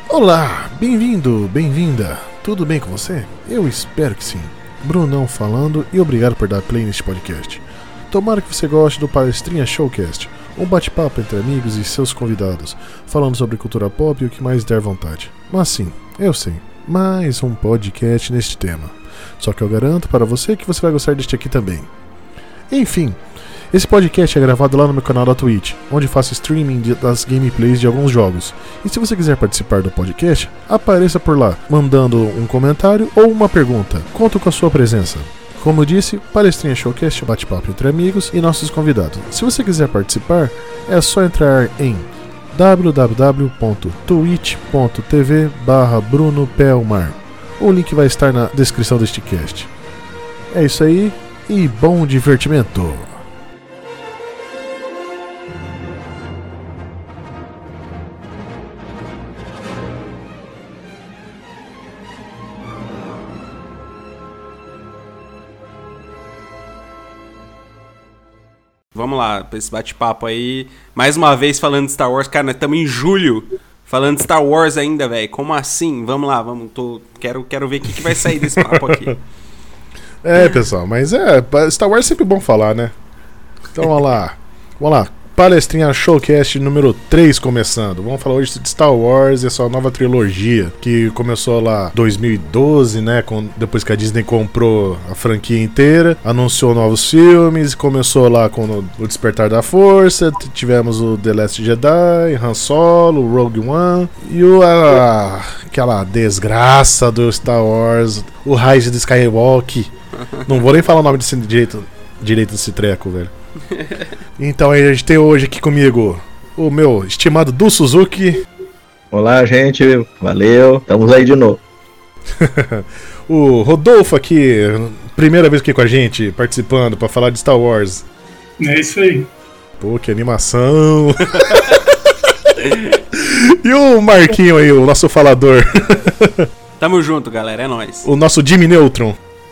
Olá, bem-vindo, bem-vinda. Tudo bem com você? Eu espero que sim. Brunão falando e obrigado por dar play neste podcast. Tomara que você goste do Palestrinha Showcast, um bate-papo entre amigos e seus convidados, falando sobre cultura pop e o que mais der vontade. Mas sim, eu sei, mais um podcast neste tema. Só que eu garanto para você que você vai gostar deste aqui também. Enfim, esse podcast é gravado lá no meu canal da Twitch, onde faço streaming das gameplays de alguns jogos. E se você quiser participar do podcast, apareça por lá, mandando um comentário ou uma pergunta. Conto com a sua presença. Como eu disse, Palestrinha Showcast, bate-papo entre amigos e nossos convidados. Se você quiser participar, é só entrar em www.twitch.tv/BrunoPelmar. O link vai estar na descrição deste cast. É isso aí e bom divertimento! Vamos lá, pra esse bate-papo aí. Mais uma vez falando de Star Wars. Cara, nós estamos em julho falando de Star Wars ainda, velho. Como assim? Vamos lá, quero ver o que vai sair desse papo aqui. Pessoal, mas Star Wars é sempre bom falar, né? Então vamos lá. Palestrinha Showcast número 3 começando. Vamos falar hoje de Star Wars e a sua nova trilogia, que começou lá em 2012, né? Depois que a Disney comprou a franquia inteira, anunciou novos filmes, começou lá com o Despertar da Força, tivemos o The Last Jedi, Han Solo, Rogue One e aquela desgraça do Star Wars, o Rise do Skywalker. Não vou nem falar o nome desse direito desse treco, velho. Então a gente tem hoje aqui comigo o meu estimado Du Suzuki. Olá, gente, valeu, estamos aí de novo. O Rodolfo aqui, primeira vez aqui com a gente, participando pra falar de Star Wars. É isso aí. Pô, que animação. E o Marquinho aí, o nosso falador. Tamo junto, galera, é nóis. O nosso Jimmy Neutron.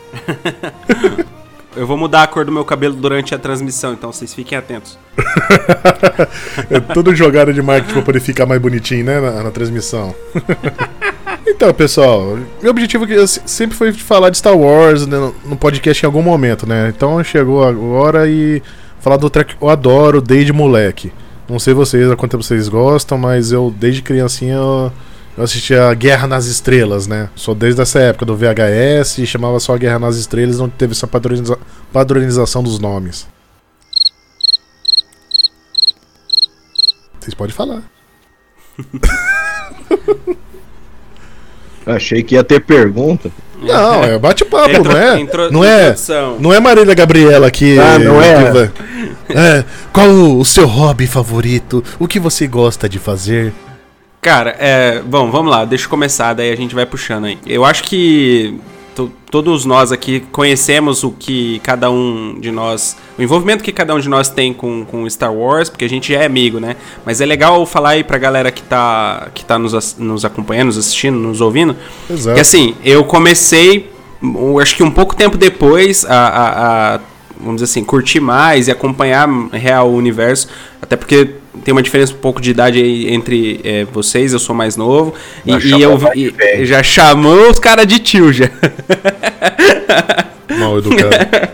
Eu vou mudar a cor do meu cabelo durante a transmissão, então vocês fiquem atentos. É tudo jogada de marketing pra poder ficar mais bonitinho, né, na transmissão. Então, pessoal, meu objetivo sempre foi falar de Star Wars, né, no podcast em algum momento, né? Então chegou agora e falar do track que eu adoro desde moleque. Não sei vocês, há quanto tempo vocês gostam, mas eu desde criancinha eu assistia Guerra nas Estrelas, né? Sou desde essa época do VHS e chamava só Guerra nas Estrelas, onde teve essa padronização dos nomes. Vocês podem falar. Achei que ia ter pergunta. Não, é bate-papo, introdução. Não é Marília Gabriela aqui. Não é? Qual o seu hobby favorito? O que você gosta de fazer? Cara, bom, vamos lá, deixa eu começar, daí a gente vai puxando aí. Eu acho que todos nós aqui conhecemos o que cada um de nós, o envolvimento que cada um de nós tem com Star Wars, porque a gente já é amigo, né? Mas é legal falar aí pra galera que tá nos acompanhando, nos assistindo, nos ouvindo. Exato. Que assim, eu comecei, acho que um pouco tempo depois, vamos dizer assim, curtir mais e acompanhar real o universo, até porque tem uma diferença um pouco de idade aí entre vocês, eu sou mais novo, e já chamou os caras de tio já. Mal educado.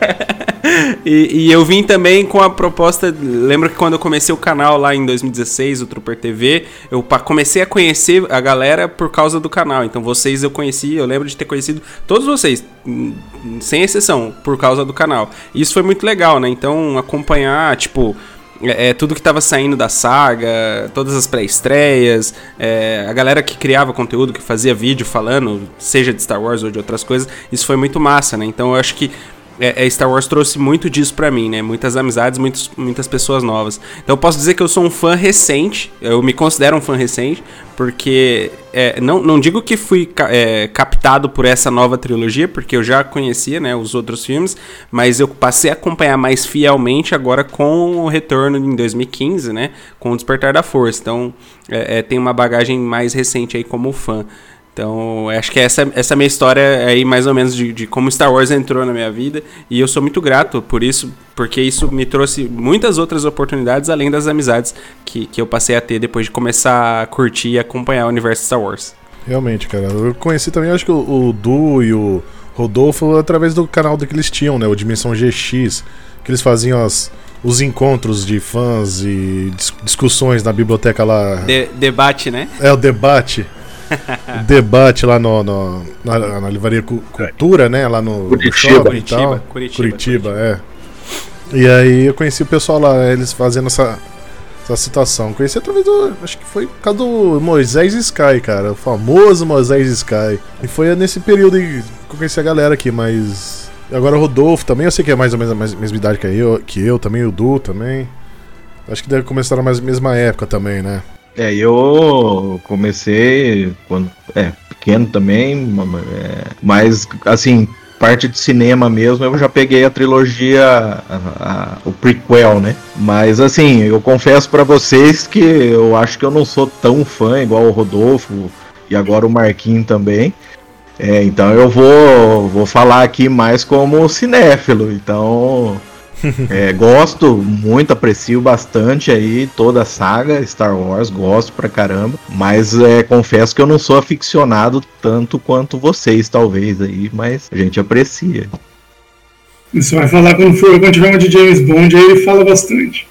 E eu vim também com a proposta, lembro que quando eu comecei o canal lá em 2016, o Trooper TV, eu comecei a conhecer a galera por causa do canal, então vocês eu lembro de ter conhecido todos vocês, sem exceção, por causa do canal. E isso foi muito legal, né, então acompanhar, tipo, tudo que tava saindo da saga, todas as pré-estreias, a galera que criava conteúdo, que fazia vídeo falando, seja de Star Wars ou de outras coisas, isso foi muito massa, né? Então eu acho que Star Wars trouxe muito disso pra mim, né? Muitas amizades, muitas pessoas novas. Então eu posso dizer que eu sou um fã recente, eu me considero um fã recente, porque não digo que fui captado por essa nova trilogia, porque eu já conhecia, né, os outros filmes, mas eu passei a acompanhar mais fielmente agora com o retorno em 2015, né, com o Despertar da Força. Então tem uma bagagem mais recente aí como fã. Então, acho que essa minha história aí, mais ou menos, de como Star Wars entrou na minha vida. E eu sou muito grato por isso, porque isso me trouxe muitas outras oportunidades, além das amizades que eu passei a ter depois de começar a curtir e acompanhar o universo Star Wars. Realmente, cara. Eu conheci também, acho que o Du e o Rodolfo através do canal que eles tinham, né? O Dimensão GX, que eles faziam os encontros de fãs e discussões na biblioteca lá. Debate, né? É, o debate. Debate lá na Livraria Cultura, né? Lá no Curitiba, é. E aí eu conheci o pessoal lá, eles fazendo essa situação. Conheci através acho que foi por causa do Moisés Sky, cara. O famoso Moisés Sky. E foi nesse período aí que eu conheci a galera aqui, mas... Agora o Rodolfo também, eu sei que é mais ou menos a mesma idade que eu também, o Du também. Acho que deve começar na mesma época também, né? Eu comecei quando pequeno também, mas assim, parte de cinema mesmo, eu já peguei a trilogia, o prequel, né? Mas assim, eu confesso pra vocês que eu acho que eu não sou tão fã igual o Rodolfo e agora o Marquinhos também. Então eu vou falar aqui mais como cinéfilo, então... gosto muito, aprecio bastante aí toda a saga Star Wars, gosto pra caramba, mas confesso que eu não sou aficionado tanto quanto vocês, talvez, aí, mas a gente aprecia. Você vai falar quando tiver uma de James Bond, aí ele fala bastante.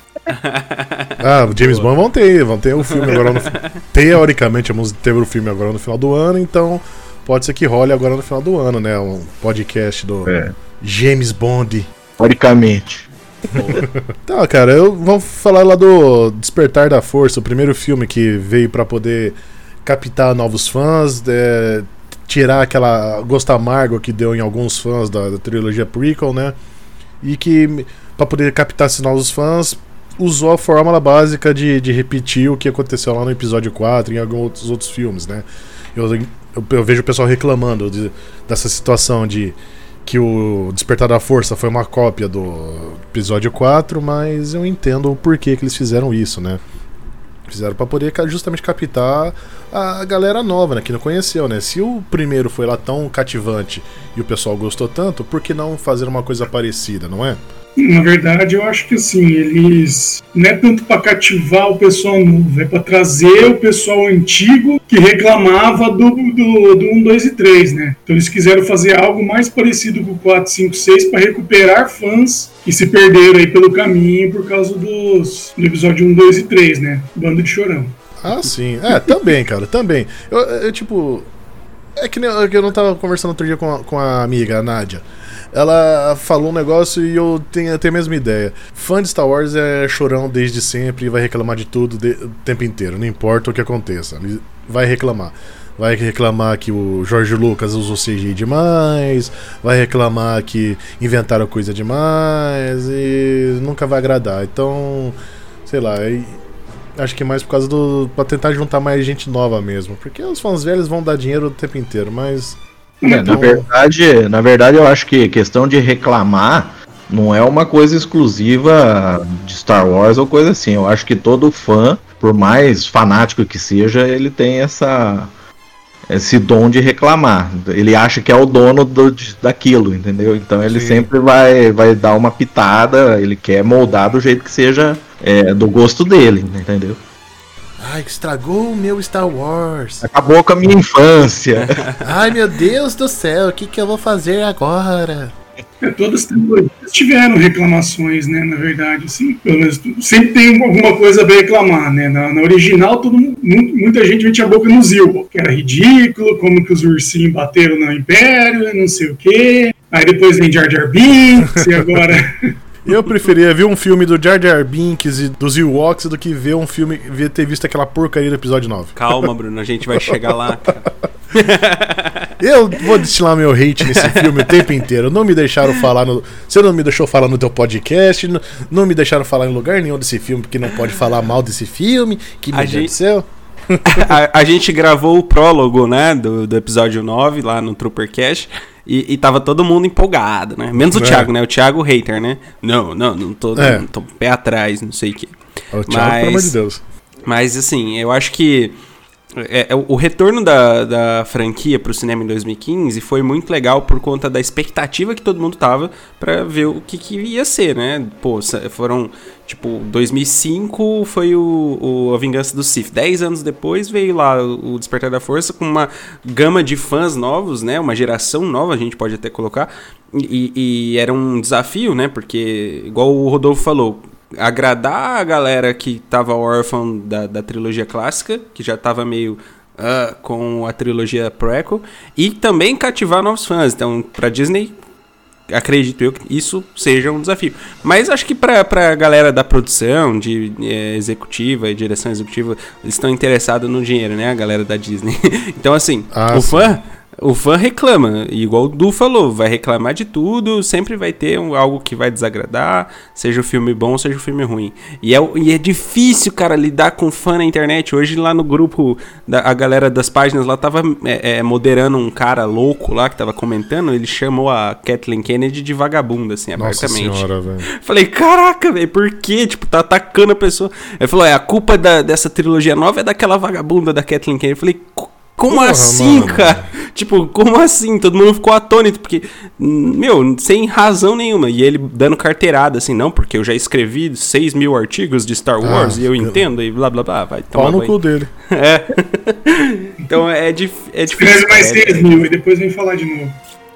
O James Bond vão ter o filme agora teoricamente vamos ter o filme agora no final do ano, então pode ser que role agora no final do ano, né? Um podcast do James Bond. Teoricamente. Tá, cara, vamos falar lá do Despertar da Força, o primeiro filme que veio pra poder captar novos fãs, tirar aquela gosto amargo que deu em alguns fãs da trilogia prequel, né? E que, pra poder captar esses novos fãs, usou a fórmula básica de repetir o que aconteceu lá no episódio 4 e em alguns outros filmes, né? Eu vejo o pessoal reclamando dessa situação de que o Despertar da Força foi uma cópia do episódio 4, mas eu entendo o porquê que eles fizeram isso, né? Fizeram pra poder justamente captar a galera nova, né? Que não conheceu, né? Se o primeiro foi lá tão cativante e o pessoal gostou tanto, por que não fazer uma coisa parecida, não é? Na verdade, eu acho que assim, eles não é tanto para cativar o pessoal novo, é para trazer o pessoal antigo que reclamava do 1, 2 e 3, né? Então eles quiseram fazer algo mais parecido com o 4, 5, 6 para recuperar fãs que se perderam aí pelo caminho por causa do episódio 1, 2 e 3, né? Bando de chorão. Ah, sim. Também, cara, também. Eu tipo... É que eu não tava conversando outro dia com a amiga, a Nádia. Ela falou um negócio e eu tenho a mesma ideia. Fã de Star Wars é chorão desde sempre e vai reclamar de tudo o tempo inteiro, não importa o que aconteça. Ele vai reclamar. Vai reclamar que o George Lucas usou CGI demais, vai reclamar que inventaram coisa demais e nunca vai agradar. Então, sei lá, acho que mais por causa pra tentar juntar mais gente nova mesmo. Porque os fãs velhos vão dar dinheiro o tempo inteiro, mas... Na verdade, eu acho que questão de reclamar não é uma coisa exclusiva de Star Wars ou coisa assim. Eu acho que todo fã, por mais fanático que seja, ele tem esse dom de reclamar. Ele acha que é o dono daquilo, entendeu? Então ele sempre vai dar uma pitada, ele quer moldar do jeito que seja do gosto dele, entendeu? Ai, que estragou o meu Star Wars. Acabou com a minha infância. Ai, meu Deus do céu, o que eu vou fazer agora? Todas as trilogias tiveram reclamações, né? Na verdade, assim, pelo menos sempre tem alguma coisa pra reclamar, né? Na original, muita gente metia a boca no Zilbo, que era ridículo, como que os ursinhos bateram no Império, não sei o quê. Aí depois vem Jar Jar Binks e agora... Eu preferia ver um filme do Jar Jar Binks e dos Ewoks do que ver ter visto aquela porcaria do episódio 9. Calma, Bruno, a gente vai chegar lá, cara. Eu vou destilar meu hate nesse filme o tempo inteiro. Não me deixaram falar Você não me deixou falar no teu podcast, não me deixaram falar em lugar nenhum desse filme, porque não pode falar mal desse filme. Que meu Deus do céu. A gente gravou o prólogo, né, do episódio 9 lá no Troopercast. E tava todo mundo empolgado, né? Menos o Thiago, né? O Thiago hater, né? Não tô pé atrás, não sei o quê. O Thiago, pelo amor de Deus. Mas, assim, eu acho que O retorno da franquia pro cinema em 2015 foi muito legal por conta da expectativa que todo mundo tava pra ver o que ia ser, né? Pô, foram, tipo, 2005 foi A Vingança do Sith. 10 anos depois veio lá o Despertar da Força com uma gama de fãs novos, né? Uma geração nova, a gente pode até colocar. E era um desafio, né? Porque, igual o Rodolfo falou, agradar a galera que tava órfã da trilogia clássica, que já tava meio com a trilogia prequel, e também cativar novos fãs. Então, pra Disney, acredito eu que isso seja um desafio. Mas acho que pra galera da produção, de executiva e direção executiva, eles estão interessados no dinheiro, né? A galera da Disney. Então, assim, o fã reclama, igual o Du falou, vai reclamar de tudo, sempre vai ter algo que vai desagradar, seja o filme bom, seja o filme ruim. E é difícil, cara, lidar com fã na internet. Hoje lá no grupo, a galera das páginas lá tava moderando um cara louco lá que tava comentando, ele chamou a Kathleen Kennedy de vagabunda, assim, abertamente. Nossa senhora, velho. Falei, caraca, velho, por quê? Tipo, tá atacando a pessoa. Ele falou, a culpa dessa trilogia nova é daquela vagabunda da Kathleen Kennedy. Eu falei, como assim, mano? Cara? Tipo, como assim? Todo mundo ficou atônito, porque, sem razão nenhuma. E ele dando carteirada, assim, não, porque eu já escrevi 6 mil artigos de Star Wars e eu entendo, e blá, blá, blá. Vai tomar pau no cu dele. Então é difícil. Escreve mais 6 mil e depois vem falar de novo.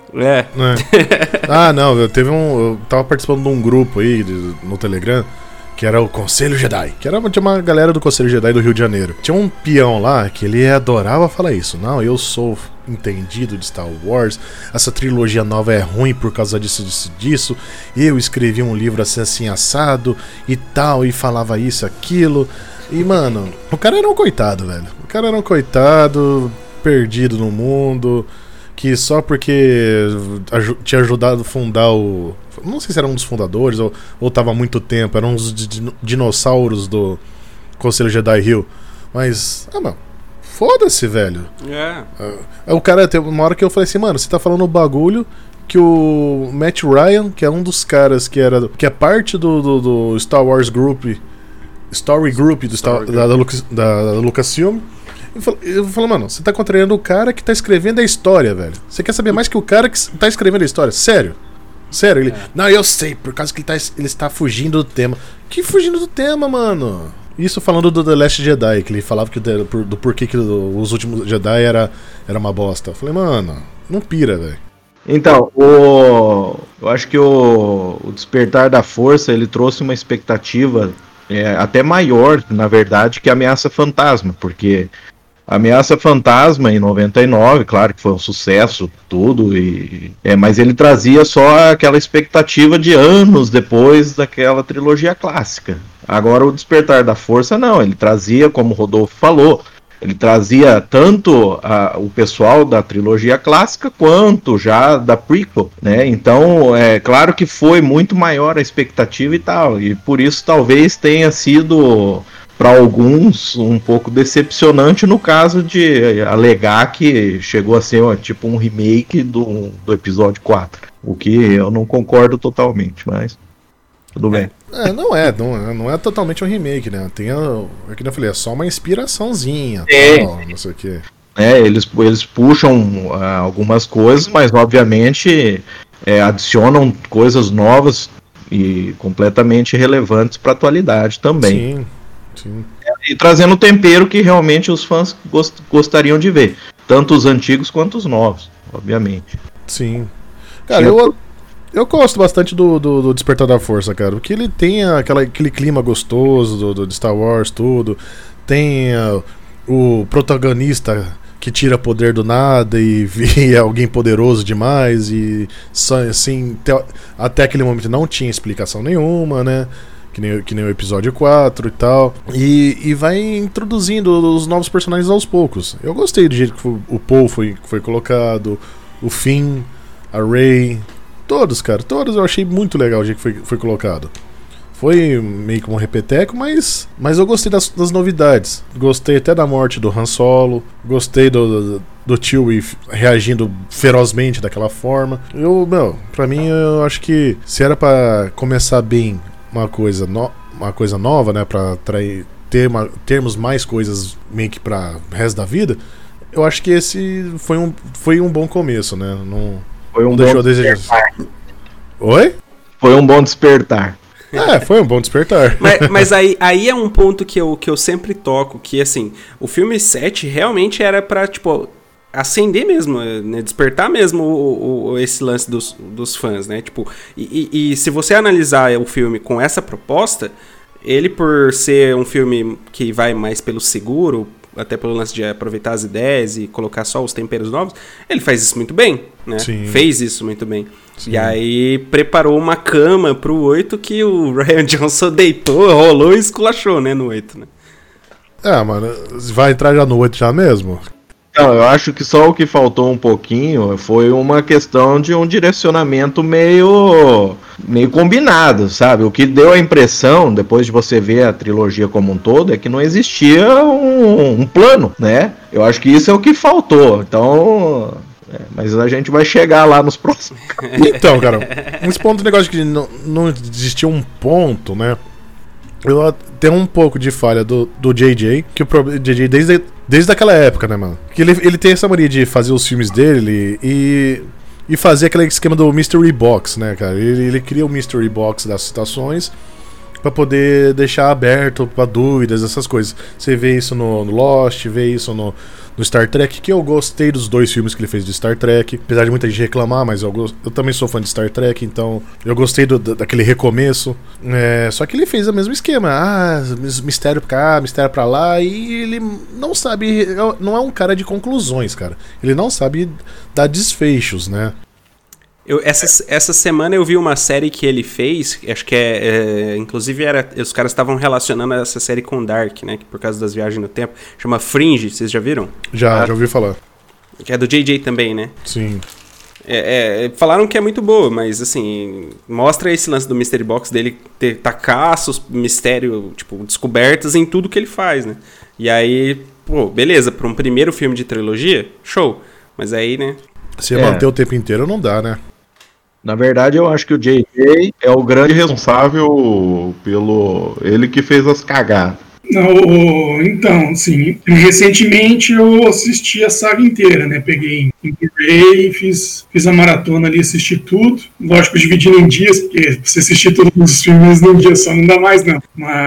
Não, eu tava participando de um grupo aí no Telegram, que era o Conselho Jedi, que era de uma galera do Conselho Jedi do Rio de Janeiro. Tinha um peão lá que ele adorava falar isso. Não, eu sou entendido de Star Wars, essa trilogia nova é ruim por causa disso. Eu escrevi um livro assim assado e tal, e falava isso, aquilo. E, mano, o cara era um coitado, velho. O cara era um coitado, perdido no mundo, que só porque tinha ajudado a fundar não sei se era um dos fundadores ou tava há muito tempo, eram uns dinossauros do Conselho Jedi Hill. Mas, mano, foda-se, velho. O cara, tem uma hora que eu falei assim, mano, você tá falando o bagulho que o Matt Ryan, que é um dos caras que é parte do Star Wars Group, Story Group da Lucasfilm. Eu falo, mano, você tá contrariando o cara que tá escrevendo a história, velho. Você quer saber mais que o cara que tá escrevendo a história? Sério, ele... Não, eu sei, por causa que ele está fugindo do tema. Que fugindo do tema, mano? Isso falando do The Last Jedi, que ele falava do porquê que os últimos Jedi era uma bosta. Eu falei, mano, não pira, velho. Então, eu acho que o Despertar da Força, ele trouxe uma expectativa até maior, na verdade, que a Ameaça Fantasma, porque a Ameaça Fantasma, em 99, claro que foi um sucesso, tudo, mas ele trazia só aquela expectativa de anos depois daquela trilogia clássica. Agora o Despertar da Força não, ele trazia, como o Rodolfo falou, ele trazia tanto o pessoal da trilogia clássica quanto já da prequel, né? Então, é claro que foi muito maior a expectativa e tal, e por isso talvez tenha sido, para alguns, um pouco decepcionante no caso de alegar que chegou a ser tipo um remake do episódio 4, o que eu não concordo totalmente, mas tudo bem. Não é totalmente um remake, né? Tem, como eu falei, é só uma inspiraçãozinha, não sei o quê. Eles puxam algumas coisas, mas obviamente adicionam coisas novas e completamente relevantes para a atualidade também. Sim. E trazendo o tempero que realmente os fãs gostariam de ver, tanto os antigos quanto os novos, obviamente. Sim. Cara, eu gosto bastante do Despertar da Força, cara, porque ele tem aquele clima gostoso do Star Wars, tudo. Tem o protagonista que tira poder do nada e é alguém poderoso demais e só assim, até aquele momento não tinha explicação nenhuma, né? Que nem o episódio 4 e tal. E vai introduzindo os novos personagens aos poucos. Eu gostei do jeito que o Poe foi colocado, o Finn, a Rey, todos eu achei muito legal o jeito que foi colocado. Foi meio que um repeteco, mas eu gostei das novidades. Gostei até da morte do Han Solo. Gostei do Chewie reagindo ferozmente daquela forma. Pra mim, eu acho que se era pra começar bem uma coisa nova, né, pra ter termos mais coisas meio que pra resto da vida, eu acho que esse foi um bom começo, né? Não deixou a desejar. Oi? Foi um bom despertar. Foi um bom despertar. Mas aí é um ponto que eu sempre toco, que assim, o filme 7 realmente era pra, tipo, acender mesmo, né? Despertar mesmo esse lance dos fãs, né? Tipo, e se você analisar o filme com essa proposta, ele, por ser um filme que vai mais pelo seguro, até pelo lance de aproveitar as ideias e colocar só os temperos novos, ele faz isso muito bem, né? Sim. Fez isso muito bem. Sim. E aí preparou uma cama pro 8 que o Rian Johnson deitou, rolou e esculachou, né, no 8, né? Mano, vai entrar já no 8 já mesmo? Não, eu acho que só o que faltou um pouquinho foi uma questão de um direcionamento meio combinado, sabe? O que deu a impressão, depois de você ver a trilogia como um todo, é que não existia um plano, né? Eu acho que isso é o que faltou. Então, mas a gente vai chegar lá nos próximos. Então, cara, esse ponto do negócio de que não existia um ponto, né? Eu tenho um pouco de falha do JJ, que o JJ desde aquela época, né, mano? Que ele tem essa mania de fazer os filmes dele e fazer aquele esquema do Mystery Box, né, cara? Ele cria o Mystery Box das citações pra poder deixar aberto pra dúvidas, essas coisas. Você vê isso no Lost, vê isso no Star Trek, que eu gostei dos 2 filmes que ele fez de Star Trek, apesar de muita gente reclamar, mas eu também sou fã de Star Trek, então eu gostei daquele recomeço. Só que ele fez o mesmo esquema, mistério pra cá, mistério pra lá, e ele não sabe, não é um cara de conclusões, cara. Ele não sabe dar desfechos, né? Essa semana eu vi uma série que ele fez, acho que inclusive os caras estavam relacionando essa série com Dark, né, por causa das viagens no tempo, chama Fringe, vocês já viram? Já ouvi falar. Que é do JJ também, né? Sim. Falaram que é muito boa, mas assim, mostra esse lance do Mystery Box dele tacar os mistério, tipo, descobertas em tudo que ele faz, né? E aí, pô, beleza, para um primeiro filme de trilogia, show. Mas aí, né? Se manter o tempo inteiro não dá, né? Na verdade, eu acho que o JJ é o grande responsável ele que fez as cagadas. Não, então, sim, recentemente eu assisti a saga inteira, né? Peguei em Blu-ray, fiz a maratona ali, assisti tudo. Lógico, dividindo em dias, porque você assistir todos os filmes num dia só não dá mais, não.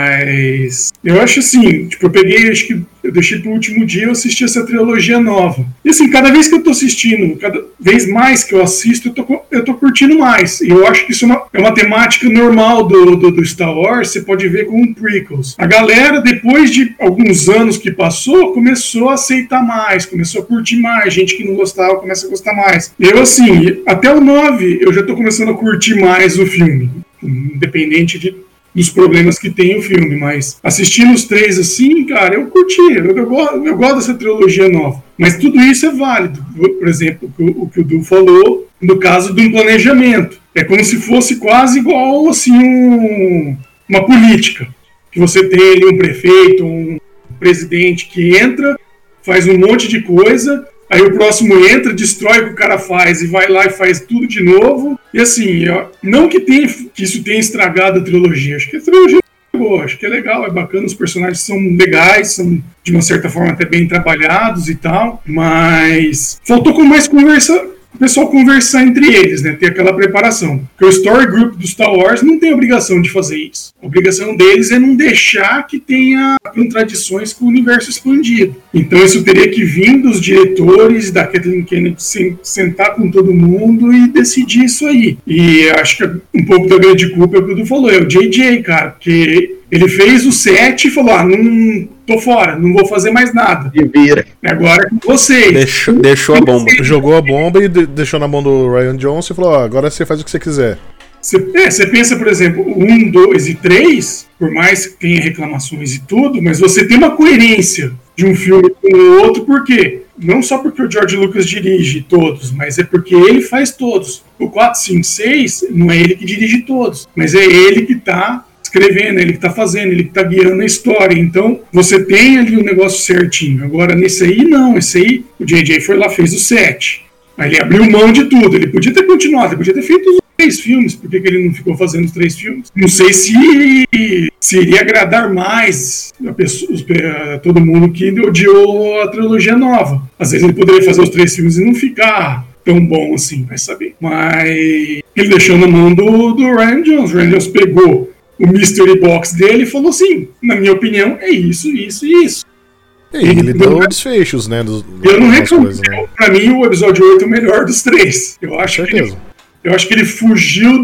Mas eu acho assim, tipo, acho que eu deixei pro último dia, eu assisti essa trilogia nova. E assim, cada vez que eu tô assistindo, cada vez mais que eu assisto, eu tô curtindo mais. E eu acho que isso é uma temática normal do Star Wars, você pode ver com prequels. A galera, depois de alguns anos que passou, começou a aceitar mais, começou a curtir mais. Gente que não gostava começa a gostar mais. Eu, assim, até o 9, eu já tô começando a curtir mais o filme. Independente dos problemas que tem o filme, mas assistindo os 3 assim, cara, eu curti, eu gosto dessa trilogia nova, mas tudo isso é válido. Por exemplo, o que o Du falou, no caso de um planejamento, é como se fosse quase igual assim uma política, que você tem ali um prefeito, um presidente que entra, faz um monte de coisa, aí o próximo entra, destrói o que o cara faz e vai lá e faz tudo de novo. E assim, não que isso tenha estragado a trilogia. Acho que a trilogia é boa, acho que é legal, é bacana, os personagens são legais, são de uma certa forma até bem trabalhados e tal, mas faltou com mais o pessoal conversar entre eles, né? Ter aquela preparação. Porque o Story Group do Star Wars não tem obrigação de fazer isso. A obrigação deles é não deixar que tenha contradições com o universo expandido. Então isso teria que vir dos diretores, da Kathleen Kennedy, sentar com todo mundo e decidir isso aí. E acho que um pouco da grande culpa é o que o Du falou, é o JJ, cara, porque ele fez o 7 e falou, não tô fora, não vou fazer mais nada. E vira. Agora é com vocês. Deixou a bomba. Jogou a bomba e deixou na mão do Rian Johnson e falou, agora você faz o que você quiser. Você pensa, por exemplo, 1, 2 e 3, por mais que tenha reclamações e tudo, mas você tem uma coerência de um filme com o outro, por quê? Não só porque o George Lucas dirige todos, mas é porque ele faz todos. O 4, 5, 6, não é ele que dirige todos, mas é ele que está escrevendo, ele que tá fazendo, ele que tá guiando a história. Então, você tem ali o negócio certinho. Agora, nesse aí, não. Esse aí, o JJ foi lá, fez o 7. Aí ele abriu mão de tudo. Ele podia ter continuado, ele podia ter feito os 3 filmes, por que ele não ficou fazendo os 3 filmes? Não sei se iria agradar mais a todo mundo que odiou a trilogia nova. Às vezes ele poderia fazer os 3 filmes e não ficar tão bom assim, vai saber. Mas ele deixou na mão do Rian Johnson. O Rian Johnson pegou o Mystery Box dele e falou assim, na minha opinião, é isso, isso e isso. E ele deu desfechos, né? Eu não reclamo. Né? Pra mim, o episódio 8 é o melhor dos 3. Eu acho que ele fugiu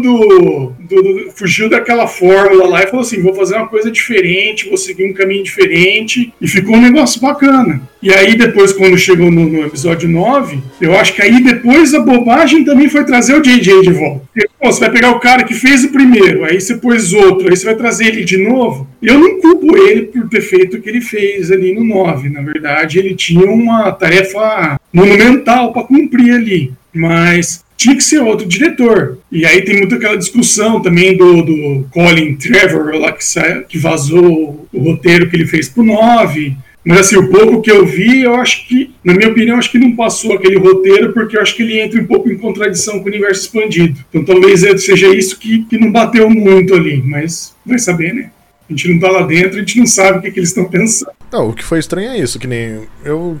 fugiu daquela fórmula lá e falou assim, vou fazer uma coisa diferente, vou seguir um caminho diferente, e ficou um negócio bacana. E aí depois, quando chegou no episódio 9, eu acho que aí depois a bobagem também foi trazer o JJ de volta. Porque, você vai pegar o cara que fez o primeiro, aí você pôs outro, aí você vai trazer ele de novo. Eu não culpo ele por ter feito o que ele fez ali no 9. Na verdade, ele tinha uma tarefa monumental para cumprir ali, mas tinha que ser outro diretor. E aí tem muita aquela discussão também do Colin Trevorrow lá que vazou o roteiro que ele fez pro 9. Mas assim, o pouco que eu vi, eu acho que, na minha opinião, acho que não passou aquele roteiro, porque eu acho que ele entra um pouco em contradição com o universo expandido. Então talvez seja isso que não bateu muito ali, mas vai saber, né? A gente não tá lá dentro, a gente não sabe o que eles estão pensando. Não, o que foi estranho é isso, que nem eu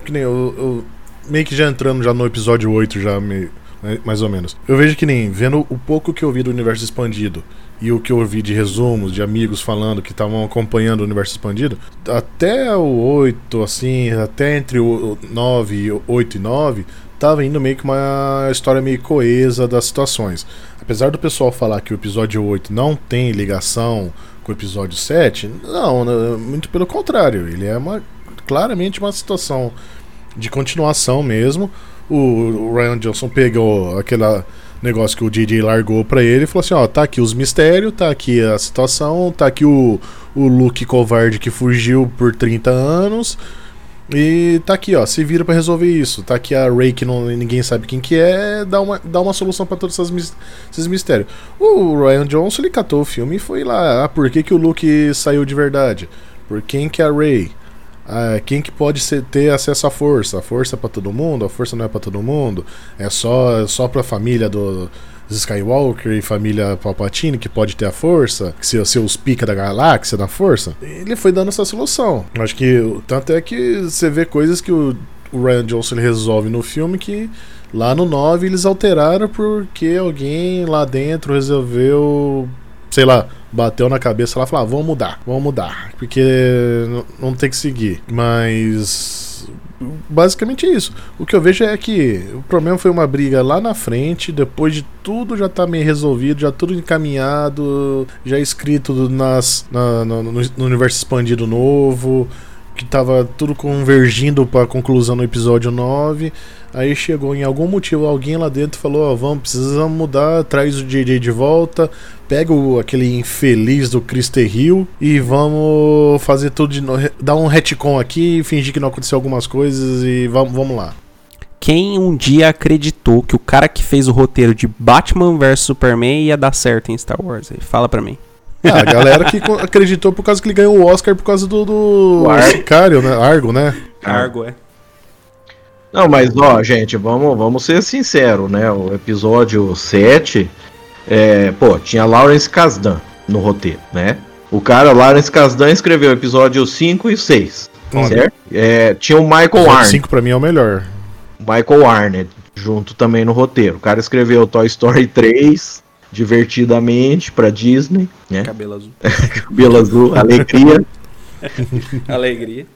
meio que já entrando já no episódio 8, já mais ou menos. Eu vejo que nem, vendo o pouco que eu vi do universo expandido e o que eu vi de resumos, de amigos falando que estavam acompanhando o universo expandido, até o 8, assim, até entre o 9, 8 e 9, tava indo meio que uma história meio coesa das situações. Apesar do pessoal falar que o episódio 8 não tem ligação com o episódio 7, não, muito pelo contrário, ele é claramente uma situação de continuação mesmo. O Rian Johnson pegou aquele negócio que o JJ largou pra ele e falou assim, ó, tá aqui os mistérios, tá aqui a situação, tá aqui o Luke covarde que fugiu por 30 anos e tá aqui, ó, se vira pra resolver isso, tá aqui a Rey que ninguém sabe quem que é, dá uma solução pra todos esses mistérios. O Rian Johnson, ele catou o filme e foi lá, por que o Luke saiu de verdade? Por quem que é a Rey? Quem que pode ter acesso à força? A força é pra todo mundo? A força não é pra todo mundo? É só pra família dos Skywalker e família Palpatine que pode ter a força? Que ser os pica da galáxia da força? Ele foi dando essa solução. Acho que tanto é que você vê coisas que o Rian Johnson resolve no filme que lá no 9 eles alteraram porque alguém lá dentro resolveu, sei lá, bateu na cabeça lá e falou, vamos mudar, porque não tem que seguir. Mas basicamente é isso. O que eu vejo é que o problema foi uma briga lá na frente, depois de tudo já tá meio resolvido, já tudo encaminhado, já escrito no universo expandido novo, que tava tudo convergindo pra conclusão no episódio 9. Aí chegou em algum motivo alguém lá dentro falou, precisamos mudar, traz o JJ de volta, pega aquele infeliz do Chris Terrio e vamos fazer tudo de novo, dar um retcon aqui, fingir que não aconteceu algumas coisas e vamos lá. Quem um dia acreditou que o cara que fez o roteiro de Batman vs Superman ia dar certo em Star Wars? Fala pra mim. A galera que acreditou por causa que ele ganhou o Oscar por causa do Sicário, né? Argo, né? Argo, é. Não, mas gente, vamos ser sinceros, né? O episódio 7, tinha Lawrence Kasdan no roteiro, né? O cara, Lawrence Kasdan, escreveu o episódio 5 e 6, certo? Tinha o Michael Arnett. O 5 pra mim é o melhor. Michael Arnett, junto também no roteiro. O cara escreveu Toy Story 3, divertidamente, pra Disney, né? Cabelo azul. Cabelo azul, alegria. Alegria.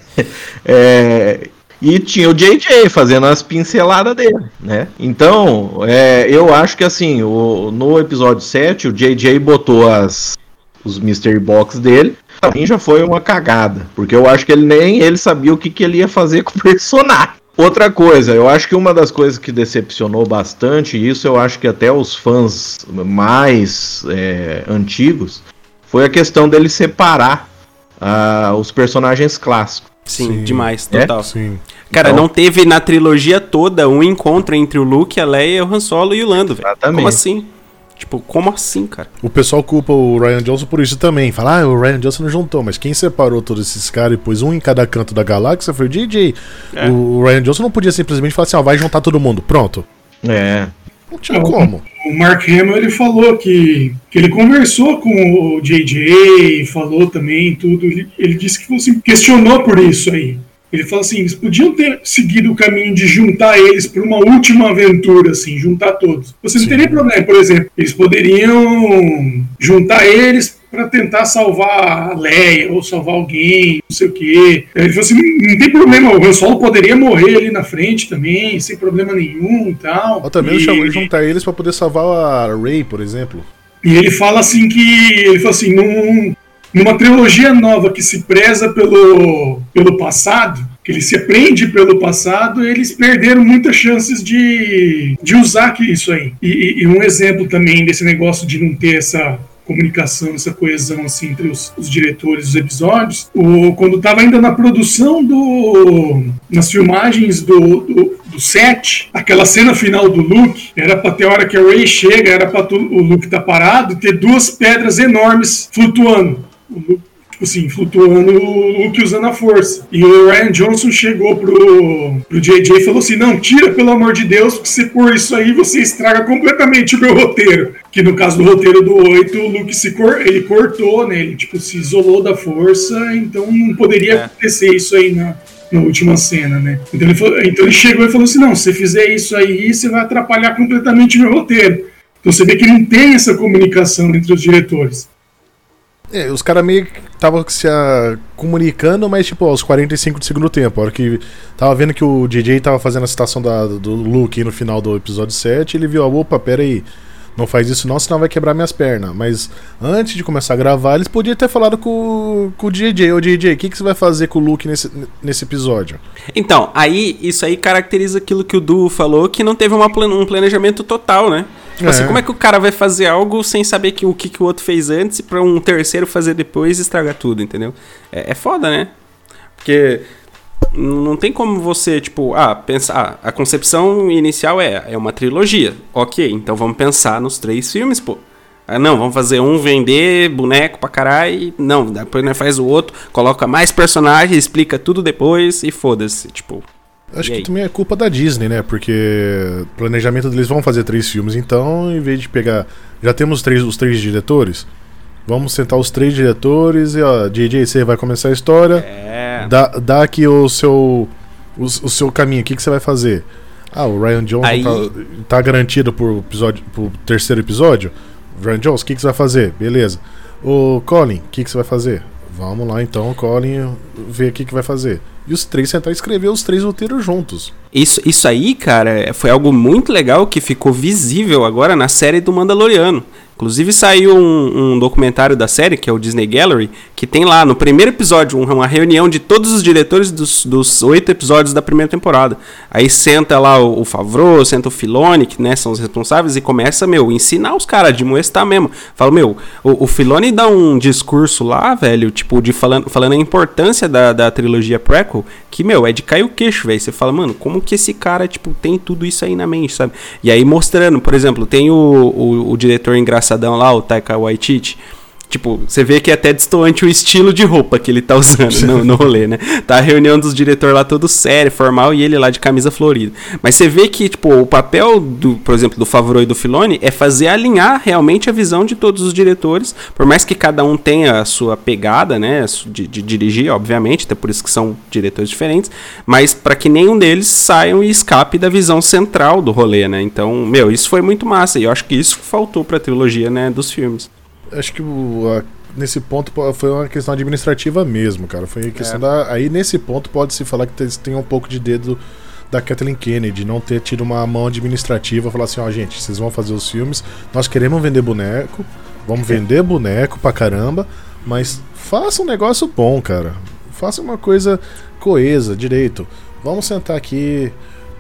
E tinha o JJ fazendo as pinceladas dele, né? Então, eu acho que assim, no episódio 7, o JJ botou os Mystery Box dele. Pra mim já foi uma cagada, porque eu acho que nem ele sabia o que ele ia fazer com o personagem. Outra coisa, eu acho que uma das coisas que decepcionou bastante, e isso eu acho que até os fãs mais antigos, foi a questão dele separar os personagens clássicos. Sim, demais, total. Sim. Cara, então, não teve na trilogia toda um encontro entre o Luke, a Leia, o Han Solo e o Lando, velho. Como assim? Tipo, como assim, cara? O pessoal culpa o Rian Johnson por isso também. Fala, o Rian Johnson não juntou, mas quem separou todos esses caras e pôs um em cada canto da galáxia foi o JJ. O Rian Johnson não podia simplesmente falar assim, vai juntar todo mundo, pronto. Não tinha como. O Mark Hamill, ele falou que ele conversou com o JJ, falou também tudo. Ele disse que assim, questionou por isso aí. Ele falou assim, eles podiam ter seguido o caminho de juntar eles para uma última aventura, assim, juntar todos. Você não teria problema, por exemplo, eles poderiam juntar eles para tentar salvar a Leia ou salvar alguém, não sei o quê. Ele falou assim, não tem problema, o Han Solo poderia morrer ali na frente também, sem problema nenhum e tal. Ou também juntar eles para poder salvar a Rey, por exemplo. E ele fala assim ele falou assim, numa trilogia nova que se preza pelo passado, que ele se aprende pelo passado, eles perderam muitas chances de usar isso aí. E um exemplo também desse negócio de não ter essa comunicação, essa coesão assim, entre os diretores dos episódios, quando estava ainda na produção nas filmagens do set, aquela cena final do Luke, era pra ter a hora que a Rey chega, era pra o Luke estar parado e ter duas pedras enormes flutuando. Flutuando o Luke usando a força. E o Rian Johnson chegou pro JJ e falou assim, não, tira pelo amor de Deus, porque se por isso aí você estraga completamente o meu roteiro. Que no caso do roteiro do 8, o Luke ele cortou, né, ele se isolou da força, então não poderia acontecer isso aí na última cena, né. Então ele chegou e falou assim, não, se você fizer isso aí, você vai atrapalhar completamente o meu roteiro. Então você vê que não tem essa comunicação entre os diretores. Os caras meio que estavam se comunicando, mas aos 45 do segundo tempo. A hora que tava vendo que o JJ tava fazendo a citação do Luke no final do episódio 7, ele viu, opa, pera aí, não faz isso não, senão vai quebrar minhas pernas. Mas antes de começar a gravar, eles podiam ter falado com o JJ. Ô JJ, o que você vai fazer com o Luke nesse episódio? Então, isso aí caracteriza aquilo que o Du falou, que não teve um planejamento total, né? Assim, como é que o cara vai fazer algo sem saber o que o outro fez antes pra um terceiro fazer depois e estragar tudo, entendeu? É foda, né? Porque não tem como você, pensar... a concepção inicial é uma trilogia. Ok, então vamos pensar nos 3 filmes, pô. Não, vamos fazer vender boneco pra caralho. Não, depois nós faz o outro, coloca mais personagens, explica tudo depois e foda-se, Acho que também é culpa da Disney, né? Porque o planejamento deles vão fazer 3 filmes, então, em vez de pegar... Já temos os 3 diretores? Vamos sentar os 3 diretores e, JJ, você vai começar a história. Dá aqui o seu caminho, o que você vai fazer? O Rian Johnson tá garantido pro terceiro episódio? Rian Johnson, o que você vai fazer? Beleza. O Colin, o que você vai fazer? Vamos lá então, Colin, ver o que vai fazer. E os 3 sentar e escrever os 3 roteiros juntos. Isso aí, cara, foi algo muito legal que ficou visível agora na série do Mandaloriano. Inclusive saiu um documentário da série, que é o Disney Gallery, que tem lá no primeiro episódio uma reunião de todos os diretores dos 8 episódios da primeira temporada. Aí senta lá o Favreau, senta o Filoni, que são os responsáveis, e começa, ensinar os caras, de moestar mesmo. Fala, o Filoni dá um discurso lá, velho, falando a importância da trilogia prequel, que, é de cair o queixo, velho. Você fala, mano, como que esse cara, tem tudo isso aí na mente, sabe? E aí mostrando, por exemplo, tem o diretor engraçadão lá, o Taika Waititi. Você vê que é até destoante o estilo de roupa que ele tá usando no rolê, né? Tá a reunião dos diretores lá todo sério, formal, e ele lá de camisa florida. Mas você vê que, o papel, por exemplo, do Favreau e do Filoni é fazer alinhar realmente a visão de todos os diretores, por mais que cada um tenha a sua pegada, né? De dirigir, obviamente, até por isso que são diretores diferentes, mas para que nenhum deles saiam e escape da visão central do rolê, né? Então, isso foi muito massa, e eu acho que isso faltou pra trilogia, né, dos filmes. Acho que nesse ponto foi uma questão administrativa mesmo, cara. Foi questão aí nesse ponto pode-se falar que tem um pouco de dedo da Kathleen Kennedy, não ter tido uma mão administrativa, falar assim, gente, vocês vão fazer os filmes, nós queremos vender boneco, vamos vender boneco pra caramba, mas faça um negócio bom, cara. Faça uma coisa coesa, direito. Vamos sentar aqui,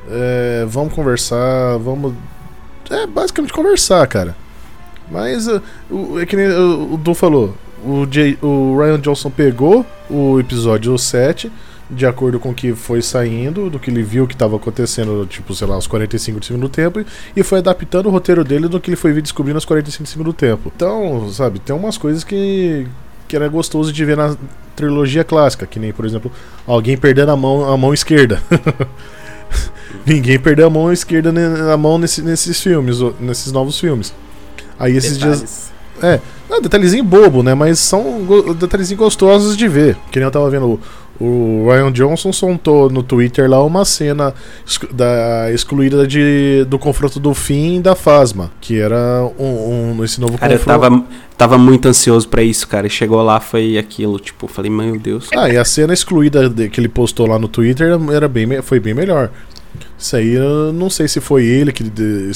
vamos conversar, vamos... basicamente conversar, cara. Mas é que nem o Du falou, o Rian Johnson pegou o episódio 7, de acordo com o que foi saindo, do que ele viu que estava acontecendo, aos 45 do segundo tempo, e foi adaptando o roteiro dele do que ele foi descobrindo aos 45 do segundo tempo. Então, sabe, tem umas coisas que era gostoso de ver na trilogia clássica, que nem, por exemplo, alguém perdendo a mão esquerda. Ninguém perdeu a mão esquerda na mão nesses filmes, nesses novos filmes. Aí esses dias... detalhezinho bobo, né? Mas são detalhezinhos gostosos de ver. Que nem eu tava vendo, o Rian Johnson soltou no Twitter lá uma cena excluída do confronto do Finn e da Phasma, que era esse novo cara, confronto. Eu tava muito ansioso pra isso, cara. E chegou lá, foi aquilo, tipo, eu falei, meu Deus. E a cena excluída que ele postou lá no Twitter foi bem melhor. Isso aí eu não sei se foi ele que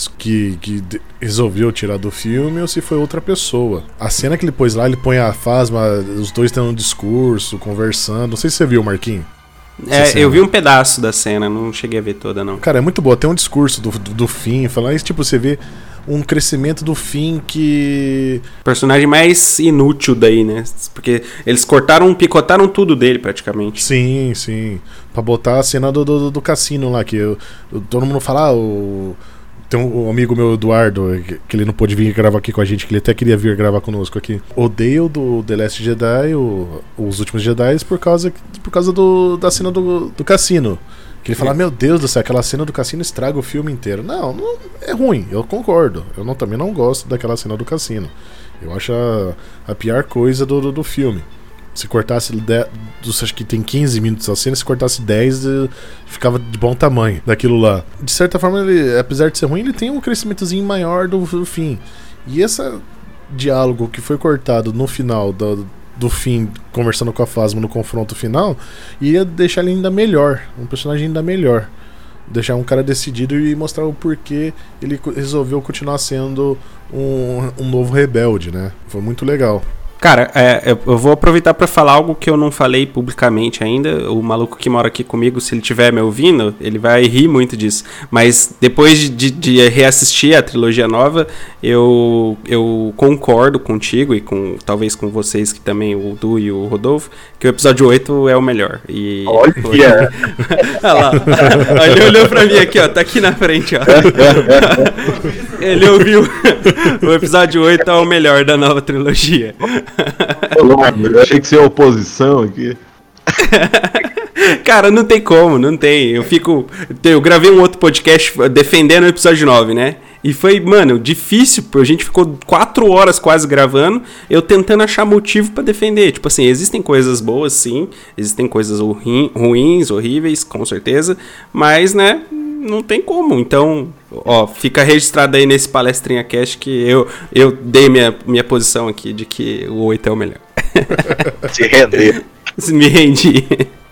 resolveu tirar do filme ou se foi outra pessoa. A cena que ele pôs lá, ele põe a Phasma, os dois tendo um discurso, conversando. Não sei se você viu, Marquinhos. Eu vi um pedaço da cena, não cheguei a ver toda, não. Cara, é muito boa. Tem um discurso do Finn, falar isso, tipo, você vê um crescimento do Finn que... Personagem mais inútil daí, né? Porque eles picotaram tudo dele, praticamente. Sim, sim. Pra botar a cena do cassino lá, que todo mundo fala, tem um amigo meu, Eduardo, que ele não pôde vir gravar aqui com a gente, que ele até queria vir gravar conosco aqui. Odeio do The Last Jedi, os últimos Jedi, por causa da cena do cassino. Que ele fala, meu Deus do céu, aquela cena do cassino estraga o filme inteiro. Não é ruim, eu concordo. Eu também não gosto daquela cena do cassino. Eu acho a pior coisa do filme. Se cortasse, acho que tem 15 minutos a cena, se cortasse 10, ficava de bom tamanho daquilo lá. De certa forma, ele, apesar de ser ruim, ele tem um crescimentozinho maior do fim. E esse diálogo que foi cortado no final do fim, conversando com a Phasma no confronto final, ia deixar ele ainda melhor, um personagem ainda melhor, deixar um cara decidido e mostrar o porquê ele resolveu continuar sendo um novo rebelde, né? Foi muito legal. Cara, eu vou aproveitar pra falar algo que eu não falei publicamente ainda. O maluco que mora aqui comigo, se ele estiver me ouvindo, ele vai rir muito disso. Mas depois de reassistir a trilogia nova, eu concordo contigo e talvez com vocês, que também, o Du e o Rodolfo, que o episódio 8 é o melhor. E... Olha! Olha lá. Ele olhou pra mim aqui, ó. Tá aqui na frente, ó. Ele ouviu. O episódio 8 é o melhor da nova trilogia. Eu achei que você é oposição aqui. Cara, não tem como, não tem. Eu gravei um outro podcast defendendo o episódio 9, né? E foi, mano, difícil, a gente ficou 4 horas quase gravando, eu tentando achar motivo pra defender. Tipo assim, existem coisas boas, sim, existem coisas ruins, horríveis, com certeza, mas, né, não tem como. Então, ó, fica registrado aí nesse Palestrinha Cast que eu dei minha posição aqui de que o 8 é o melhor. Se render. Me rendi.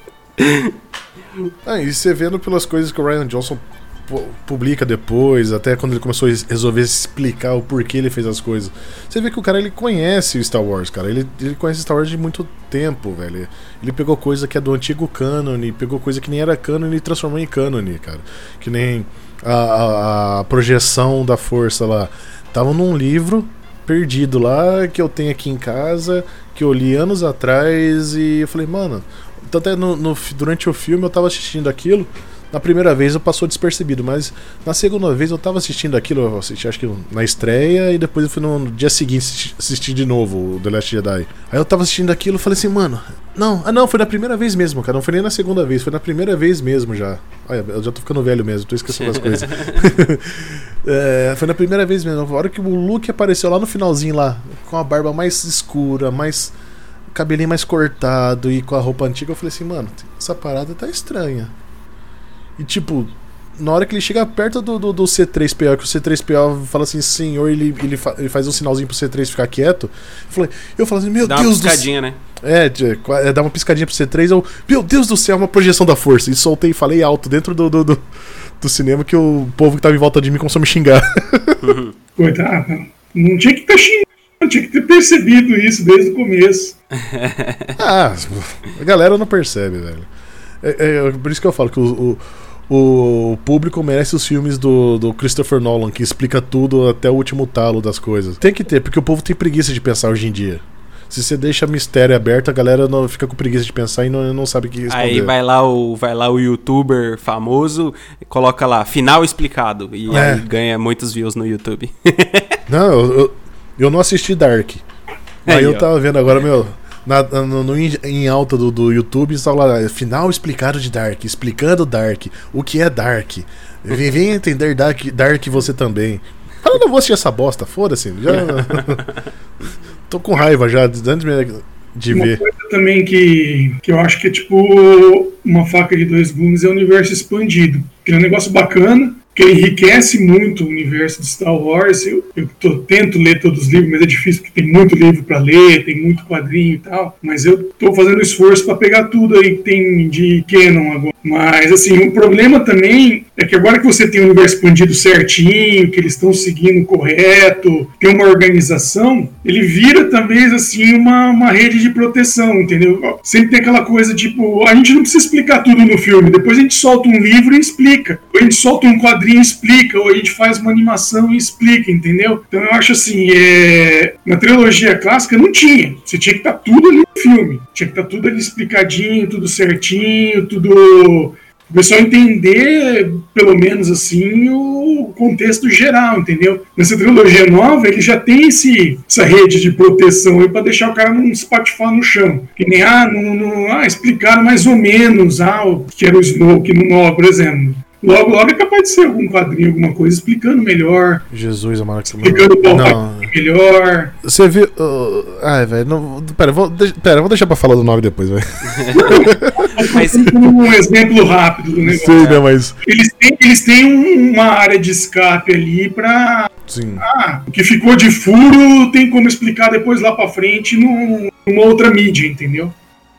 E você vendo pelas coisas que o Rian Johnson publica depois, até quando ele começou a resolver explicar o porquê ele fez as coisas, você vê que o cara, ele conhece o Star Wars, cara. Ele conhece Star Wars de muito tempo, velho. Ele pegou coisa que é do antigo cânone, pegou coisa que nem era cânone e transformou em cânone, cara. Que nem a projeção da força lá. Tava num livro perdido lá, que eu tenho aqui em casa, que eu li anos atrás, e eu falei, mano, até durante o filme eu tava assistindo aquilo. Na primeira vez eu passou despercebido, mas na segunda vez eu tava assistindo aquilo, eu assisti acho que na estreia, e depois eu fui no dia seguinte assistir de novo o The Last Jedi. Aí eu tava assistindo aquilo e falei assim, mano, não, foi na primeira vez mesmo, cara, não foi nem na segunda vez, foi na primeira vez mesmo já. Olha, eu já tô ficando velho mesmo, tô esquecendo das coisas. Foi na primeira vez mesmo, a hora que o Luke apareceu lá no finalzinho lá, com a barba mais escura, mais cabelinho mais cortado e com a roupa antiga, eu falei assim, mano, essa parada tá estranha. E tipo, na hora que ele chega perto do C3PO, que o C3PO fala assim, senhor, ele faz um sinalzinho pro C3 ficar quieto. Eu falo assim, meu Deus do céu. Dá uma piscadinha, né? Dá uma piscadinha pro C3, meu Deus do céu, uma projeção da força. E soltei e falei alto dentro do cinema, que o povo que tava em volta de mim começou a me xingar. Coitado, não tinha que estar xingando, tinha que ter percebido isso desde o começo. A galera não percebe, velho. Por isso que eu falo que o público merece os filmes do Christopher Nolan, que explica tudo até o último talo das coisas. Tem que ter, porque o povo tem preguiça de pensar hoje em dia. Se você deixa mistério aberto, a galera não fica com preguiça de pensar e não sabe o que responder. Aí vai lá o youtuber famoso, coloca lá, final explicado, e aí ganha muitos views no YouTube. Não, eu não assisti Dark. Aí eu tava vendo agora, em alta do YouTube, está lá, final explicado de Dark, explicando Dark, o que é Dark. Vem entender Dark você também. Eu não vou assistir essa bosta, foda-se. Já tô com raiva já, antes de ver. Uma coisa também que eu acho que é tipo uma faca de dois gumes é o universo expandido. Que é um negócio bacana, que enriquece muito o universo de Star Wars. Eu tento ler todos os livros, mas é difícil porque tem muito livro para ler, tem muito quadrinho e tal. Mas eu tô fazendo esforço para pegar tudo aí que tem de canon agora. Mas assim, o problema também é que agora que você tem o universo expandido certinho, que eles estão seguindo correto, tem uma organização, ele vira talvez assim uma rede de proteção, entendeu? Sempre tem aquela coisa tipo, a gente não precisa explicar tudo no filme, depois a gente solta um livro e explica, ou a gente solta um quadrinho e explica, ou a gente faz uma animação e explica, entendeu? Então eu acho assim, na trilogia clássica não tinha, você tinha que estar tudo ali no filme, tinha que estar tudo ali explicadinho, tudo certinho, tudo... O pessoal entender, pelo menos assim, o contexto geral, entendeu? Nessa trilogia nova, ele já tem essa rede de proteção aí pra deixar o cara não espatifar no chão. Que nem, explicaram mais ou menos, o que era o Snoke no 9, por exemplo. Logo é capaz de ser algum quadrinho, alguma coisa, explicando melhor. Jesus, amado. Explicando o Palpatine melhor. Você viu... Ai, velho, pera, vou deixar pra falar do 9 depois, velho. Mas um exemplo rápido do negócio. Sei, né, mas... Eles têm uma área de escape ali pra... Sim. O que ficou de furo tem como explicar depois lá pra frente numa outra mídia, entendeu?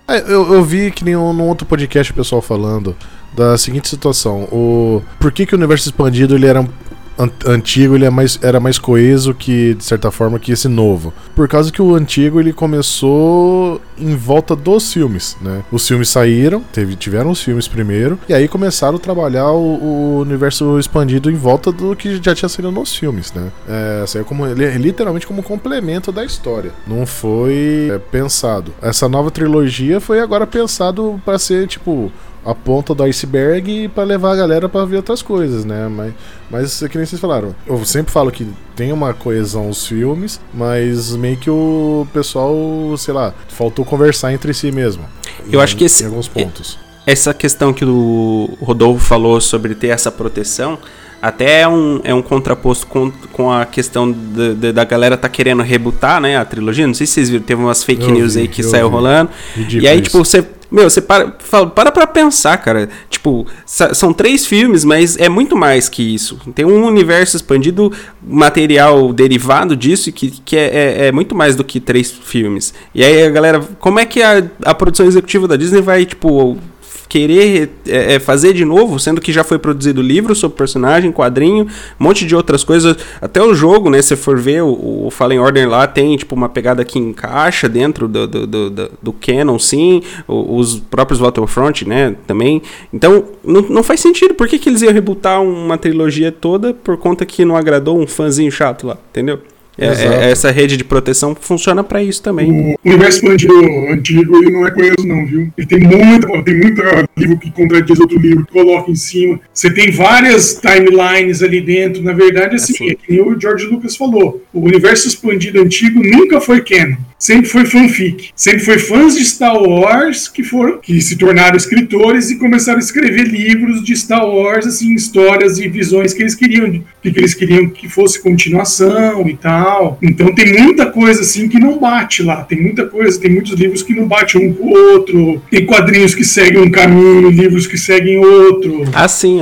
Eu vi que nem num outro podcast o pessoal falando da seguinte situação: por que o universo expandido ele era antigo, ele era mais coeso que, de certa forma, que esse novo. Por causa que o antigo ele começou em volta dos filmes, né? Os filmes saíram, tiveram os filmes primeiro, e aí começaram a trabalhar o universo expandido em volta do que já tinha saído nos filmes, né? Saiu literalmente como complemento da história. Não foi pensado. Essa nova trilogia foi agora pensado pra ser, tipo, a ponta do iceberg para levar a galera para ver outras coisas, né? Mas que nem vocês falaram, eu sempre falo que tem uma coesão os filmes, mas meio que o pessoal, sei lá, faltou conversar entre si mesmo. Eu acho que em alguns pontos. Essa questão que o Rodolfo falou sobre ter essa proteção até é um contraposto com a questão da galera tá querendo rebutar, né, a trilogia. Não sei se vocês viram, teve umas fake news aí que saiu rolando. Ridículo. E aí, tipo, você para pra pensar, cara. Tipo, são 3 filmes, mas é muito mais que isso. Tem um universo expandido, material derivado disso, que é muito mais do que 3 filmes. E aí a galera, como é que a produção executiva da Disney vai, tipo, querer fazer de novo, sendo que já foi produzido livro sobre personagem, quadrinho, um monte de outras coisas, até o jogo, né, se for ver, o Fallen Order lá tem, tipo, uma pegada que encaixa dentro do canon, sim, os próprios Battlefront, né, também, então, não faz sentido, por que eles iam rebutar uma trilogia toda por conta que não agradou um fãzinho chato lá, entendeu? Essa rede de proteção funciona pra isso também. O universo expandido antigo ele não é coeso não, viu? Ele tem muito livro que contradiz outro livro, que coloca em cima. Você tem várias timelines ali dentro. Na verdade, assim, é que o George Lucas falou. O universo expandido antigo nunca foi canon. Sempre foi fanfic. Sempre foi fãs de Star Wars que se tornaram escritores e começaram a escrever livros de Star Wars, assim, histórias e visões que eles queriam, que eles queriam que fosse continuação e tal. Então tem muita coisa assim que não bate lá. Tem muita coisa, tem muitos livros que não batem um com o outro. Tem quadrinhos que seguem um caminho, livros que seguem outro. Ah, sim,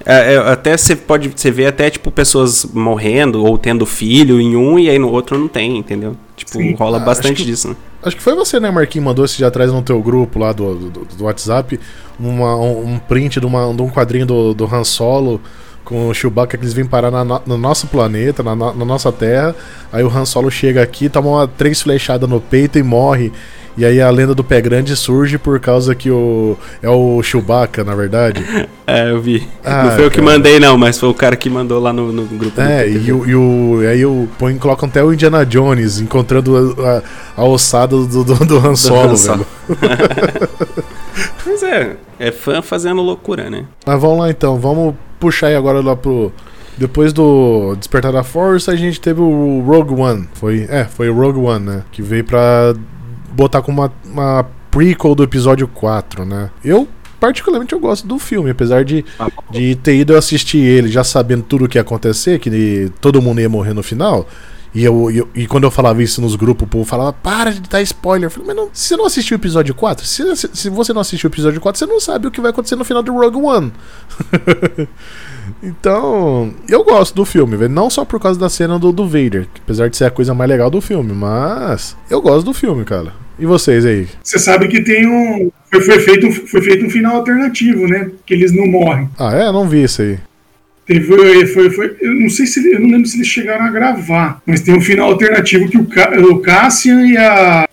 até você vê até tipo pessoas morrendo ou tendo filho em um e aí no outro não tem, entendeu? Tipo, sim, rola bastante disso, né? Acho que foi você, né, Marquinhos, mandou esse dia atrás no teu grupo lá do WhatsApp um print de um quadrinho do Han Solo com o Chewbacca, que eles vêm parar no nosso planeta, na nossa Terra. Aí o Han Solo chega aqui, toma 3 flechadas no peito e morre. E aí a lenda do Pé Grande surge por causa que é o Chewbacca, na verdade. Eu vi. Não foi eu que mandei, não, mas foi o cara que mandou lá no grupo. Aí colocam até o Indiana Jones encontrando a ossada do Han Solo, velho. Mas é fã fazendo loucura, né? Mas vamos lá então, vamos puxar aí agora lá pro... Depois do Despertar da Força, a gente teve o Rogue One. Foi o Rogue One, né? Que veio pra botar como uma prequel do episódio 4, né? Particularmente eu gosto do filme, apesar de ter ido assistir ele já sabendo tudo o que ia acontecer, que todo mundo ia morrer no final. E quando eu falava isso nos grupos, o povo falava, para de dar spoiler. Eu falei, mas não, se você não assistiu o episódio 4, se você não assistiu o episódio 4, você não sabe o que vai acontecer no final do Rogue One. Então, eu gosto do filme, velho. Não só por causa da cena do Vader, que apesar de ser a coisa mais legal do filme, mas eu gosto do filme, cara. E vocês aí? Você sabe que tem foi feito um final alternativo, né? Que eles não morrem. Ah, é? Não vi isso aí. Eu não lembro se eles chegaram a gravar, mas tem um final alternativo que o Cassian e a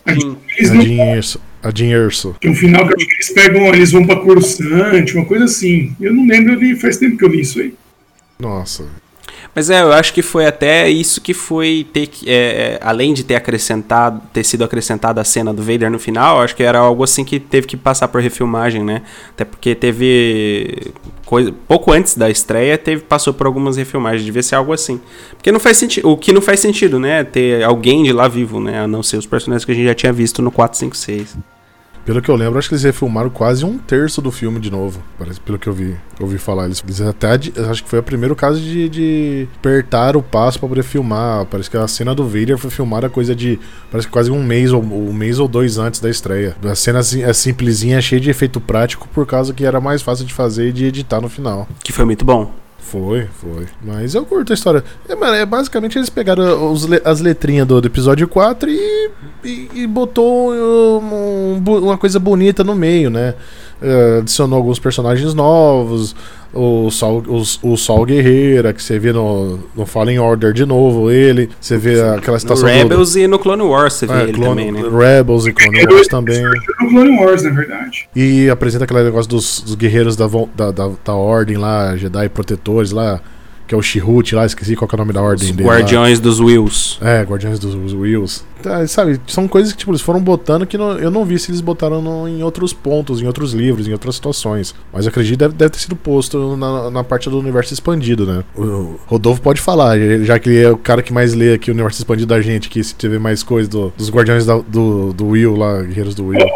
Jean Erso. Tem um final que eu acho que eles vão pra Coruscant, uma coisa assim. Eu não lembro, faz tempo que eu li isso aí. Nossa. Mas eu acho que foi até isso que foi além de ter sido acrescentada a cena do Vader no final, acho que era algo assim que teve que passar por refilmagem, né? Até porque teve pouco antes da estreia, passou por algumas refilmagens, devia ser algo assim. Porque não faz sentido, o que não faz sentido, né? Ter alguém de lá vivo, né? A não ser os personagens que a gente já tinha visto no 4, 5, 6. Pelo que eu lembro, acho que eles refilmaram quase 1/3 do filme de novo. Parece, pelo que eu ouvi falar. Eles até, acho que foi o primeiro caso de apertar o passo pra poder filmar. Parece que a cena do Vader foi filmada parece que quase um mês ou 2 antes da estreia. A cena é simplesinha, cheia de efeito prático, por causa que era mais fácil de fazer e de editar no final. Que foi muito bom. Foi. Mas eu curto a história. Basicamente eles pegaram as letrinhas do episódio 4 e botou uma coisa bonita no meio, né? Adicionou alguns personagens novos. O Sol Guerreira, que você vê no Fallen Order de novo, você vê aquela estação no Rebels e no Clone Wars você vê ele também, né? Rebels e Clone Wars também. No Clone Wars, na verdade. E apresenta aquele negócio dos guerreiros da Ordem lá, Jedi Protetores lá, que é o Chirrut lá, esqueci qual que é o nome da ordem dele. Guardiões dos Wills. Guardiões dos Wills. Tá, sabe, são coisas que eles foram botando que eu não vi se eles botaram em outros pontos, em outros livros, em outras situações. Mas eu acredito que deve ter sido posto na parte do universo expandido, né? O Rodolfo pode falar, já que ele é o cara que mais lê aqui o universo expandido da gente, que se tiver mais coisa dos Guardiões do Will lá, Guerreiros do Will.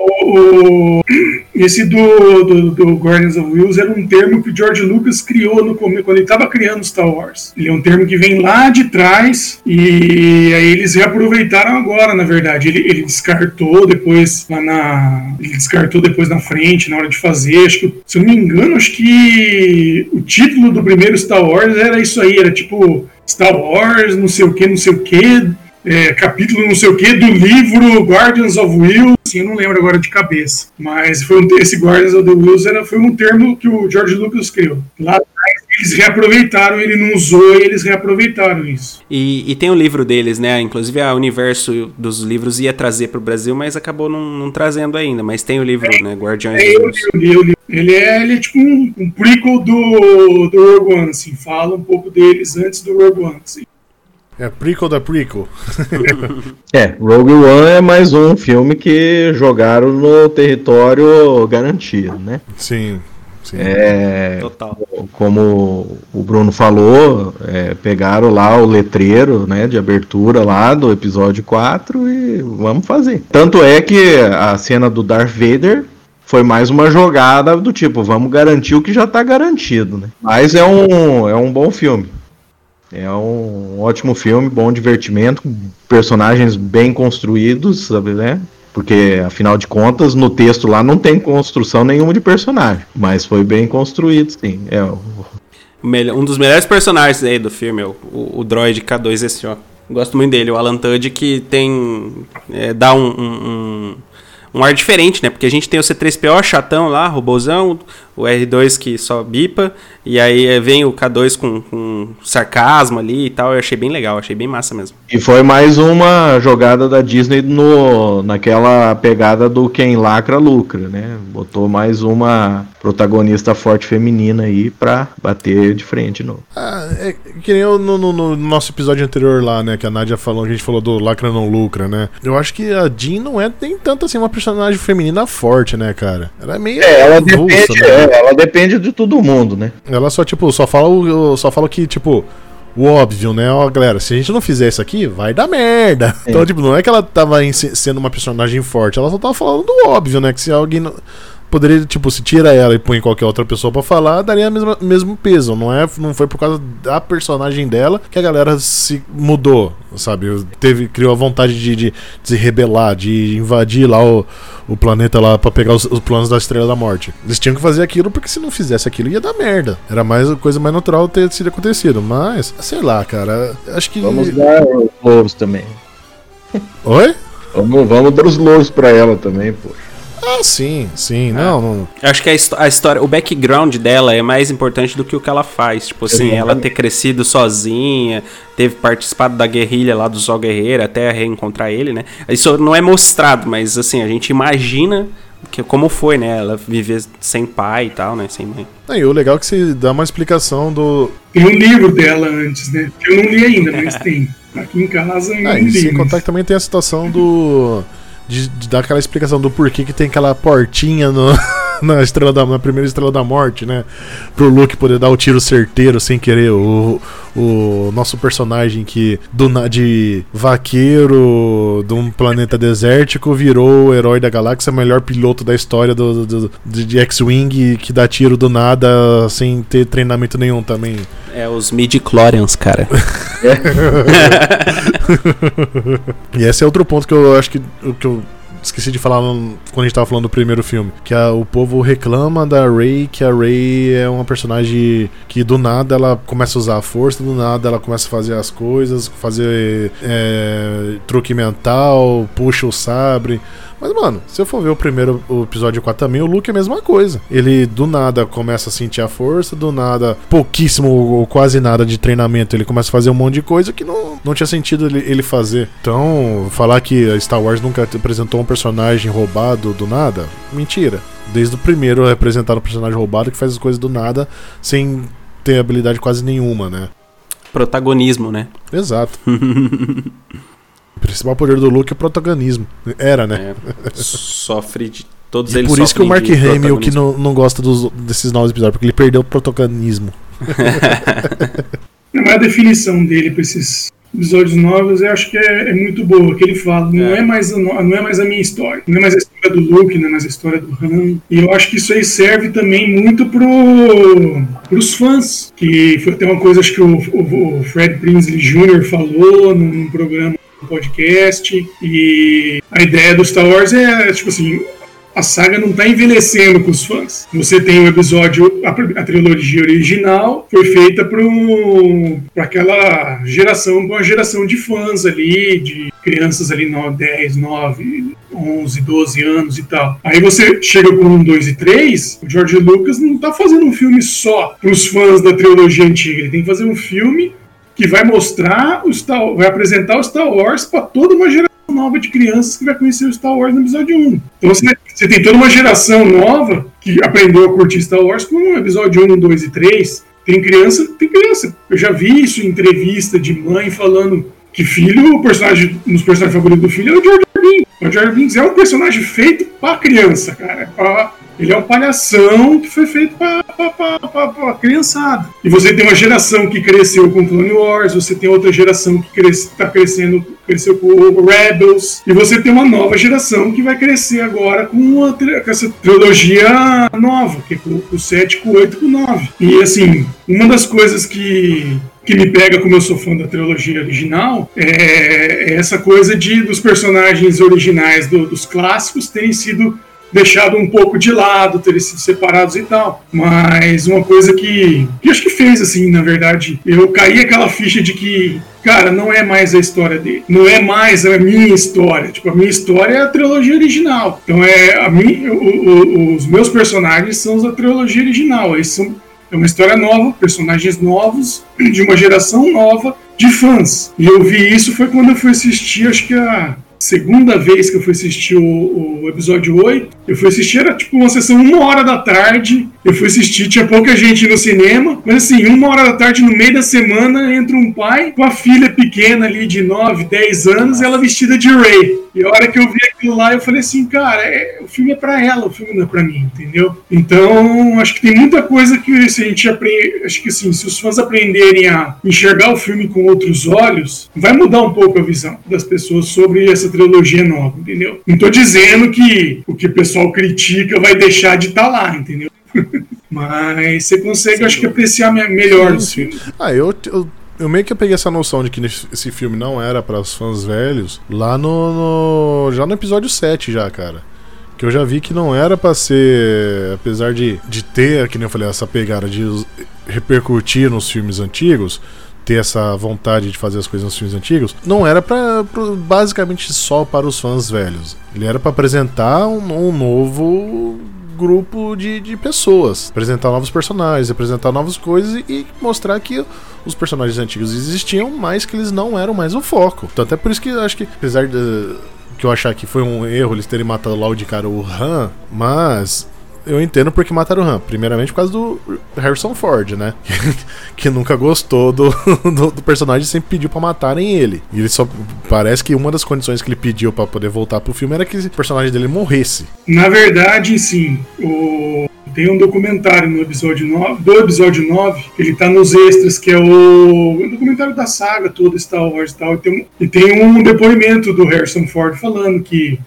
Esse do Guardians of Wills era um termo que o George Lucas criou no começo, quando ele estava criando Star Wars. Ele é um termo que vem lá de trás e aí eles reaproveitaram agora, na verdade. Ele descartou depois na frente, na hora de fazer. Acho que, se eu não me engano, acho que o título do primeiro Star Wars era isso aí, era tipo Star Wars, não sei o que, capítulo não sei o que do livro Guardians of Wills, assim, eu não lembro agora de cabeça, mas esse Guardians of the Wills foi um termo que o George Lucas criou. Lá atrás eles reaproveitaram, ele não usou e eles reaproveitaram isso. E tem o livro deles, né? Inclusive o universo dos livros ia trazer pro Brasil, mas acabou não trazendo ainda, mas tem o livro, né? Guardiões dos Wills. Eu li. Ele é tipo um prequel do Rogue One, assim, fala um pouco deles antes do Rogue One, assim. É prequel da prequel. Rogue One é mais um filme que jogaram no território garantido, né? Sim. Total. Como o Bruno falou, pegaram lá o letreiro, né, de abertura lá do episódio 4 e vamos fazer. Tanto é que a cena do Darth Vader foi mais uma jogada do tipo, vamos garantir o que já tá garantido, né? Mas é um bom filme. É um ótimo filme, bom divertimento, personagens bem construídos, sabe, né? Porque, afinal de contas, no texto lá não tem construção nenhuma de personagem, mas foi bem construído, sim. Um dos melhores personagens aí do filme, o droid K2SO. Gosto muito dele, o Alan Tudyk, que dá um ar diferente, né? Porque a gente tem o C-3PO chatão lá, robôzão, o R2 que só bipa, e aí vem o K2 com sarcasmo ali e tal. Eu achei bem legal, achei bem massa mesmo. E foi mais uma jogada da Disney naquela pegada do quem lacra lucra, né? Botou mais uma protagonista forte feminina aí pra bater de frente de novo. Que nem no nosso episódio anterior lá, né? Que a Nádia falou, que a gente falou do lacra não lucra, né? Eu acho que a Jean não é nem tanto assim uma personagem feminina forte, né, cara? Ela é meio avulsa, né? Ela depende de todo mundo, né? Ela só fala que, tipo, o óbvio, né? Ó, galera, se a gente não fizer isso aqui, vai dar merda. Então, tipo, não é que ela tava sendo uma personagem forte, ela só tava falando do óbvio, né? Que se alguém poderia, tipo, se tira ela e põe qualquer outra pessoa pra falar, daria o mesmo peso. Não foi por causa da personagem dela que a galera se mudou, sabe? Criou a vontade de se rebelar, de invadir lá o planeta lá pra pegar os planos da Estrela da Morte. Eles tinham que fazer aquilo porque se não fizesse aquilo ia dar merda. Era a coisa mais natural ter sido acontecido. Mas, sei lá, cara, acho que... Vamos dar os louros também. Oi? Vamos dar os louros pra ela também, pô. Ah, sim, não. Acho que a história, o background dela é mais importante do que o que ela faz. Tipo assim, ela ter crescido sozinha, teve participado da guerrilha lá do Sol Guerreiro até reencontrar ele, né? Isso não é mostrado, mas assim, a gente imagina como foi, né? Ela viver sem pai e tal, né? Sem mãe. E o legal é que você dá uma explicação do... Tem um livro dela antes, né? Que eu não li ainda, mas tem. Aqui em casa eu não li. Sem contar que também tem a situação do... De dar aquela explicação do porquê que tem aquela portinha na primeira Estrela da Morte, né? Pro Luke poder dar o tiro certeiro sem querer. O nosso personagem que de vaqueiro de um planeta desértico virou o herói da galáxia, melhor piloto da história de X-Wing, que dá tiro do nada sem ter treinamento nenhum também. É os midi-chlorians, cara. E esse é outro ponto que eu acho que eu esqueci de falar quando a gente tava falando do primeiro filme, que o povo reclama da Rey, que a Rey é uma personagem que do nada ela começa a usar a força, do nada ela começa a fazer as coisas, fazer truque mental, puxa o sabre. Mas, mano, se eu for ver o episódio 4 também, o Luke é a mesma coisa. Ele, do nada, começa a sentir a força, do nada, pouquíssimo ou quase nada de treinamento, ele começa a fazer um monte de coisa que não tinha sentido ele fazer. Então, falar que a Star Wars nunca apresentou um personagem roubado do nada, mentira. Desde o primeiro apresentaram um personagem roubado que faz as coisas do nada, sem ter habilidade quase nenhuma, né? Protagonismo, né? Exato. O principal poder do Luke é o protagonismo. Era, né? Sofre de... Todos e eles por isso que o Mark Hamill que não gosta desses novos episódios, porque ele perdeu o protagonismo. A definição dele para esses episódios novos eu acho que é muito boa, que ele fala, não é mais a minha história, não é mais a história do Luke, não é mais a história do Han, e eu acho que isso aí serve também muito pros fãs, que foi até uma coisa, acho que o Fred Prinze Jr. falou num programa, no podcast, e a ideia do Star Wars é, tipo assim, a saga não está envelhecendo com os fãs. Você tem o episódio, a trilogia original foi feita para aquela geração, uma geração de fãs ali, de crianças ali 10, 9, 11, 12 anos e tal. Aí você chega com 1, 2 e 3, o George Lucas não está fazendo um filme só para os fãs da trilogia antiga, ele tem que fazer um filme que vai mostrar vai apresentar o Star Wars para toda uma geração nova de crianças que vai conhecer o Star Wars no episódio 1. Então você tem toda uma geração nova que aprendeu a curtir Star Wars com o episódio 1, 2 e 3. Tem criança. Eu já vi isso em entrevista de mãe falando que filho, um dos personagens favoritos do filho é o Jar Jar Binks. O Jar Jar Binks é um personagem feito pra criança, cara. Ele é um palhação que foi feito pra criançada. E você tem uma geração que cresceu com Clone Wars, você tem outra geração que cresceu com o Rebels, e você tem uma nova geração que vai crescer agora com essa trilogia nova, que é com o 7, com o 8 e com o 9. E assim, uma das coisas que me pega, como eu sou fã da trilogia original, é essa coisa dos personagens originais dos clássicos terem sido deixado um pouco de lado, terem sido separados e tal. Mas uma coisa que acho que fez, assim, na verdade, eu caí aquela ficha de que, cara, não é mais a história dele. Não é mais a minha história. Tipo, a minha história é a trilogia original. Então, os meus personagens são da trilogia original. É uma história nova, personagens novos, de uma geração nova de fãs. E eu vi isso foi quando eu fui assistir, acho que a segunda vez que eu fui assistir o episódio 8, Eu fui assistir, era tipo uma sessão 1h da tarde. Eu fui assistir, tinha pouca gente no cinema. Mas assim, 1h da tarde, no meio da semana, entra um pai com a filha pequena ali de 9, 10 anos, ela vestida de Rey. E a hora que eu vi aquilo lá, eu falei assim, cara, o filme é pra ela, o filme não é pra mim, entendeu? Então, acho que tem muita coisa que se a gente aprende, acho que assim, se os fãs aprenderem a enxergar o filme com outros olhos, vai mudar um pouco a visão das pessoas sobre essa trilogia nova, entendeu? Não tô dizendo que o que o pessoal critica vai deixar de estar lá, entendeu? Mas você consegue, acho que, apreciar melhor os filmes. Eu meio que peguei essa noção de que esse filme não era para os fãs velhos lá já no episódio 7 já, cara. Que eu já vi que não era pra ser, apesar de ter, que nem eu falei, essa pegada de repercutir nos filmes antigos, ter essa vontade de fazer as coisas nos filmes antigos, não era basicamente só para os fãs velhos. Ele era pra apresentar um novo grupo de pessoas, apresentar novos personagens, apresentar novas coisas e mostrar que os personagens antigos existiam, mas que eles não eram mais o foco. Então até por isso que eu acho que, apesar de que eu achar que foi um erro eles terem matado logo de cara o Han, mas eu entendo porque mataram o Han. Primeiramente por causa do Harrison Ford, né? Que nunca gostou do personagem e sempre pediu pra matarem ele. E ele só parece que uma das condições que ele pediu pra poder voltar pro filme era que o personagem dele morresse. Na verdade, sim. Tem um documentário no episódio 9, ele tá nos extras, que é o documentário da saga toda, Star Wars e tal, e tem um depoimento do Harrison Ford falando que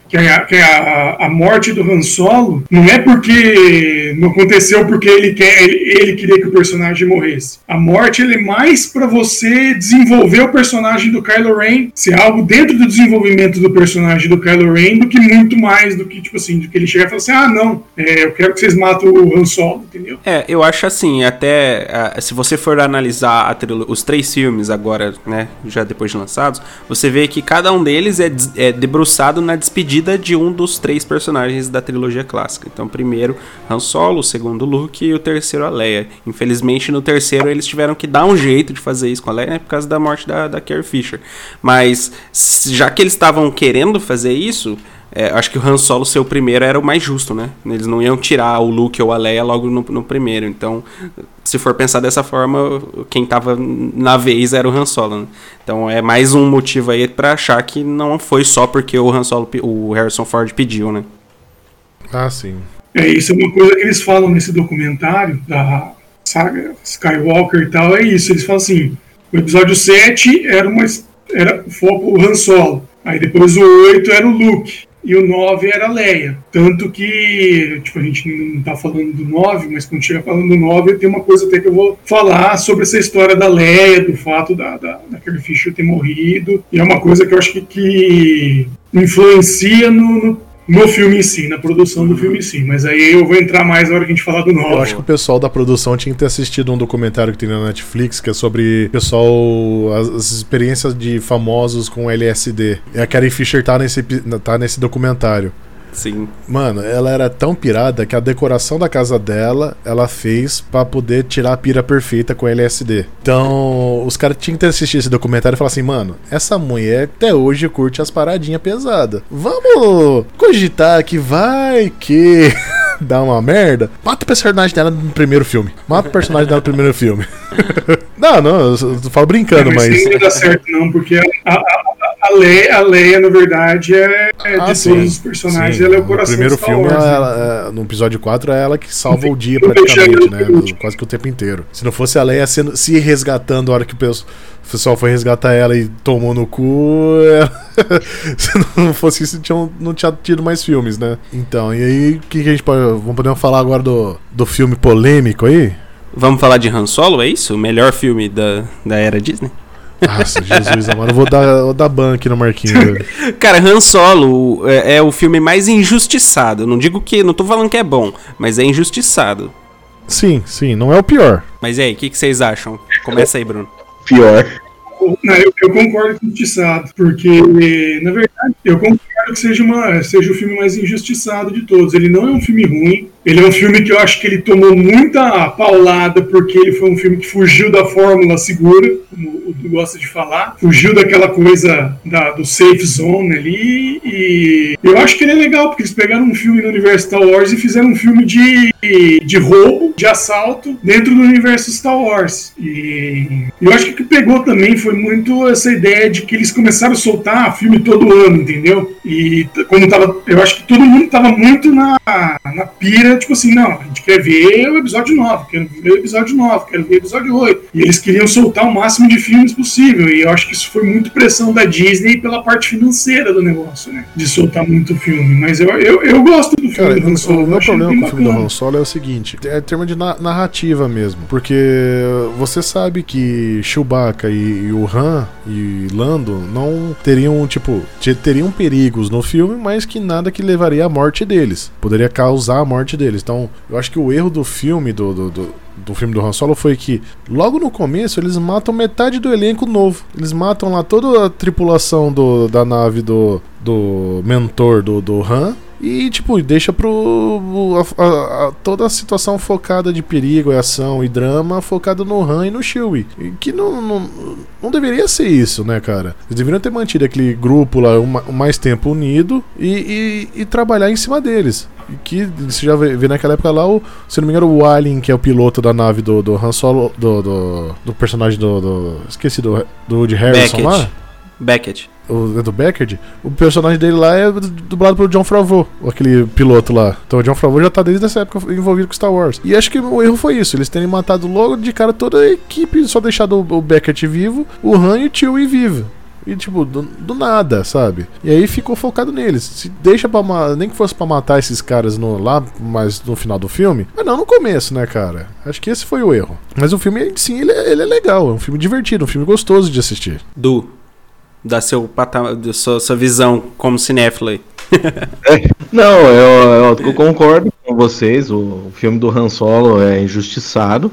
a morte do Han Solo não é porque não aconteceu porque ele queria que o personagem morresse. A morte é mais pra você desenvolver o personagem do Kylo Ren, ser algo dentro do desenvolvimento do personagem do Kylo Ren, do que muito mais do que, tipo assim, do que ele chegar e falar assim, eu quero que vocês matem o Han Solo, entendeu? Eu acho assim, até se você for analisar os 3 filmes agora, né, já depois de lançados, você vê que cada um deles é debruçado na despedida de um dos 3 personagens da trilogia clássica. Então, primeiro Han Solo, o segundo Luke e o terceiro a Leia. Infelizmente, no terceiro eles tiveram que dar um jeito de fazer isso com a Leia, né, por causa da morte da Carrie Fisher. Mas, já que eles estavam querendo fazer isso, acho que o Han Solo ser o primeiro era o mais justo, né? Eles não iam tirar o Luke ou a Leia logo no primeiro. Então, se for pensar dessa forma, quem tava na vez era o Han Solo, né? Então é mais um motivo aí pra achar que não foi só porque o Harrison Ford pediu, né? Ah, sim. Isso é uma coisa que eles falam nesse documentário da saga Skywalker e tal, é isso. Eles falam assim, o episódio 7 era o foco o Han Solo. Aí depois o 8 era o Luke. E o 9 era a Leia. Tanto que, tipo, a gente não tá falando do 9, mas quando chega falando do 9, tem uma coisa até que eu vou falar sobre essa história da Leia, do fato da Carrie Fisher ter morrido. E é uma coisa que eu acho que influencia no filme em si, na produção do filme em si. Mas aí eu vou entrar mais na hora que a gente falar do 9. Eu acho que o pessoal da produção tinha que ter assistido um documentário que tem na Netflix, que é sobre as experiências de famosos com LSD. E a Carrie Fisher tá nesse documentário. Sim. Mano, ela era tão pirada que a decoração da casa dela, ela fez pra poder tirar a pira perfeita com LSD. Então, os caras tinham que ter assistido esse documentário e falar assim, mano, essa mulher até hoje curte as paradinhas pesadas. Vamos cogitar que vai que dá uma merda. Mata o personagem dela no primeiro filme. Não, eu falo brincando, mas... Isso não dá certo não, porque a Leia, na verdade, de todos os personagens, sim, ela é o coração. No primeiro filme, no episódio 4, é ela que salva o dia praticamente, né? Quase que o tempo inteiro. Se não fosse a Leia se resgatando a hora que o pessoal foi resgatar ela e tomou no cu, se não fosse isso, não tinha tido mais filmes, né? Então, e aí, o que a gente pode... Vamos poder falar agora do filme polêmico aí? Vamos falar de Han Solo, é isso? O melhor filme da era Disney? Nossa, Jesus, agora eu vou dar ban aqui no Marquinhos. Velho. Cara, Han Solo é o filme mais injustiçado. Não tô falando que é bom, mas é injustiçado. Sim, não é o pior. Mas e aí, o que vocês acham? Começa aí, Bruno. Pior. Não, eu concordo com o injustiçado, porque, na verdade, eu concordo que seja o filme mais injustiçado de todos. Ele não é um filme ruim. Ele é um filme que eu acho que ele tomou muita paulada porque ele foi um filme que fugiu da fórmula segura, como o Du gosta de falar. Fugiu daquela coisa do safe zone ali. E eu acho que ele é legal, porque eles pegaram um filme no universo Star Wars e fizeram um filme de roubo, de assalto, dentro do universo Star Wars. E eu acho que o que pegou também foi muito essa ideia de que eles começaram a soltar filme todo ano, entendeu? E como eu acho que todo mundo tava muito na pira, tipo assim, não, a gente quer ver o episódio 9, quero ver o episódio 9, quero ver o episódio 8. E eles queriam soltar o máximo de filmes possível. E eu acho que isso foi muito pressão da Disney pela parte financeira do negócio, né? De soltar muito filme. Mas eu gosto do filme. Cara, do Han Solo. o meu problema com o filme do Han Solo é o seguinte, é termo de narrativa mesmo, porque você sabe que Chewbacca e o Han e Lando não teriam, teriam perigos no filme, mas que nada que levaria à morte deles, poderia causar a morte deles. Então, eu acho que o erro do filme do filme do Han Solo foi que logo no começo eles matam metade do elenco novo. Eles matam lá toda a tripulação da nave do mentor do Han e deixa toda a situação focada de perigo, ação e drama focada no Han e no Chewie, que não deveria ser isso, né, cara? Eles deveriam ter mantido aquele grupo lá mais tempo unido e trabalhar em cima deles. Que você já vê naquela época lá, se não me engano, o Alien, que é o piloto da nave do Han Solo, do personagem esqueci, do Woody Harrelson Beckett. lá. Beckett. Do Beckett, o personagem dele lá é dublado pelo Jon Favreau, aquele piloto lá. Então o Jon Favreau já tá desde essa época envolvido com Star Wars. E acho que o erro foi isso, eles terem matado logo de cara toda a equipe, só deixado o Beckett vivo, o Han e o Chewie vivo. E do nada, sabe? E aí ficou focado neles. Se deixa nem que fosse pra matar esses caras lá, mas no final do filme. Mas não no começo, né, cara? Acho que esse foi o erro. Mas o filme, sim, ele é legal. É um filme divertido, um filme gostoso de assistir. Dá sua visão como cinéfilo aí. Não, eu concordo com vocês. O filme do Han Solo é injustiçado.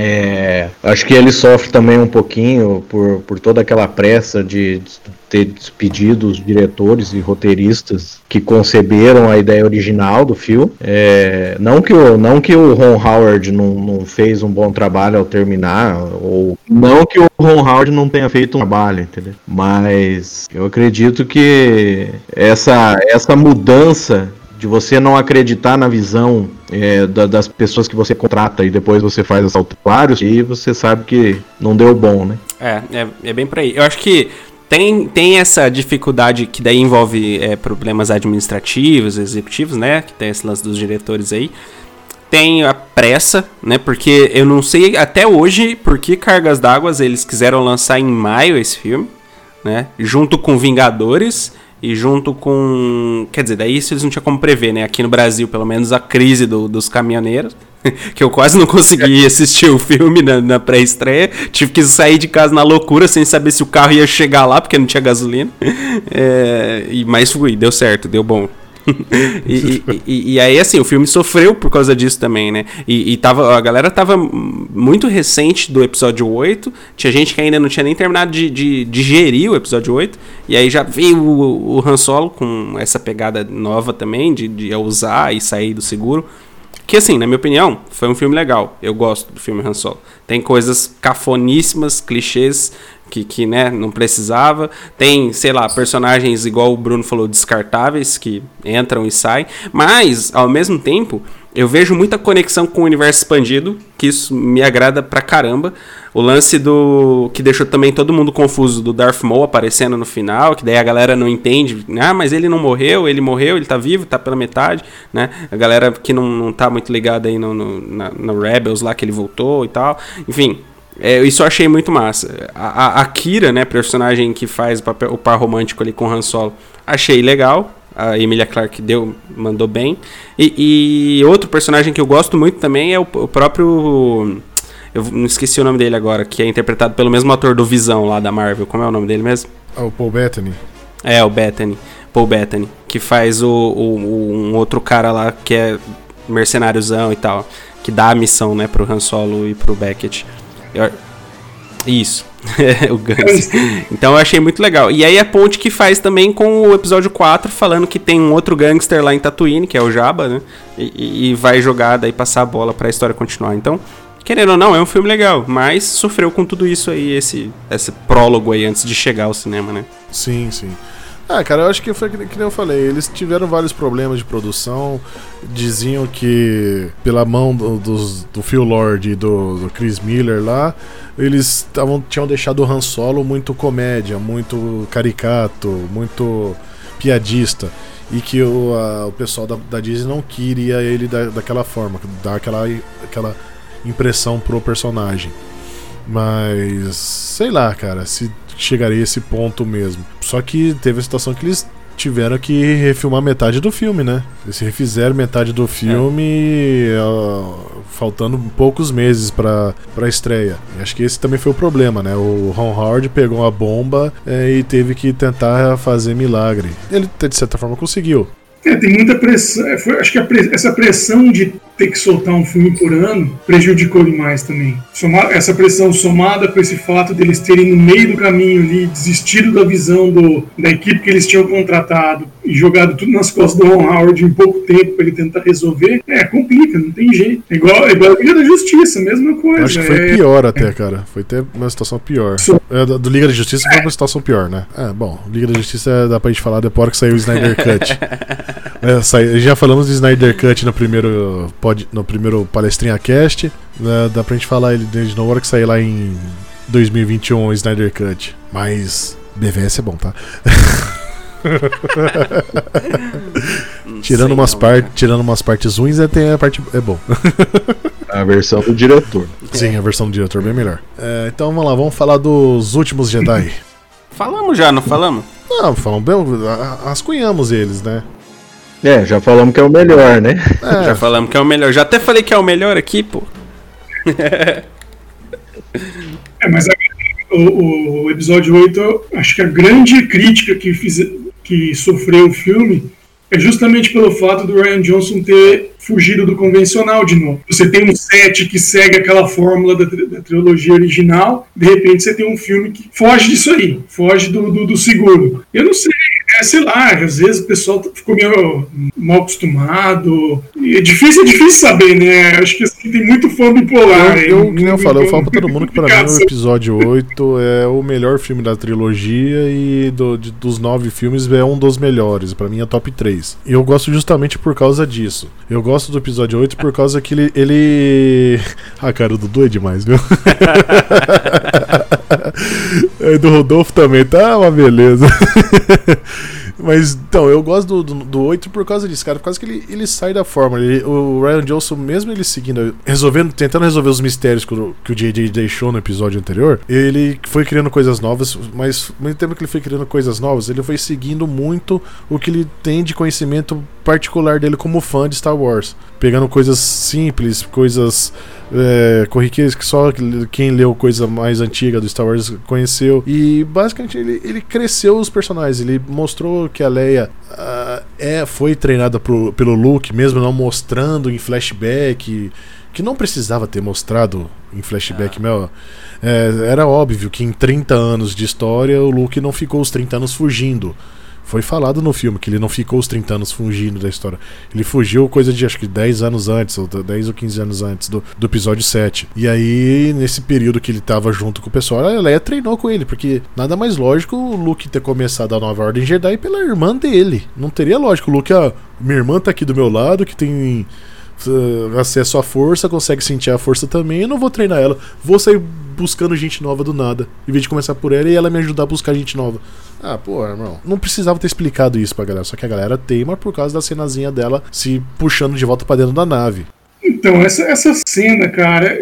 Acho que ele sofre também um pouquinho por toda aquela pressa de ter despedido os diretores e roteiristas que conceberam a ideia original do filme. Não que o Ron Howard não fez um bom trabalho ao terminar, ou não que o Ron Howard não tenha feito um trabalho, entendeu? Mas eu acredito que essa mudança de você não acreditar na visão das pessoas que você contrata e depois você faz assaltos vários e você sabe que não deu bom, né? É bem por aí. Eu acho que tem essa dificuldade que daí envolve problemas administrativos, executivos, né? Que tem esse lance dos diretores aí. Tem a pressa, né? Porque eu não sei até hoje por que cargas d'água eles quiseram lançar em maio esse filme, né? Junto com Vingadores e junto com... Quer dizer, daí isso eles não tinham como prever, né? Aqui no Brasil, pelo menos, a crise dos caminhoneiros. Que eu quase não consegui assistir o filme na pré-estreia. Tive que sair de casa na loucura, sem saber se o carro ia chegar lá, porque não tinha gasolina. Mas deu certo, deu bom. E aí, assim, o filme sofreu por causa disso também, né? A galera tava muito recente do episódio 8. Tinha gente que ainda não tinha nem terminado de digerir o episódio 8. E aí já veio o Han Solo com essa pegada nova também, de usar e sair do seguro. Que, assim, na minha opinião, foi um filme legal. Eu gosto do filme Han Solo. Tem coisas cafoníssimas, clichês, que né, não precisava. Tem, sei lá, personagens, igual o Bruno falou, descartáveis, que entram e saem. Mas, ao mesmo tempo, eu vejo muita conexão com o universo expandido, que isso me agrada pra caramba. O lance que deixou também todo mundo confuso, do Darth Maul aparecendo no final, que daí a galera não entende. Mas ele não morreu, ele tá vivo, tá pela metade, né? A galera que não tá muito ligada aí no Rebels lá, que ele voltou e tal. Enfim, isso eu achei muito massa. A Kira, né, personagem que faz o par romântico ali com o Han Solo, achei legal. A Emilia Clarke mandou bem. E outro personagem que eu gosto muito também é o próprio... Eu não esqueci o nome dele agora, que é interpretado pelo mesmo ator do Visão lá da Marvel. Como é o nome dele mesmo? O Paul Bettany. O Bettany. Paul Bettany. Que faz um outro cara lá que é mercenáriozão e tal. Que dá a missão, né, pro Han Solo e pro Beckett. Isso, o gangster. Então eu achei muito legal. E aí a ponte que faz também com o episódio 4, falando que tem um outro gangster lá em Tatooine, que é o Jabba, né? E vai jogar, daí passar a bola pra história continuar. Então, querendo ou não, é um filme legal, mas sofreu com tudo isso aí, esse prólogo aí antes de chegar ao cinema, né? Sim. Cara, eu acho que foi que nem eu falei, eles tiveram vários problemas de produção, diziam que pela mão do Phil Lord e do Chris Miller lá, eles tinham deixado o Han Solo muito comédia, muito caricato, muito piadista, e que o pessoal da Disney não queria ele daquela forma, dar aquela impressão pro personagem. Mas sei lá, cara, se chegaria a esse ponto mesmo. Só que teve a situação que eles tiveram que refilmar metade do filme, né? Eles refizeram metade do filme faltando poucos meses pra estreia. E acho que esse também foi o problema, né? O Ron Howard pegou uma bomba e teve que tentar fazer milagre. Ele, de certa forma, conseguiu. Tem muita pressão. Acho que essa pressão de ter que soltar um filme por ano prejudicou demais também. Essa pressão somada com esse fato deles terem no meio do caminho ali desistido da visão da equipe que eles tinham contratado e jogado tudo nas costas do Ron Howard em pouco tempo para ele tentar resolver, complica, não tem jeito. É igual a Liga da Justiça, mesma coisa. Acho que foi pior até, cara. Foi até uma situação pior. Do Liga da Justiça foi uma situação pior, né? Bom, Liga da Justiça dá pra gente falar depois que saiu o Snyder Cut. Já falamos do Snyder Cut no primeiro Palestrinha Cast, dá pra gente falar ele de novo, hora que sair lá em 2021 o Snyder Cut. BVS é bom, tá? tirando umas partes ruins, tem a parte é bom. A versão do diretor. Sim, a versão do diretor bem melhor. Então vamos lá, vamos falar dos Últimos Jedi. Falamos já, não falamos? Não, falamos bem, rascunhamos eles, né? Já falamos que é o melhor, né? Já falamos que é o melhor. Já até falei que é o melhor aqui, pô. Mas o episódio 8, acho que a grande crítica que sofreu o filme é justamente pelo fato do Rian Johnson ter fugido do convencional de novo. Você tem um set que segue aquela fórmula da trilogia original, de repente você tem um filme que foge disso aí, foge do seguro. Eu não sei, sei lá, às vezes o pessoal ficou meio mal acostumado. É difícil saber, né? Acho que assim, tem muito fã bipolar. Eu falo pra todo mundo que pra mim o episódio 8 é o melhor filme da trilogia e dos 9 filmes é um dos melhores. Pra mim é top 3. E eu gosto justamente por causa disso. Eu gosto do episódio 8 por causa que ele... Ah, cara, o Dudu é demais, viu? Do Rodolfo também, tá uma beleza. Mas, então, eu gosto do 8 por causa disso, cara. Por causa que ele sai da fórmula. O Rian Johnson, mesmo ele seguindo, tentando resolver os mistérios que o J.J. deixou no episódio anterior, ele foi criando coisas novas, mas ao mesmo tempo que ele foi criando coisas novas, ele foi seguindo muito o que ele tem de conhecimento particular dele como fã de Star Wars. Pegando coisas simples, coisas corriqueiras que só quem leu coisa mais antiga do Star Wars conheceu. E basicamente ele cresceu os personagens. Ele mostrou que a Leia foi treinada pelo Luke, mesmo não mostrando em flashback, que não precisava ter mostrado em flashback. Era óbvio que em 30 anos de história o Luke não ficou os 30 anos fugindo. Foi falado no filme que ele não ficou os 30 anos fugindo da história. Ele fugiu coisa de acho que 10 anos antes, ou 10 ou 15 anos antes do episódio 7. E aí, nesse período que ele tava junto com o pessoal, a Leia treinou com ele, porque nada mais lógico o Luke ter começado a Nova Ordem Jedi pela irmã dele. Não teria lógico o Luke, minha irmã tá aqui do meu lado, que tem acesso à força, consegue sentir a força também, eu não vou treinar ela, vou sair buscando gente nova do nada, em vez de começar por ela e ela me ajudar a buscar gente nova. Irmão, não precisava ter explicado isso pra galera, só que a galera teima por causa da cenazinha dela se puxando de volta pra dentro da nave. Então, essa cena, cara,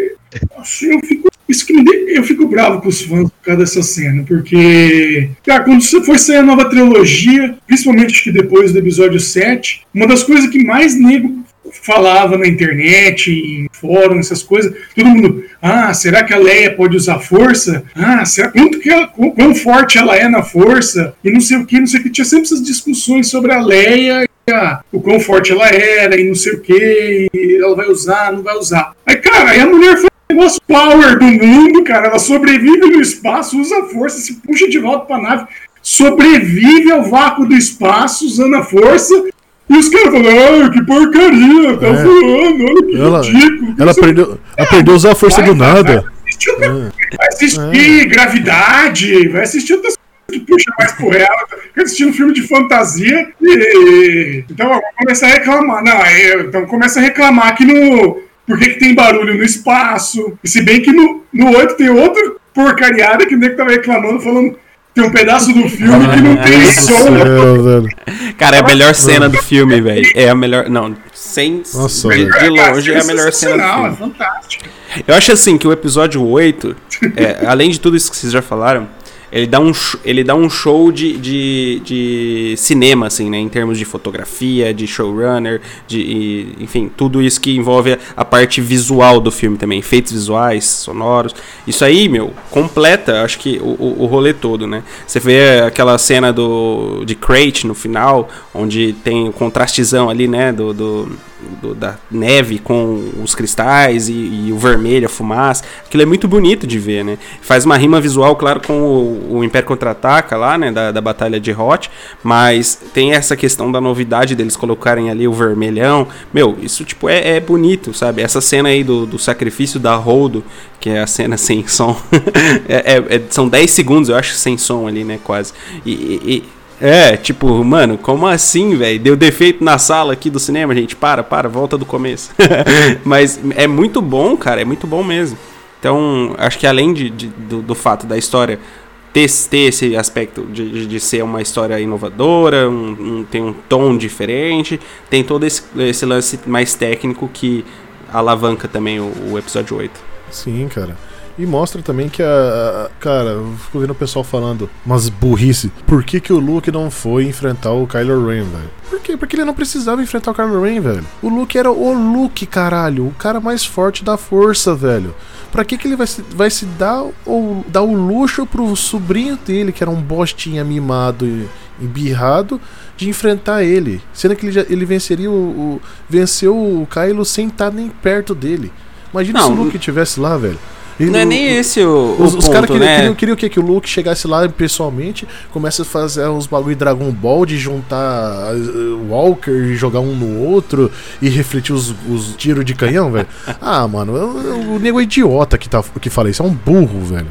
eu fico bravo com os fãs por causa dessa cena, porque, cara, quando foi sair a nova trilogia, principalmente acho que depois do episódio 7, uma das coisas que mais nego falava na internet, em fórum, essas coisas, todo mundo, será que a Leia pode usar força? Será quão forte ela é na força? E não sei o que, tinha sempre essas discussões sobre a Leia, o quão forte ela era, e não sei o que, ela vai usar, não vai usar. Aí, cara, aí a mulher foi most power do mundo, cara. Ela sobrevive no espaço, usa a força, se puxa de volta pra nave, sobrevive ao vácuo do espaço usando a força. E os caras falam, que porcaria, tá voando, olha que ridículo. Ela aprendeu a usar a força do nada. Vai assistir Gravidade, vai assistir outras coisas que puxa mais por ela, vai assistir um filme de fantasia então vamos começar a reclamar. Então começa a reclamar que por que tem barulho no espaço. E se bem que no 8 tem outra porcariada que o nego tava reclamando, falando. Tem um pedaço do filme que não tem som. Cara, é a melhor cena do filme, velho. É a melhor. Não, de longe é a melhor cena do filme. É fantástico. Eu acho assim que o episódio 8, além de tudo isso que vocês já falaram, ele dá um show de cinema, assim, né? Em termos de fotografia, de showrunner, enfim, tudo isso que envolve a parte visual do filme também. Efeitos visuais, sonoros. Isso aí, completa, acho que, o rolê todo, né? Você vê aquela cena de Crate no final, onde tem o contrastezão ali, né? Da neve com os cristais e o vermelho, a fumaça. Aquilo é muito bonito de ver, né? Faz uma rima visual, claro, com o Império Contra-Ataca lá, né? Da Batalha de Hoth, mas tem essa questão da novidade deles colocarem ali o vermelhão. Isso tipo é bonito, sabe? Essa cena aí do sacrifício da Holdo, que é a cena sem som. São 10 segundos, eu acho, sem som ali, né? Quase. Tipo, mano, como assim, velho? Deu defeito na sala aqui do cinema, gente. Para, volta do começo. Mas é muito bom, cara, é muito bom mesmo. Então, acho que além do fato da história ter esse aspecto de ser uma história inovadora, tem um tom diferente, tem todo esse lance mais técnico que alavanca também o episódio 8. Sim, cara. E mostra também que cara, eu fico vendo o pessoal falando umas burrice. Por que o Luke não foi enfrentar o Kylo Ren, velho? Por quê? Porque ele não precisava enfrentar o Kylo Ren, velho. O Luke era o Luke, caralho. O cara mais forte da força, velho. Pra que ele vai se dar o luxo pro sobrinho dele, que era um bostinha mimado e embirrado, de enfrentar ele? Sendo que ele venceu o Kylo sem estar nem perto dele. Imagina se o Luke estivesse lá, velho. Não é nem esse os ponto, caras queriam que o Luke chegasse lá pessoalmente, comece a fazer uns bagulho Dragon Ball de juntar Walker e jogar um no outro e refletir os tiros de canhão, velho. Mano, o nego é idiota que fala isso, é um burro, velho.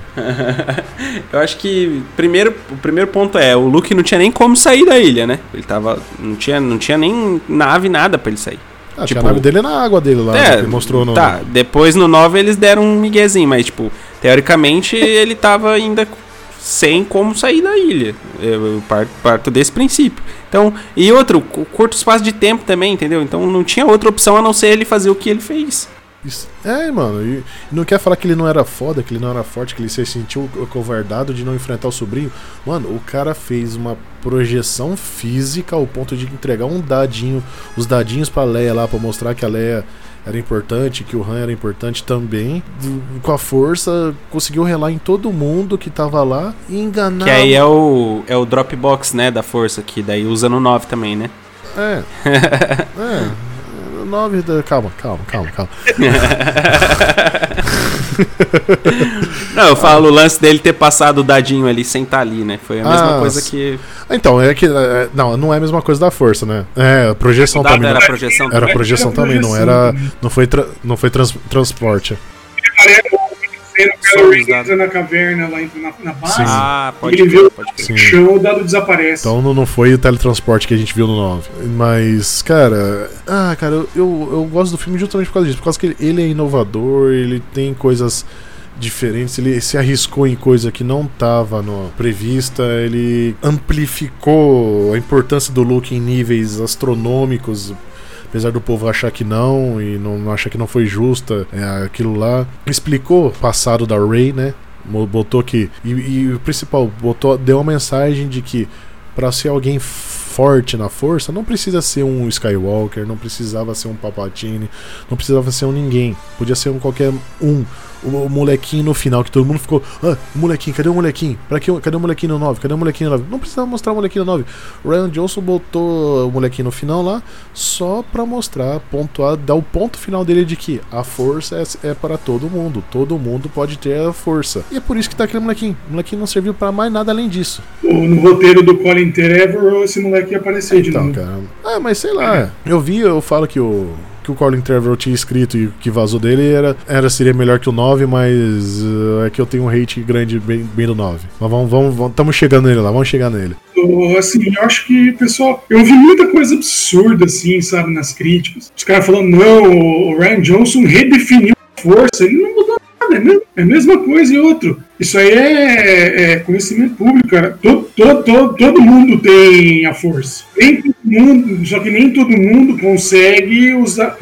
Eu acho que o primeiro ponto o Luke não tinha nem como sair da ilha, né? Ele não tinha nem nave, nada pra ele sair. Tipo, a nave dele é na água dele lá, que mostrou no... Tá, depois no 9 eles deram um miguezinho, mas tipo, teoricamente ele tava ainda sem como sair da ilha. Eu parto desse princípio. Então, e outro, curto espaço de tempo também, entendeu? Então não tinha outra opção a não ser ele fazer o que ele fez. Mano, e não quer falar que ele não era foda, que ele não era forte, que ele se sentiu covardado de não enfrentar o sobrinho. Mano, o cara fez uma projeção física ao ponto de entregar os dadinhos pra Leia lá, pra mostrar que a Leia era importante, que o Han era importante também. Com a força, conseguiu relar em todo mundo que tava lá e enganar. Que aí é o Dropbox, né, da força, que daí usa no 9 também, né? 9 Calma. Não, eu falo o lance dele ter passado o dadinho ali sem estar ali, né? Foi a mesma coisa que... Então, é que... Não é a mesma coisa da força, né? A projeção também. Era projeção também? Era projeção também, não foi transporte. Na caverna lá na base. Sim. Pode crer. O chão, o dado desaparece. Então não foi o teletransporte que a gente viu no 9. Mas, cara... eu gosto do filme justamente por causa disso. Por causa que ele é inovador, ele tem coisas diferentes, ele se arriscou em coisa que não estava prevista, ele amplificou a importância do Luke em níveis astronômicos, apesar do povo achar que não, e não achar que não foi justa aquilo lá. Explicou o passado da Rey, né? Botou que... E o principal, deu uma mensagem de que pra ser alguém forte na força, não precisa ser um Skywalker, não precisava ser um Palpatine, não precisava ser um ninguém. Podia ser qualquer um. o molequinho no final, que todo mundo ficou, o molequinho, cadê o molequinho? Cadê o molequinho no 9? Cadê o molequinho no 9? Não precisava mostrar o molequinho no 9. O Rian Johnson botou o molequinho no final lá só pra mostrar, pontuar, dar o ponto final dele de que a força é para todo mundo pode ter a força. E é por isso que tá aquele molequinho. O molequinho não serviu pra mais nada além disso. No roteiro do Colin Trevorrow, esse moleque ia aparecer de novo. Cara. Mas sei lá, eu falo que o Colin Trevorrow tinha escrito e que vazou dele seria melhor que o 9, mas é que eu tenho um hate grande bem do 9. Mas estamos chegando nele lá, vamos chegar nele. Assim, eu acho que, pessoal, eu vi muita coisa absurda, assim, sabe, nas críticas. Os caras falando, não, o Rian Johnson redefiniu a força, ele não mudou nada, é a mesma coisa e outro. Isso aí é conhecimento público, cara. Todo mundo tem a força. Só que nem todo mundo consegue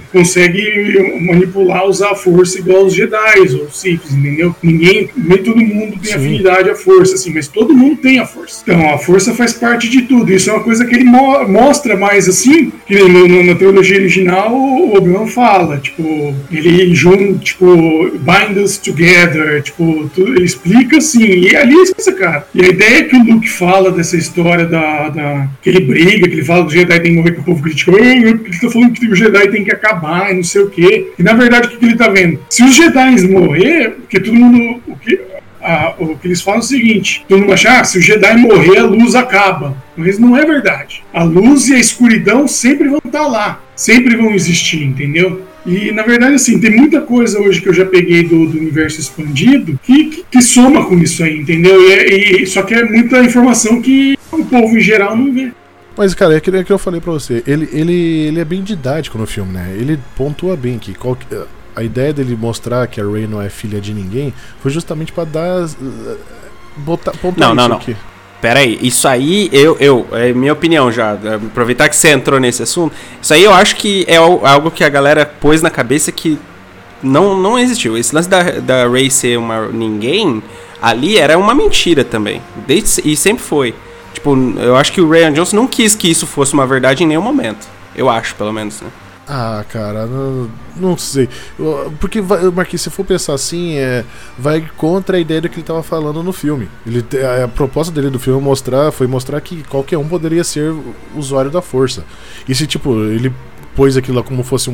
manipular, usar a força igual os Jedi ou Siths, entendeu? Nem todo mundo tem afinidade à força, assim, mas todo mundo tem a força. Então, a força faz parte de tudo. Isso é uma coisa que ele mostra mais assim, que na trilogia original o Obi-Wan fala, tipo, ele junta, tipo, bind us together, tipo, ele explica assim, e ali é isso, cara. E a ideia que o Luke fala dessa história que ele briga, que ele fala que o Jedi tem que morrer, que o povo critica, ele tá falando que o Jedi tem que acabar, e não sei o quê. E na verdade, o que ele tá vendo? Se os Jedi morrer, porque todo mundo. O que eles falam é o seguinte: todo mundo acha, se o Jedi morrer, a luz acaba. Mas não é verdade. A luz e a escuridão sempre vão estar lá, sempre vão existir, entendeu? E, na verdade, assim, tem muita coisa hoje que eu já peguei do universo expandido que soma com isso aí, entendeu? Só que é muita informação que o povo em geral não vê. Mas, cara, é aquilo que eu falei pra você. Ele é bem didático no filme, né? Ele pontua bem que a ideia dele mostrar que a Rey não é filha de ninguém foi justamente pra dar... pontuar isso aqui. Pera aí, isso aí, é minha opinião já, aproveitar que você entrou nesse assunto, isso aí eu acho que é algo que a galera pôs na cabeça que não existiu. Esse lance da Rey ser ninguém, ali era uma mentira também, e sempre foi. Tipo, eu acho que o Rian Johnson não quis que isso fosse uma verdade em nenhum momento, eu acho, pelo menos, né? Ah, cara, não sei. Porque, Marquinhos, se for pensar assim, vai contra a ideia do que ele estava falando no filme. A proposta dele do filme foi mostrar que qualquer um poderia ser usuário da força. E se, tipo, ele pôs aquilo lá como fosse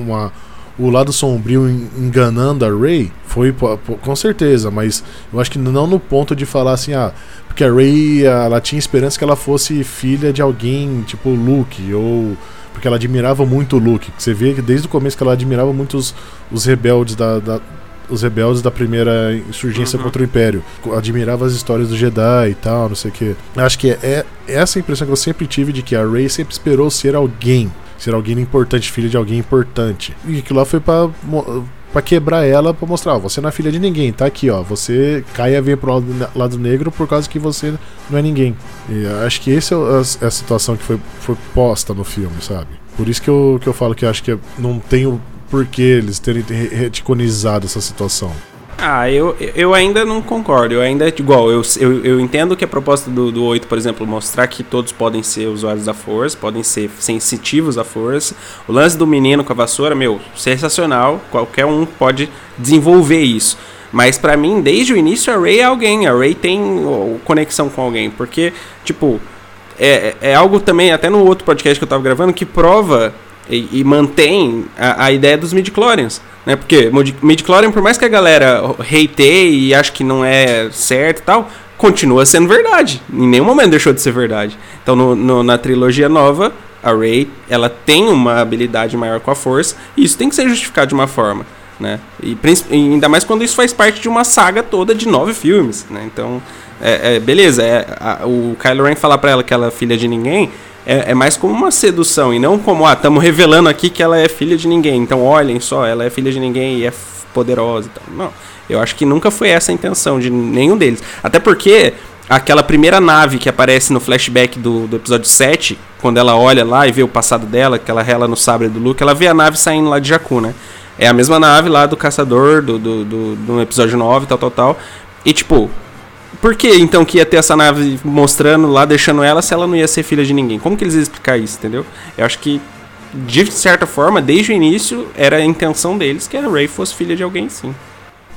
o lado sombrio enganando a Rey, foi com certeza, mas eu acho que não no ponto de falar assim, porque a Rey, ela tinha esperança que ela fosse filha de alguém, tipo Luke, ou... porque ela admirava muito o Luke. Você vê que desde o começo que ela admirava muito os rebeldes os rebeldes da primeira insurgência contra o Império. Admirava as histórias do Jedi e tal, não sei o que. Acho que é essa a impressão que eu sempre tive de que a Rey sempre esperou ser alguém importante, filha de alguém importante. E aquilo lá foi pra quebrar ela, pra mostrar, você não é filha de ninguém, tá aqui, ó, você cai e vem pro lado negro por causa que você não é ninguém. E acho que essa é a situação que foi posta no filme, sabe? Por isso que eu falo que acho que não tem o porquê eles terem reticonizado essa situação. Eu ainda não concordo. Eu ainda, igual, eu entendo que a proposta do 8, por exemplo, mostrar que todos podem ser usuários da força, podem ser sensitivos à força. O lance do menino com a vassoura, sensacional. Qualquer um pode desenvolver isso. Mas pra mim, desde o início, a Rey é alguém. A Rey tem conexão com alguém. Porque, tipo, é algo também, até no outro podcast que eu tava gravando, que prova e mantém a ideia dos midi-chlorians. Né? Porque midi-chlorian, por mais que a galera hateie e ache que não é certo e tal, continua sendo verdade. Em nenhum momento deixou de ser verdade. Então, na trilogia nova, a Rey, ela tem uma habilidade maior com a força, e isso tem que ser justificado de uma forma. Né? E ainda mais quando isso faz parte de uma saga toda de 9 filmes. Né? Então, beleza, o Kylo Ren falar pra ela que ela é filha de ninguém é mais como uma sedução, e não como, estamos revelando aqui que ela é filha de ninguém, então olhem só, ela é filha de ninguém e é poderosa e tal. Não, eu acho que nunca foi essa a intenção de nenhum deles. Até porque aquela primeira nave que aparece no flashback do episódio 7, quando ela olha lá e vê o passado dela, que ela rela no sabre do Luke, ela vê a nave saindo lá de Jakku, né? É a mesma nave lá do caçador do episódio 9, tal. E tipo, por que então que ia ter essa nave mostrando lá, deixando ela, se ela não ia ser filha de ninguém? Como que eles iam explicar isso, entendeu? Eu acho que, de certa forma, desde o início, era a intenção deles que a Rey fosse filha de alguém, sim.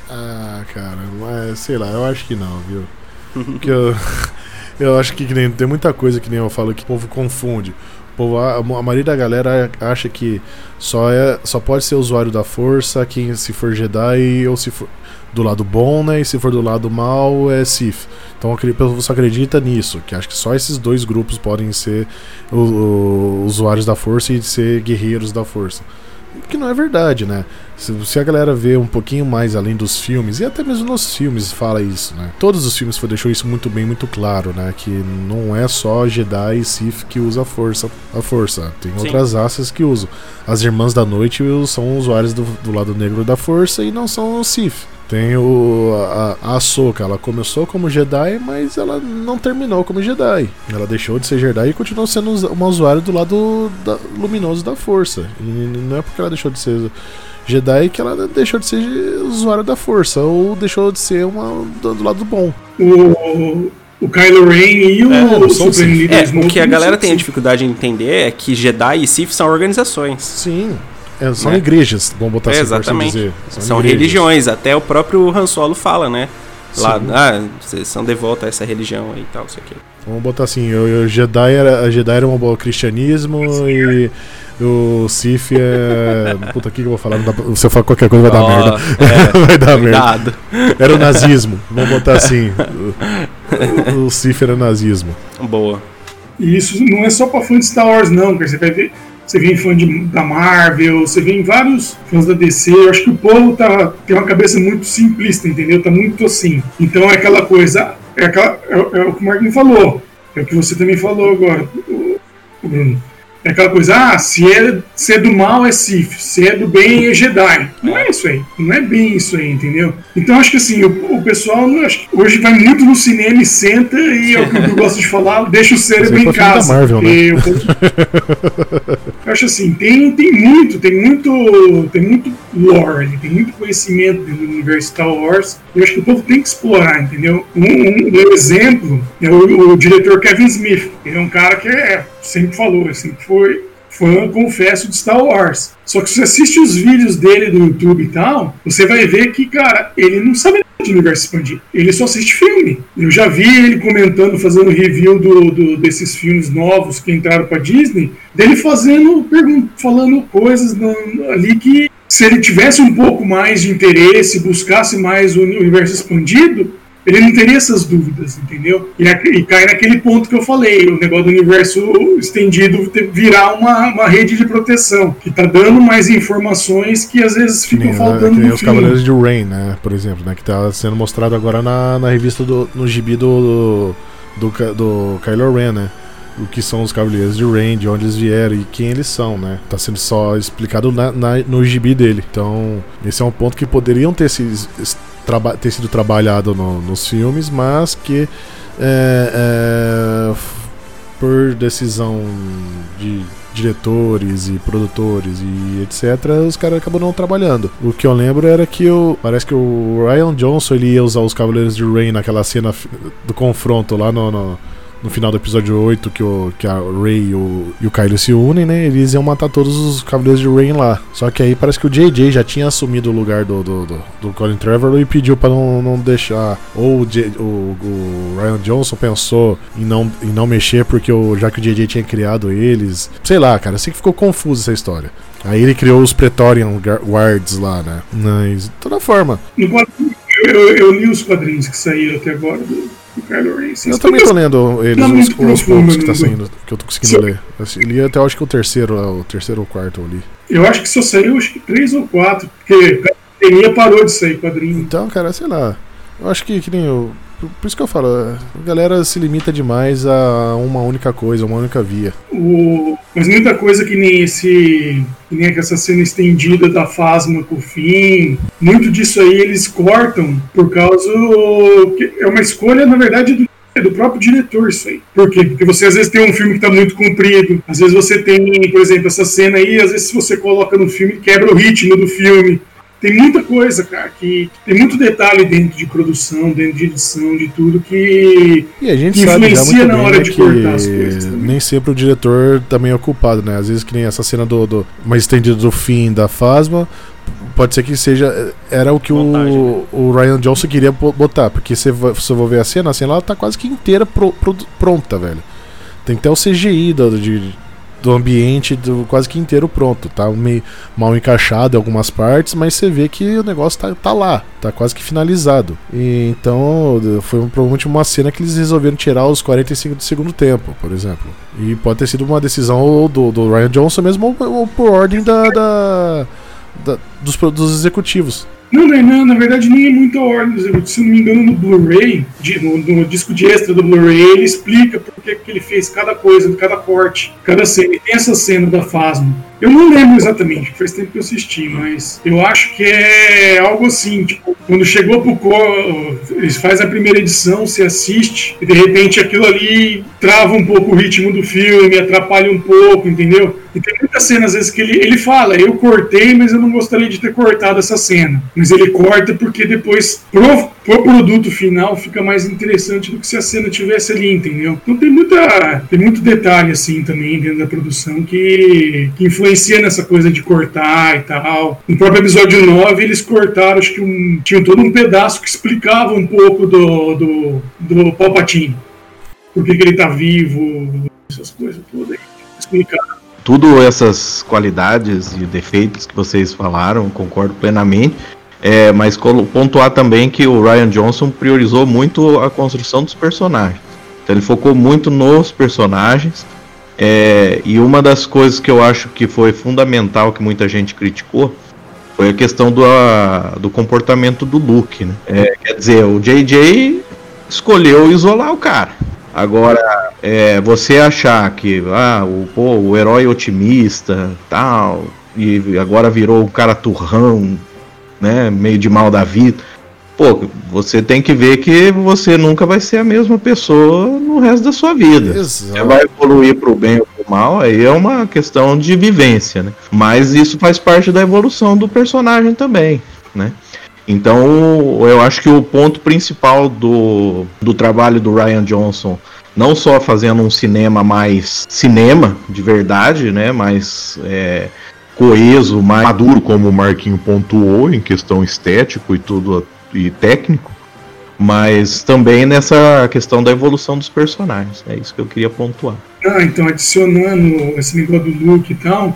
Ah, cara, mas sei lá, eu acho que não, viu? Porque eu acho que nem, tem muita coisa que nem eu falo que o povo confunde. O povo, a maioria da galera acha que só pode ser usuário da força quem se for Jedi ou se for do lado bom, né? E se for do lado mal é Sith. Então o povo só acredita nisso, que acho que só esses dois grupos podem ser usuários da força e ser guerreiros da força. Que não é verdade, né? Se a galera vê um pouquinho mais além dos filmes, e até mesmo nos filmes fala isso, né? Todos os filmes deixou isso muito bem, muito claro, né? Que não é só Jedi e Sith que usa a força. Tem outras raças que usam. As Irmãs da Noite são usuários do lado negro da força e não são os Sith. Tem a Ahsoka, ela começou como Jedi, mas ela não terminou como Jedi. Ela deixou de ser Jedi e continuou sendo uma usuária do lado luminoso da força. E não é porque ela deixou de ser Jedi que ela deixou de ser usuária da força, ou deixou de ser do lado bom. O Kylo Ren e o Supreme Leader Snoke. O que a galera tem a dificuldade de entender é que Jedi e Sith são organizações. Sim. São igrejas, vamos botar assim, exatamente. Dizer. São religiões, até o próprio Han Solo fala, né? Lá, vocês são devotos a essa religião aí e tal, isso aqui. Vamos botar assim, o Jedi era um cristianismo e o Sith é... Puta, o que eu vou falar? Se eu falar qualquer coisa vai dar merda. Vai dar merda. Era o nazismo, vamos botar assim. O Sith era o nazismo. Boa. E isso não é só pra fã de Star Wars, não, cara. Você vai ver... Você vê em fã da Marvel, você vê em vários fãs da DC. Eu acho que o povo tem uma cabeça muito simplista, entendeu? Tá muito assim. Então é aquela coisa. É o que o Mark me falou. É o que você também falou agora, o Bruno. É aquela coisa, se é do mal é Sith, se é do bem é Jedi. Não é isso aí, não é bem isso aí, entendeu? Então acho que assim, o pessoal hoje vai muito no cinema e senta e é o que eu gosto de falar, deixa o cérebro em casa. Marvel, né? Eu acho assim, tem muito lore, tem muito conhecimento do universo Star Wars. Eu acho que o povo tem que explorar, entendeu? Um exemplo é o diretor Kevin Smith. Ele é um cara que sempre foi fã, confesso, de Star Wars. Só que se você assiste os vídeos dele do YouTube e tal, você vai ver que, cara, ele não sabe nada de universo expandido. Ele só assiste filme. Eu já vi ele comentando, fazendo review desses filmes novos que entraram pra Disney, dele falando coisas ali que, se ele tivesse um pouco mais de interesse, buscasse mais o universo expandido, ele não teria essas dúvidas, entendeu? E cai naquele ponto que eu falei, o negócio do universo estendido virar uma rede de proteção, que tá dando mais informações que às vezes ficam faltando no os filme. Cavaleiros de Rain, né, por exemplo, né, que tá sendo mostrado agora na revista no gibi do Kylo Ren, né? O que são os Cavaleiros de Rain, de onde eles vieram e quem eles são, né? Tá sendo só explicado no gibi dele. Então, esse é um ponto que poderiam ter sido trabalhado nos filmes, mas que por decisão de diretores e produtores e etc, os caras acabam não trabalhando. O que eu lembro era que parece que o Rian Johnson ele ia usar os Cavaleiros de Rain naquela cena do confronto lá no final do episódio 8, que a Rey e o Kylo se unem, né? Eles iam matar todos os Cavaleiros de Rain lá. Só que aí parece que o JJ já tinha assumido o lugar do Colin Trevorrow e pediu pra não deixar. Ou o Rian Johnson pensou em não mexer porque já que o JJ tinha criado eles. Sei lá, cara, sei que ficou confuso essa história. Aí ele criou os Praetorian Guards lá, né? Mas, de toda forma. Eu li os quadrinhos que saíram até agora do Kylo Ren. Eu também tô lendo eles, os poucos que tá saindo, que eu tô conseguindo ler. Eu li até acho que o terceiro ou quarto eu li. Eu acho que só saiu 3 ou 4, porque a pandemia parou de sair quadrinho. Então, cara, sei lá. Eu acho que nem eu. Por isso que eu falo, a galera se limita demais a uma única coisa, uma única via. Mas muita coisa que nem essa cena estendida da Phasma com o Finn, muito disso aí eles cortam por causa que é uma escolha, na verdade, do próprio diretor isso aí. Por quê? Porque você às vezes tem um filme que tá muito comprido, às vezes você tem, por exemplo, essa cena aí, às vezes se você coloca no filme, quebra o ritmo do filme. Tem muita coisa, cara, que tem muito detalhe dentro de produção, dentro de edição, de tudo que e a gente influencia sabe na hora de cortar as coisas. Nem sempre o diretor também é o culpado, né? Às vezes que nem essa cena mais estendida do fim da Phasma, pode ser que seja. Era o que o Rian Johnson queria botar. Porque se você for ver a cena ela tá quase que inteira pronta, velho. Tem até o CGI do ambiente quase que inteiro pronto. Tá meio mal encaixado em algumas partes, mas você vê que o negócio tá lá. Tá quase que finalizado. E, então foi provavelmente uma cena que eles resolveram tirar os 45 do segundo tempo, por exemplo. E pode ter sido uma decisão do Rian Johnson mesmo ou por ordem dos executivos. Não, na verdade nem é muita ordem. Se não me engano, no Blu-ray, no disco de extra do Blu-ray, ele explica por que ele fez cada coisa, cada corte, cada cena. E tem essa cena da Phasma. Eu não lembro exatamente, faz tempo que eu assisti, mas eu acho que é algo assim, tipo, quando chegou eles fazem a primeira edição, você assiste, e de repente aquilo ali trava um pouco o ritmo do filme, atrapalha um pouco, entendeu? E tem muitas cenas, às vezes, que ele fala, eu cortei, mas eu não gostaria de ter cortado essa cena. Mas ele corta porque depois, pro produto final, fica mais interessante do que se a cena tivesse ali, entendeu? Então tem muito detalhe, assim, também dentro da produção que influencia nessa coisa de cortar e tal. No próprio episódio 9, eles cortaram, acho que tinha todo um pedaço que explicava um pouco do Palpatine. Por que ele tá vivo, essas coisas todas aí. Explicaram. Tudo essas qualidades e defeitos que vocês falaram, concordo plenamente. Mas pontuar também que o Rian Johnson priorizou muito a construção dos personagens. Então ele focou muito nos personagens. E uma das coisas que eu acho que foi fundamental, que muita gente criticou, foi a questão do comportamento do Luke, né? Quer dizer, o JJ escolheu isolar o cara. Agora, você achar que o herói otimista, tal, e agora virou um cara turrão, né, meio de mal da vida. Pô, você tem que ver que você nunca vai ser a mesma pessoa no resto da sua vida. Exato. Você vai evoluir pro bem ou pro mal, aí é uma questão de vivência, né? Mas isso faz parte da evolução do personagem também, né? Então, eu acho que o ponto principal do trabalho do Rian Johnson, não só fazendo um cinema mais cinema de verdade, né, mais coeso, mais maduro, como o Marquinho pontuou, em questão estético e tudo e técnico, mas também nessa questão da evolução dos personagens. É isso que eu queria pontuar. Então, adicionando esse negócio do Luke e tal,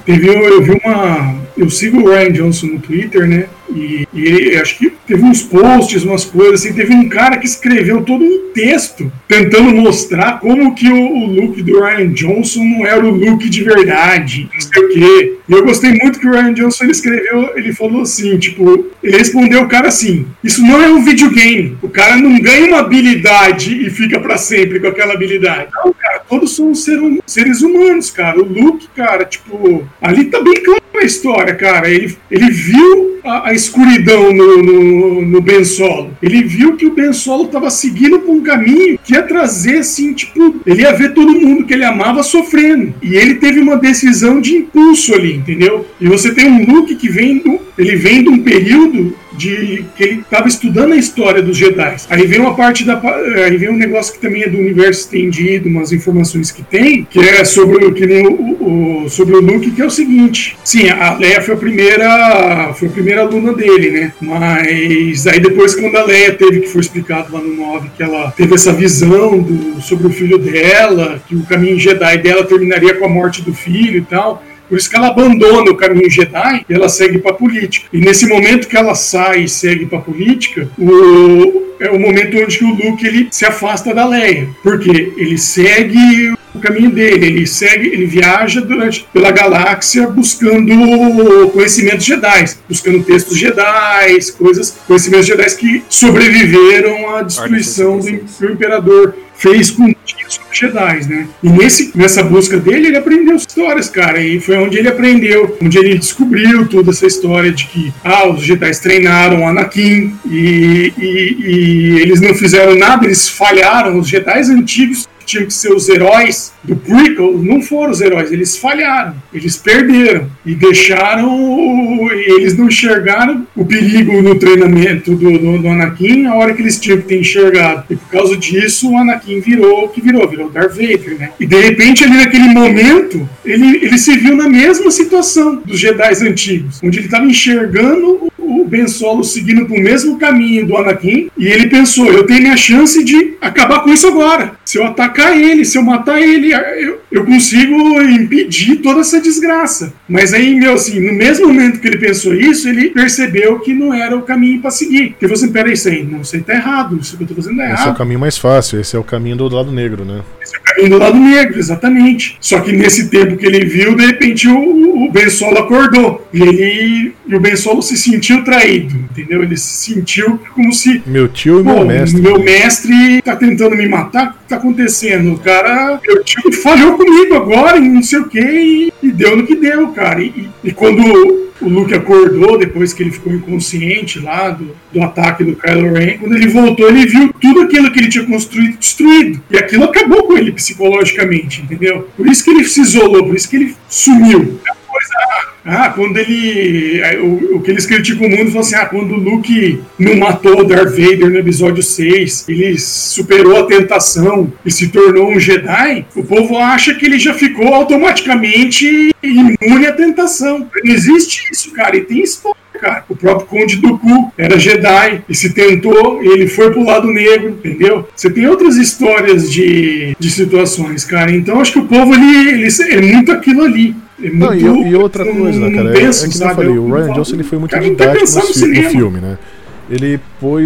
eu sigo o Rian Johnson no Twitter, né? E acho que teve uns posts, umas coisas assim. Teve um cara que escreveu todo um texto tentando mostrar como que o Luke do Rian Johnson não era o Luke de verdade, não sei o quê. E eu gostei muito que o Rian Johnson ele falou assim, tipo, ele respondeu o cara assim: isso não é um videogame, o cara não ganha uma habilidade e fica pra sempre com aquela habilidade. Não, cara, todos são seres humanos, cara. O Luke, cara, tipo, ali tá bem claro a história, cara. Ele viu a escuridão no Ben Solo. Ele viu que o Ben Solo tava seguindo por um caminho que ia trazer, assim, tipo, ele ia ver todo mundo que ele amava sofrendo. E ele teve uma decisão de impulso ali, entendeu? E você tem um Luke que vem de um período que ele estava estudando a história dos Jedi. Aí vem uma parte aí vem um negócio que também é do universo estendido, umas informações que tem, que é sobre o Luke, que é o seguinte. Sim, a Leia foi a primeira aluna dele, né? Mas aí depois, quando a Leia que foi explicado lá no 9, que ela teve essa visão sobre o filho dela, que o caminho Jedi dela terminaria com a morte do filho e tal. Por isso que ela abandona o caminho Jedi e ela segue para a política. E nesse momento que ela sai e segue para a política, é o momento onde o Luke ele se afasta da Leia. Porque ele segue o caminho dele, ele viaja pela galáxia buscando conhecimentos Jedi, buscando textos Jedi, conhecimentos Jedi que sobreviveram à destruição do Imperador fez com os Jedi, né? E nessa busca dele, ele aprendeu histórias, cara, e foi onde ele aprendeu, onde ele descobriu toda essa história de que os Jedi treinaram Anakin e eles não fizeram nada, eles falharam, os Jedi antigos tinham que ser os heróis do prequel, não foram os heróis, eles falharam, eles perderam e eles não enxergaram o perigo no treinamento do Anakin na hora que eles tinham que ter enxergado, e por causa disso o Anakin virou Darth Vader, né? E de repente ali naquele momento ele se viu na mesma situação dos Jedi antigos, onde ele estava enxergando Ben Solo seguindo pro mesmo caminho do Anakin, e ele pensou, eu tenho minha chance de acabar com isso agora. Se eu atacar ele, se eu matar ele, eu consigo impedir toda essa desgraça. Mas aí, assim, no mesmo momento que ele pensou isso, ele percebeu que não era o caminho pra seguir. Porque você, peraí, isso aí tá errado, isso que eu tô fazendo é errado. Esse é o caminho mais fácil, esse é o caminho do lado negro, né? Esse é o caminho do lado negro, exatamente. Só que nesse tempo que ele viu, de repente o Ben Solo acordou. E o Ben Solo se sentiu traído, entendeu? Ele se sentiu como se... Meu tio e meu mestre. Meu mestre tá tentando me matar, o que tá acontecendo? O cara, meu tio falhou comigo agora, e não sei o que, e deu no que deu, cara. E quando o Luke acordou, depois que ele ficou inconsciente lá do ataque do Kylo Ren, quando ele voltou, ele viu tudo aquilo que ele tinha construído destruído. E aquilo acabou com ele psicologicamente, entendeu? Por isso que ele se isolou, por isso que ele sumiu. Quando ele... O que eles criticam o mundo falou assim, quando o Luke não matou o Darth Vader no episódio 6, ele superou a tentação e se tornou um Jedi, o povo acha que ele já ficou automaticamente imune à tentação. Não existe isso, cara, e tem história. Cara, o próprio Conde Dooku era Jedi e se tentou, ele foi pro lado negro, entendeu? Você tem outras histórias de situações, cara. Então acho que o povo ele é muito aquilo ali. É muito, e outra coisa, né, cara? É que eu falei, o Rian Johnson ele foi muito didático no filme, né? Ele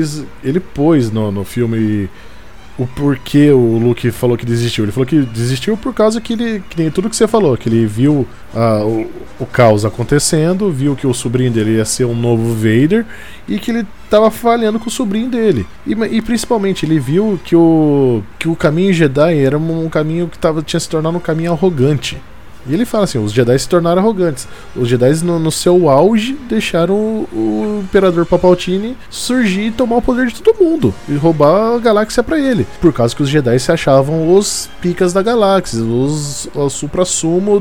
pôs no filme o porquê o Luke falou que desistiu. Ele falou que desistiu por causa que nem tudo que você falou, que ele viu o caos acontecendo, viu que o sobrinho dele ia ser um novo Vader e que ele tava falhando com o sobrinho dele. E principalmente ele viu que o caminho Jedi era um caminho que tinha se tornado um caminho arrogante. E ele fala assim, os Jedi se tornaram arrogantes. Os Jedi no seu auge deixaram o Imperador Palpatine surgir e tomar o poder de todo mundo e roubar a galáxia pra ele. Por causa que os Jedi se achavam os picas da galáxia, o supra-sumo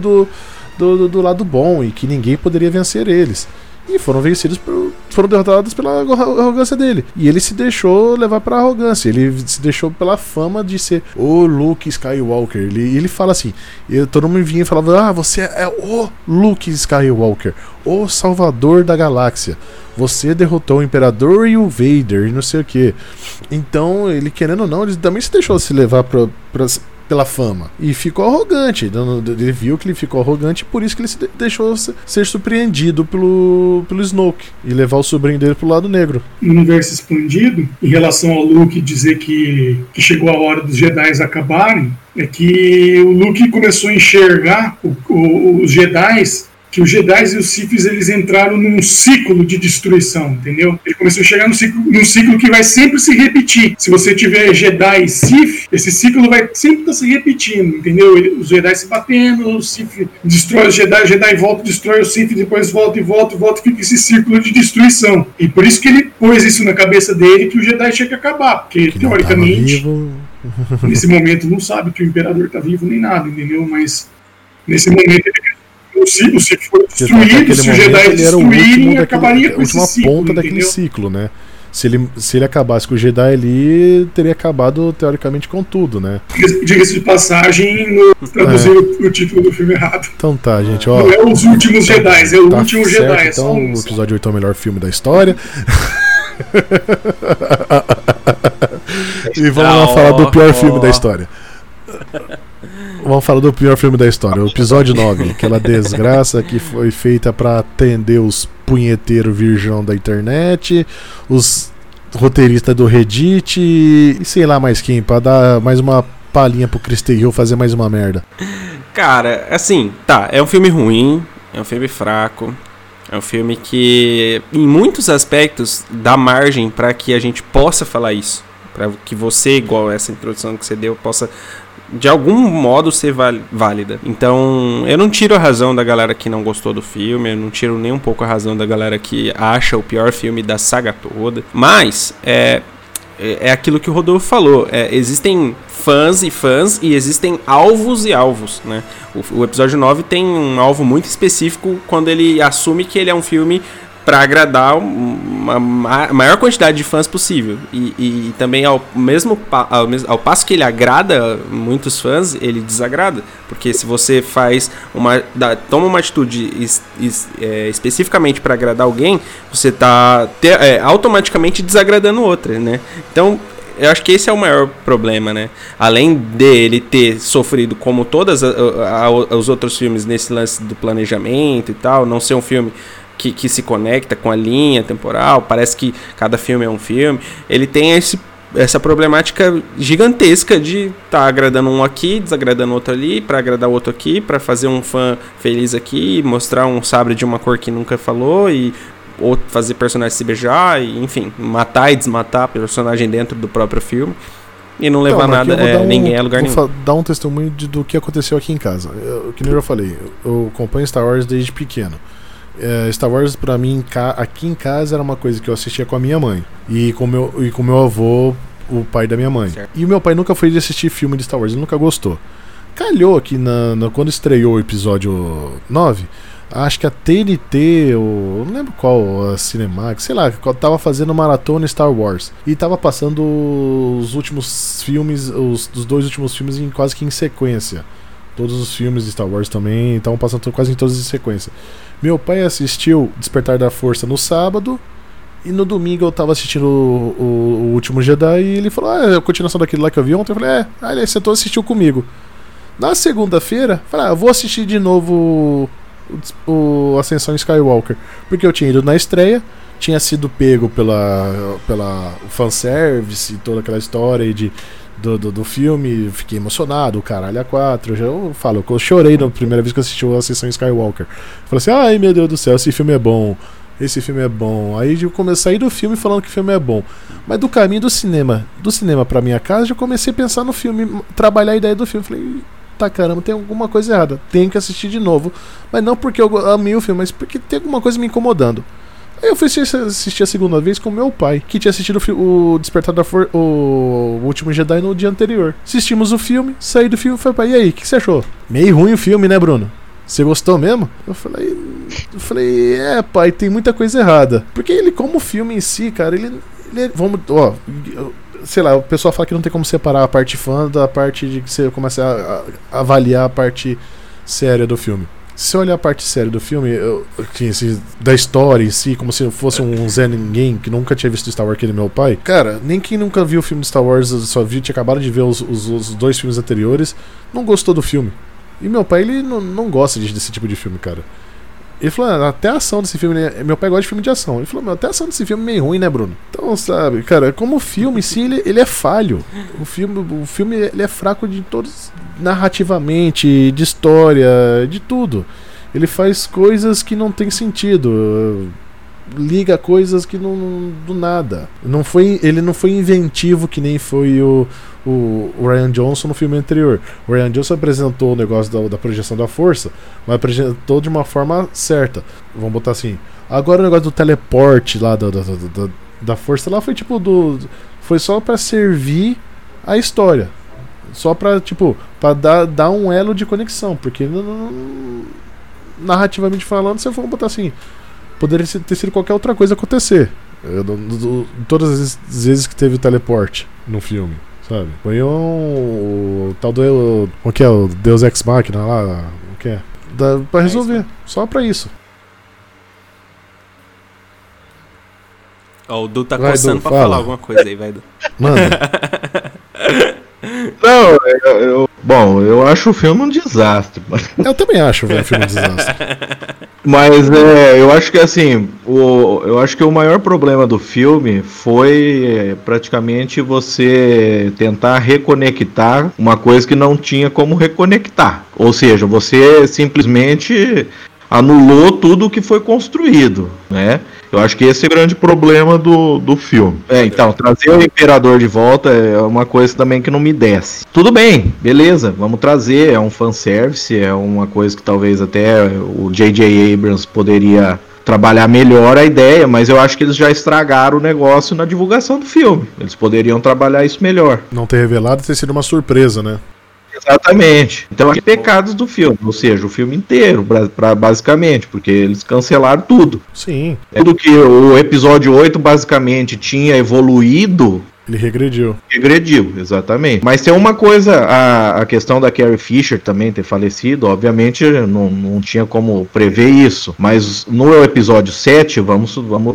do lado bom e que ninguém poderia vencer eles. E foram derrotados pela arrogância dele. E ele se deixou levar pra arrogância. Ele se deixou pela fama de ser o Luke Skywalker. Ele fala assim, todo mundo vinha e falava, você é o Luke Skywalker, o salvador da galáxia. Você derrotou o Imperador e o Vader e não sei o que. Então, ele querendo ou não, ele também se deixou se levar pela fama. E ficou arrogante. Ele viu que ele ficou arrogante, por isso que ele se deixou ser surpreendido pelo Snoke e levar o sobrinho dele pro lado negro. No universo expandido, em relação ao Luke dizer que chegou a hora dos Jedi acabarem, é que o Luke começou a enxergar os Jedi, que os Jedi e os Siths eles entraram num ciclo de destruição, entendeu? Ele começou a chegar num ciclo que vai sempre se repetir. Se você tiver Jedi e Sith, esse ciclo vai sempre estar se repetindo, entendeu? Os Jedi se batendo, o Sith destrói os Jedi volta, destrói o Sith, depois volta, fica esse círculo de destruição. E por isso que ele pôs isso na cabeça dele, que o Jedi tinha que acabar, porque que teoricamente, nesse momento não sabe que o Imperador tá vivo nem nada, entendeu? Mas nesse momento se for destruído, se os Jedi destruírem, acabaria com esse ciclo. A última ponta daquele ciclo, né? Se ele acabasse com o Jedi ali, teria acabado teoricamente com tudo, né? Diga-se de passagem, traduzir o título do filme errado. Então tá, gente, ó. Não é Os Últimos Jedi, é o último certo, Jedi. É então só o episódio 8 é o melhor filme da história. E vamos lá falar do pior filme da história. Vamos falar do pior filme da história, o episódio 9, aquela desgraça que foi feita pra atender os punheteiros virgão da internet, os roteiristas do Reddit e sei lá mais quem, pra dar mais uma palhinha pro Chris Hill fazer mais uma merda. Cara, assim, é um filme ruim, é um filme fraco, é um filme que em muitos aspectos dá margem pra que a gente possa falar isso, pra que você, igual essa introdução que você deu, possa de algum modo ser válida. Então, eu não tiro a razão da galera que não gostou do filme, eu não tiro nem um pouco a razão da galera que acha o pior filme da saga toda, mas é aquilo que o Rodolfo falou, existem fãs e existem alvos e alvos, né? O episódio 9 tem um alvo muito específico quando ele assume que ele é um filme pra agradar uma maior quantidade de fãs possível. E também ao passo que ele agrada muitos fãs, ele desagrada. Porque se você toma uma atitude especificamente para agradar alguém, você tá automaticamente desagradando outra, né? Então, eu acho que esse é o maior problema, né? Além dele ter sofrido, como todos os outros filmes, nesse lance do planejamento e tal, não ser um filme que se conecta com a linha temporal, parece que cada filme é um filme, ele tem essa problemática gigantesca de estar agradando um aqui, desagradando outro ali, para agradar o outro aqui, para fazer um fã feliz aqui, mostrar um sabre de uma cor que nunca falou, ou fazer personagem se beijar, e, enfim, matar e desmatar personagem dentro do próprio filme e não levar ninguém a lugar nenhum. Vou dar um testemunho do que aconteceu aqui em casa. Que nem eu falei, eu acompanho Star Wars desde pequeno. Star Wars pra mim aqui em casa era uma coisa que eu assistia com a minha mãe e com meu avô, o pai da minha mãe. Certo. E o meu pai nunca foi de assistir filme de Star Wars, ele nunca gostou. Calhou aqui quando estreou o episódio 9, acho que a TNT, não lembro qual, a Cinemax, sei lá, tava fazendo maratona Star Wars. E tava passando os últimos filmes, os 2 últimos filmes quase que em sequência. Todos os filmes de Star Wars também estavam passando quase em todos em sequência. Meu pai assistiu Despertar da Força no sábado, e no domingo eu tava assistindo o Último Jedi, e ele falou, a continuação daquele lá que eu vi ontem. Eu falei, ele sentou e assistiu comigo. Na segunda-feira, falei, eu vou assistir de novo o Ascensão Skywalker, porque eu tinha ido na estreia, tinha sido pego pela fanservice e toda aquela história aí do filme, fiquei emocionado, o caralho A4, eu chorei na primeira vez que eu assisti a Ascensão Skywalker. Falei assim, ai meu Deus do céu, esse filme é bom. Aí eu comecei a sair do filme falando que o filme é bom. Mas do caminho do cinema pra minha casa, já comecei a pensar no filme, trabalhar a ideia do filme. Falei, tá caramba, tem alguma coisa errada, tenho que assistir de novo. Mas não porque eu amei o filme, mas porque tem alguma coisa me incomodando. Aí eu fui assistir a segunda vez com meu pai, que tinha assistido o Despertar da Força, o Último Jedi, no dia anterior. Assistimos o filme, saí do filme e falei, pai, e aí, o que você achou? Meio ruim o filme, né, Bruno? Você gostou mesmo? Eu falei, pai, tem muita coisa errada. Porque ele, como filme em si, cara, sei lá, o pessoal fala que não tem como separar a parte fã da parte de que você começa a avaliar a parte séria do filme. Se você olhar a parte séria do filme, da história em si, como se fosse um Zé Ninguém que nunca tinha visto Star Wars, aquele meu pai, cara, nem quem nunca viu o filme de Star Wars, tinha acabado de ver os 2 filmes anteriores, não gostou do filme. E meu pai, ele não gosta desse tipo de filme, cara. Ele falou, até a ação desse filme, meu pai gosta de filme de ação. Ele falou, até a ação desse filme é meio ruim, né, Bruno? Então, sabe, cara, como filme em si, ele é falho. O filme ele é fraco de todos, narrativamente, de história, de tudo. Ele faz coisas que não tem sentido, liga coisas que não do nada. Ele não foi inventivo que nem foi o Rian Johnson no filme anterior. O Rian Johnson apresentou o negócio da projeção da força, mas apresentou de uma forma certa. Vamos botar assim. Agora o negócio do teleporte lá da força lá foi tipo foi só pra servir a história. Só pra dar um elo de conexão, porque narrativamente falando, se for botar assim, poderia ter sido qualquer outra coisa acontecer. Todas as vezes que teve o teleporte no filme, sabe? Põe o tal do... O que é? O Deus Ex Machina lá? O que é? Pra resolver. Só pra isso. Ó, o Du tá coçando pra falar alguma coisa aí, vai, Du. Manda. Não, eu acho o filme um desastre. Eu também acho o filme um desastre. Mas eu acho que assim, eu acho que o maior problema do filme foi praticamente você tentar reconectar uma coisa que não tinha como reconectar. Ou seja, você simplesmente anulou tudo o que foi construído, né? Eu acho que esse é o grande problema do filme. Então, trazer o Imperador de volta é uma coisa também que não me desce. Tudo bem, beleza, vamos trazer, é um fanservice, é uma coisa que talvez até o J.J. Abrams poderia trabalhar melhor a ideia, mas eu acho que eles já estragaram o negócio na divulgação do filme. Eles poderiam trabalhar isso melhor. Não ter revelado ter sido uma surpresa, né? Exatamente. Então, é pecados do filme, ou seja, o filme inteiro, basicamente, porque eles cancelaram tudo. Sim. Tudo que o episódio 8 basicamente tinha evoluído, ele regrediu. Regrediu, exatamente. Mas tem uma coisa, a questão da Carrie Fisher também ter falecido, obviamente não tinha como prever isso. Mas no episódio 7, vamos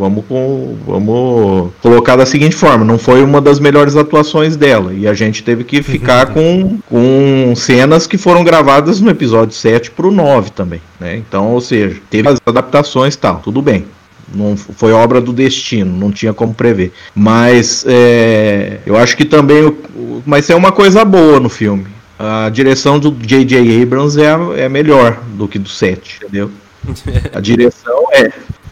colocar da seguinte forma, não foi uma das melhores atuações dela. E a gente teve que ficar com cenas que foram gravadas no episódio 7 pro 9 também, né? Então, ou seja, teve as adaptações e tal, tudo bem. Não foi obra do destino, não tinha como prever. Mas eu acho que também mas é uma coisa boa no filme. A direção do J.J. Abrams é melhor do que do 7, entendeu? A direção é.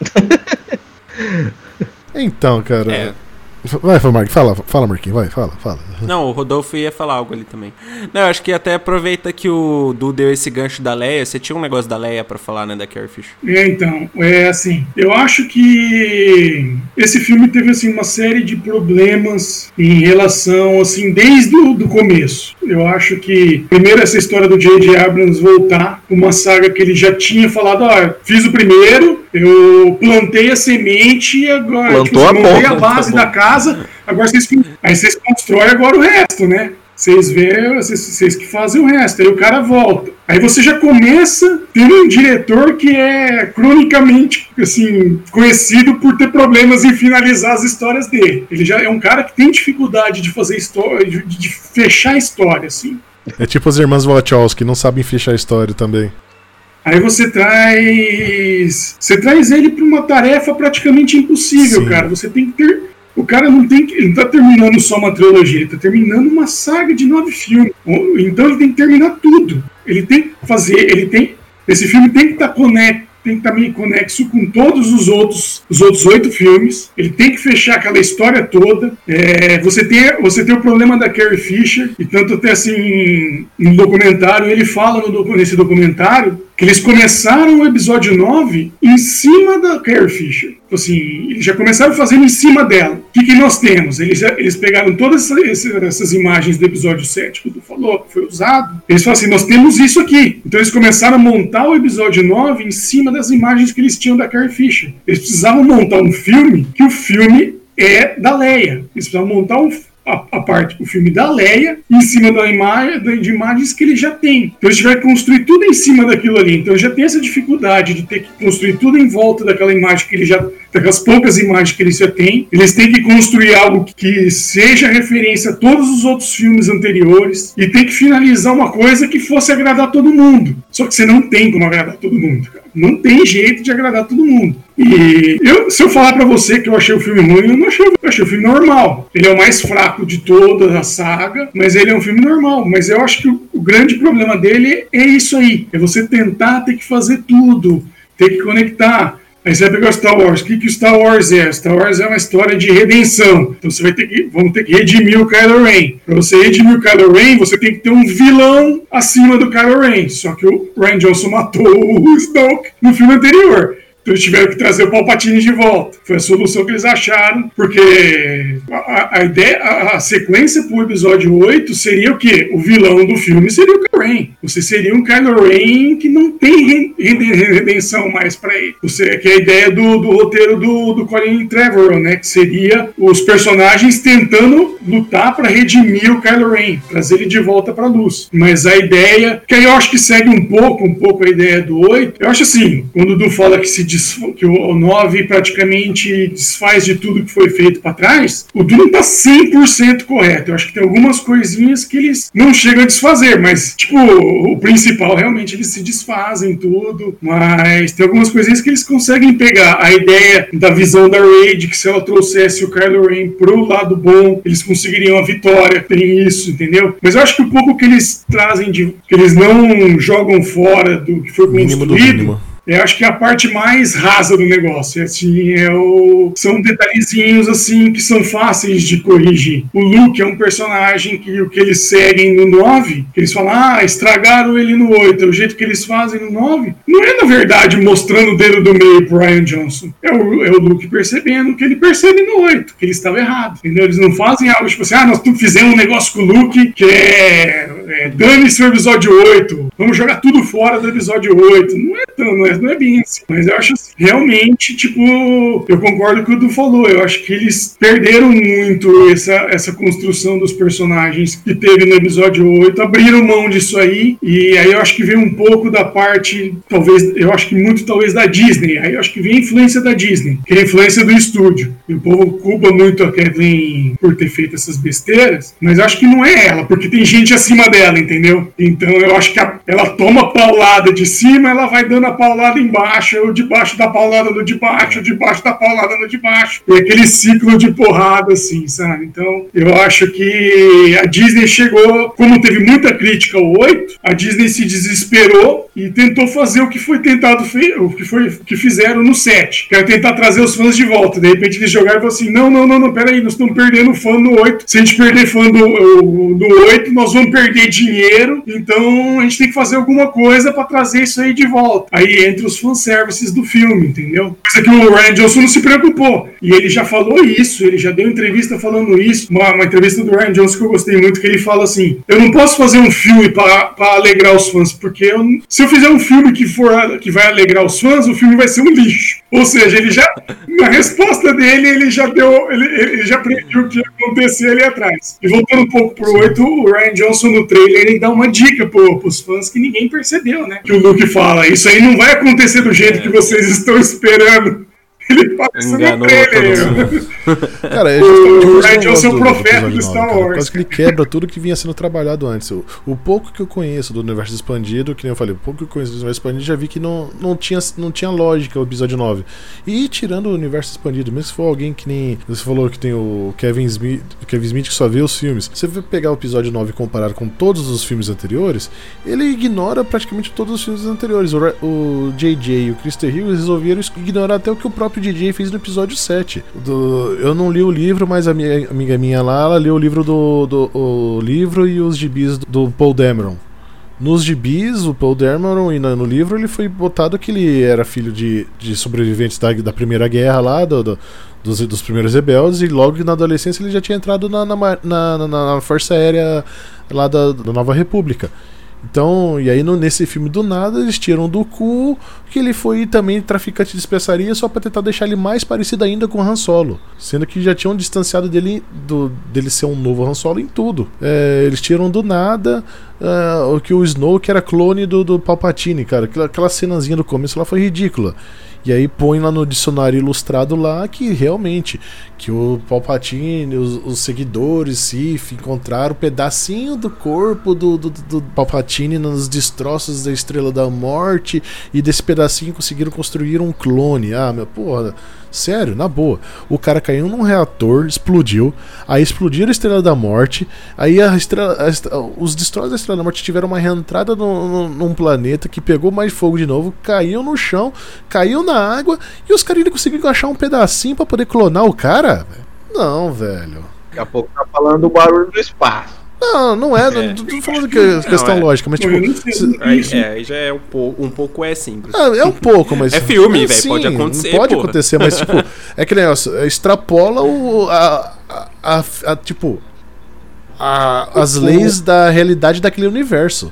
Então, cara. Vai, Marquinhos, fala, Marquinhos, vai, fala. Não, o Rodolfo ia falar algo ali também. Não, eu acho que até aproveita que o Du deu esse gancho da Leia. Você tinha um negócio da Leia pra falar, né, da Carrie Fisher? Então, assim, eu acho que esse filme teve, assim, uma série de problemas em relação, assim, desde o começo. Eu acho que, primeiro, essa história do J.J. Abrams voltar com uma saga que ele já tinha falado, fiz o primeiro, eu plantei a semente e agora montei a base da casa. Agora vocês constroem agora o resto, né? Vocês que fazem o resto. Aí o cara volta. Aí você já começa tendo um diretor que é cronicamente, assim, conhecido por ter problemas em finalizar as histórias dele. Ele já é um cara que tem dificuldade de fazer história, de fechar a história, assim. É tipo as irmãs Wachowski, não sabem fechar a história também. Aí você traz ele para uma tarefa praticamente impossível, cara. Você tem que ter... O cara ele não tá terminando só uma trilogia, ele tá terminando uma saga de 9 filmes. Então ele tem que terminar tudo. Ele tem que fazer, esse filme tem que estar meio conexo com todos os outros 8 filmes. Ele tem que fechar aquela história toda. Você tem o problema da Carrie Fisher, e tanto até assim, no documentário, ele fala nesse documentário que eles começaram o episódio 9 em cima da Carrie Fisher. Assim, eles já começaram fazendo em cima dela. O que nós temos? Eles pegaram todas essas imagens do episódio 7 que o Du falou, que foi usado. Eles falaram assim, nós temos isso aqui. Então eles começaram a montar o episódio 9 em cima das imagens que eles tinham da Carrie Fisher. Eles precisavam montar um filme, que o filme é da Leia. Eles precisavam montar o filme da Leia em cima de imagens que ele já tem. Então eles tiveram que construir tudo em cima daquilo ali. Então já tem essa dificuldade de ter que construir tudo em volta daquela imagem que ele já... daquelas poucas imagens que eles já têm. Eles têm que construir algo que seja referência a todos os outros filmes anteriores e tem que finalizar uma coisa que fosse agradar todo mundo. Só que você não tem como agradar todo mundo, cara. Não tem jeito de agradar todo mundo. E se eu falar pra você que eu achei o filme ruim, eu não achei. Eu achei o filme normal. Ele é o mais fraco de toda a saga, mas ele é um filme normal. Mas eu acho que o grande problema dele é isso aí. É você tentar ter que fazer tudo, ter que conectar. Aí você vai pegar o Star Wars. O que o Star Wars é? Star Wars é uma história de redenção. Então você vamos ter que redimir o Kylo Ren. Para você redimir o Kylo Ren, você tem que ter um vilão acima do Kylo Ren. Só que o Rian Johnson matou o Snoke no filme anterior. Então eles tiveram que trazer o Palpatine de volta. Foi a solução que eles acharam, porque a ideia, a sequência pro episódio 8 seria o quê? O vilão do filme seria o Kylo Ren. Você seria um Kylo Ren que não tem redenção mais pra ele. Que é a ideia do roteiro do Colin Trevorrow, né? Que seria os personagens tentando lutar pra redimir o Kylo Ren, trazer ele de volta pra luz. Mas a ideia, que aí eu acho que segue um pouco a ideia do 8, eu acho assim, quando o Du fala que o 9 praticamente desfaz de tudo que foi feito para trás, o Du não tá 100% correto. Eu acho que tem algumas coisinhas que eles não chegam a desfazer, mas, tipo, o principal, realmente, eles se desfazem tudo, mas tem algumas coisinhas que eles conseguem pegar. A ideia da visão da Rey, de que se ela trouxesse o Kylo Ren pro lado bom, eles conseguiriam a vitória, tem isso, entendeu? Mas eu acho que o pouco que eles trazem, que eles não jogam fora do que foi construído, eu acho que é a parte mais rasa do negócio. Assim, são detalhezinhos assim, que são fáceis de corrigir. O Luke é um personagem que o que eles seguem no 9, que eles falam, estragaram ele no 8. O jeito que eles fazem no 9 não é, na verdade, mostrando o dedo do meio pro Rian Johnson. É o Luke percebendo o que ele percebe no 8, que ele estava errado. Entendeu? Eles não fazem algo tipo assim, nós fizemos um negócio com o Luke que é dane-se o episódio 8, vamos jogar tudo fora do episódio 8. Não é bem assim. Mas eu acho assim, realmente, tipo, eu concordo com o que o Du falou. Eu acho que eles perderam muito essa construção dos personagens que teve no episódio 8, abriram mão disso aí, e aí eu acho que vem um pouco da parte, talvez da Disney. Aí eu acho que vem a influência da Disney, que é a influência do estúdio. E o povo culpa muito a Kathleen por ter feito essas besteiras, mas eu acho que não é ela, porque tem gente acima dela, entendeu? Então eu acho que ela toma paulada de cima, ela vai dando a paulada embaixo, ou debaixo da paulada no de baixo, debaixo da paulada no de baixo. E aquele ciclo de porrada, assim, sabe? Então eu acho que a Disney chegou, como teve muita crítica ao 8, a Disney se desesperou e tentou fazer o que foi tentado, que fizeram no 7. Que era tentar trazer os fãs de volta. De repente eles jogaram e falaram assim, não, peraí, nós estamos perdendo fã no 8. Se a gente perder fã do 8, nós vamos perder dinheiro, então a gente tem que fazer alguma coisa pra trazer isso aí de volta. Aí entra os fanservices do filme, entendeu? Coisa que o Rian Johnson não se preocupou. E ele já falou isso, ele já deu entrevista falando isso. Uma entrevista do Rian Johnson que eu gostei muito, que ele fala assim, eu não posso fazer um filme pra alegrar os fãs, porque se eu fizer um filme que vai alegrar os fãs, o filme vai ser um lixo. Ou seja, ele já, na resposta dele, ele já previu o que ia acontecer ali atrás. E voltando um pouco pro 8, o Rian Johnson no trailer, ele dá uma dica pros fãs que ninguém percebeu, né? Que o Luke fala, isso aí não vai acontecer do jeito que vocês estão esperando. Ele fala isso no trailer. Cara, o Rian Johnson é o profeta do Star Wars. Quase que ele quebra tudo que vinha sendo trabalhado antes. O pouco que eu conheço do universo expandido, que nem eu falei, o pouco que eu conheço do universo expandido, já vi que não tinha lógica o episódio 9. E tirando o universo expandido, mesmo se for alguém que nem você falou que tem o Kevin Smith que só vê os filmes, você vai pegar o episódio 9 e comparar com todos os filmes anteriores, ele ignora praticamente todos os filmes anteriores. O JJ e o Christopher Hill resolveram ignorar até o que o próprio DJ fez no episódio 7. Eu não li o livro, mas a minha amiga minha lá, ela leu o livro o livro e os gibis do Paul Dameron. Nos gibis, o Paul Dameron, e no livro, ele foi botado que ele era filho de sobreviventes da Primeira Guerra lá, dos primeiros rebeldes, e logo na adolescência ele já tinha entrado na Força Aérea lá da Nova República. Então, e aí nesse filme do nada eles tiram do cu que ele foi também traficante de especiaria só pra tentar deixar ele mais parecido ainda com o Han Solo, sendo que já tinham distanciado dele ser um novo Han Solo em tudo. Eles tiram do nada o que o Snoke era clone do Palpatine, cara. Aquela cenazinha do começo lá foi ridícula. E aí põe lá no dicionário ilustrado lá que realmente que o Palpatine, os seguidores Sith encontraram um pedacinho do corpo do Palpatine nos destroços da Estrela da Morte, e desse pedacinho conseguiram construir um clone. Ah, meu porra, sério, na boa. O cara caiu num reator, explodiu, aí explodiram a Estrela da Morte, aí os destroços da Estrela da Morte tiveram uma reentrada num planeta que pegou mais fogo de novo, caiu no chão, caiu na água, e os caras ainda conseguiram achar um pedacinho pra poder clonar o cara? Não, velho. Daqui a pouco tá falando do barulho do espaço. Não é, não tô falando que é questão lógica, mas tipo. Aí já é um pouco simples. É um pouco, mas. É filme, velho, pode acontecer. Pode acontecer, mas tipo, é que negócio, extrapola as leis da realidade daquele universo.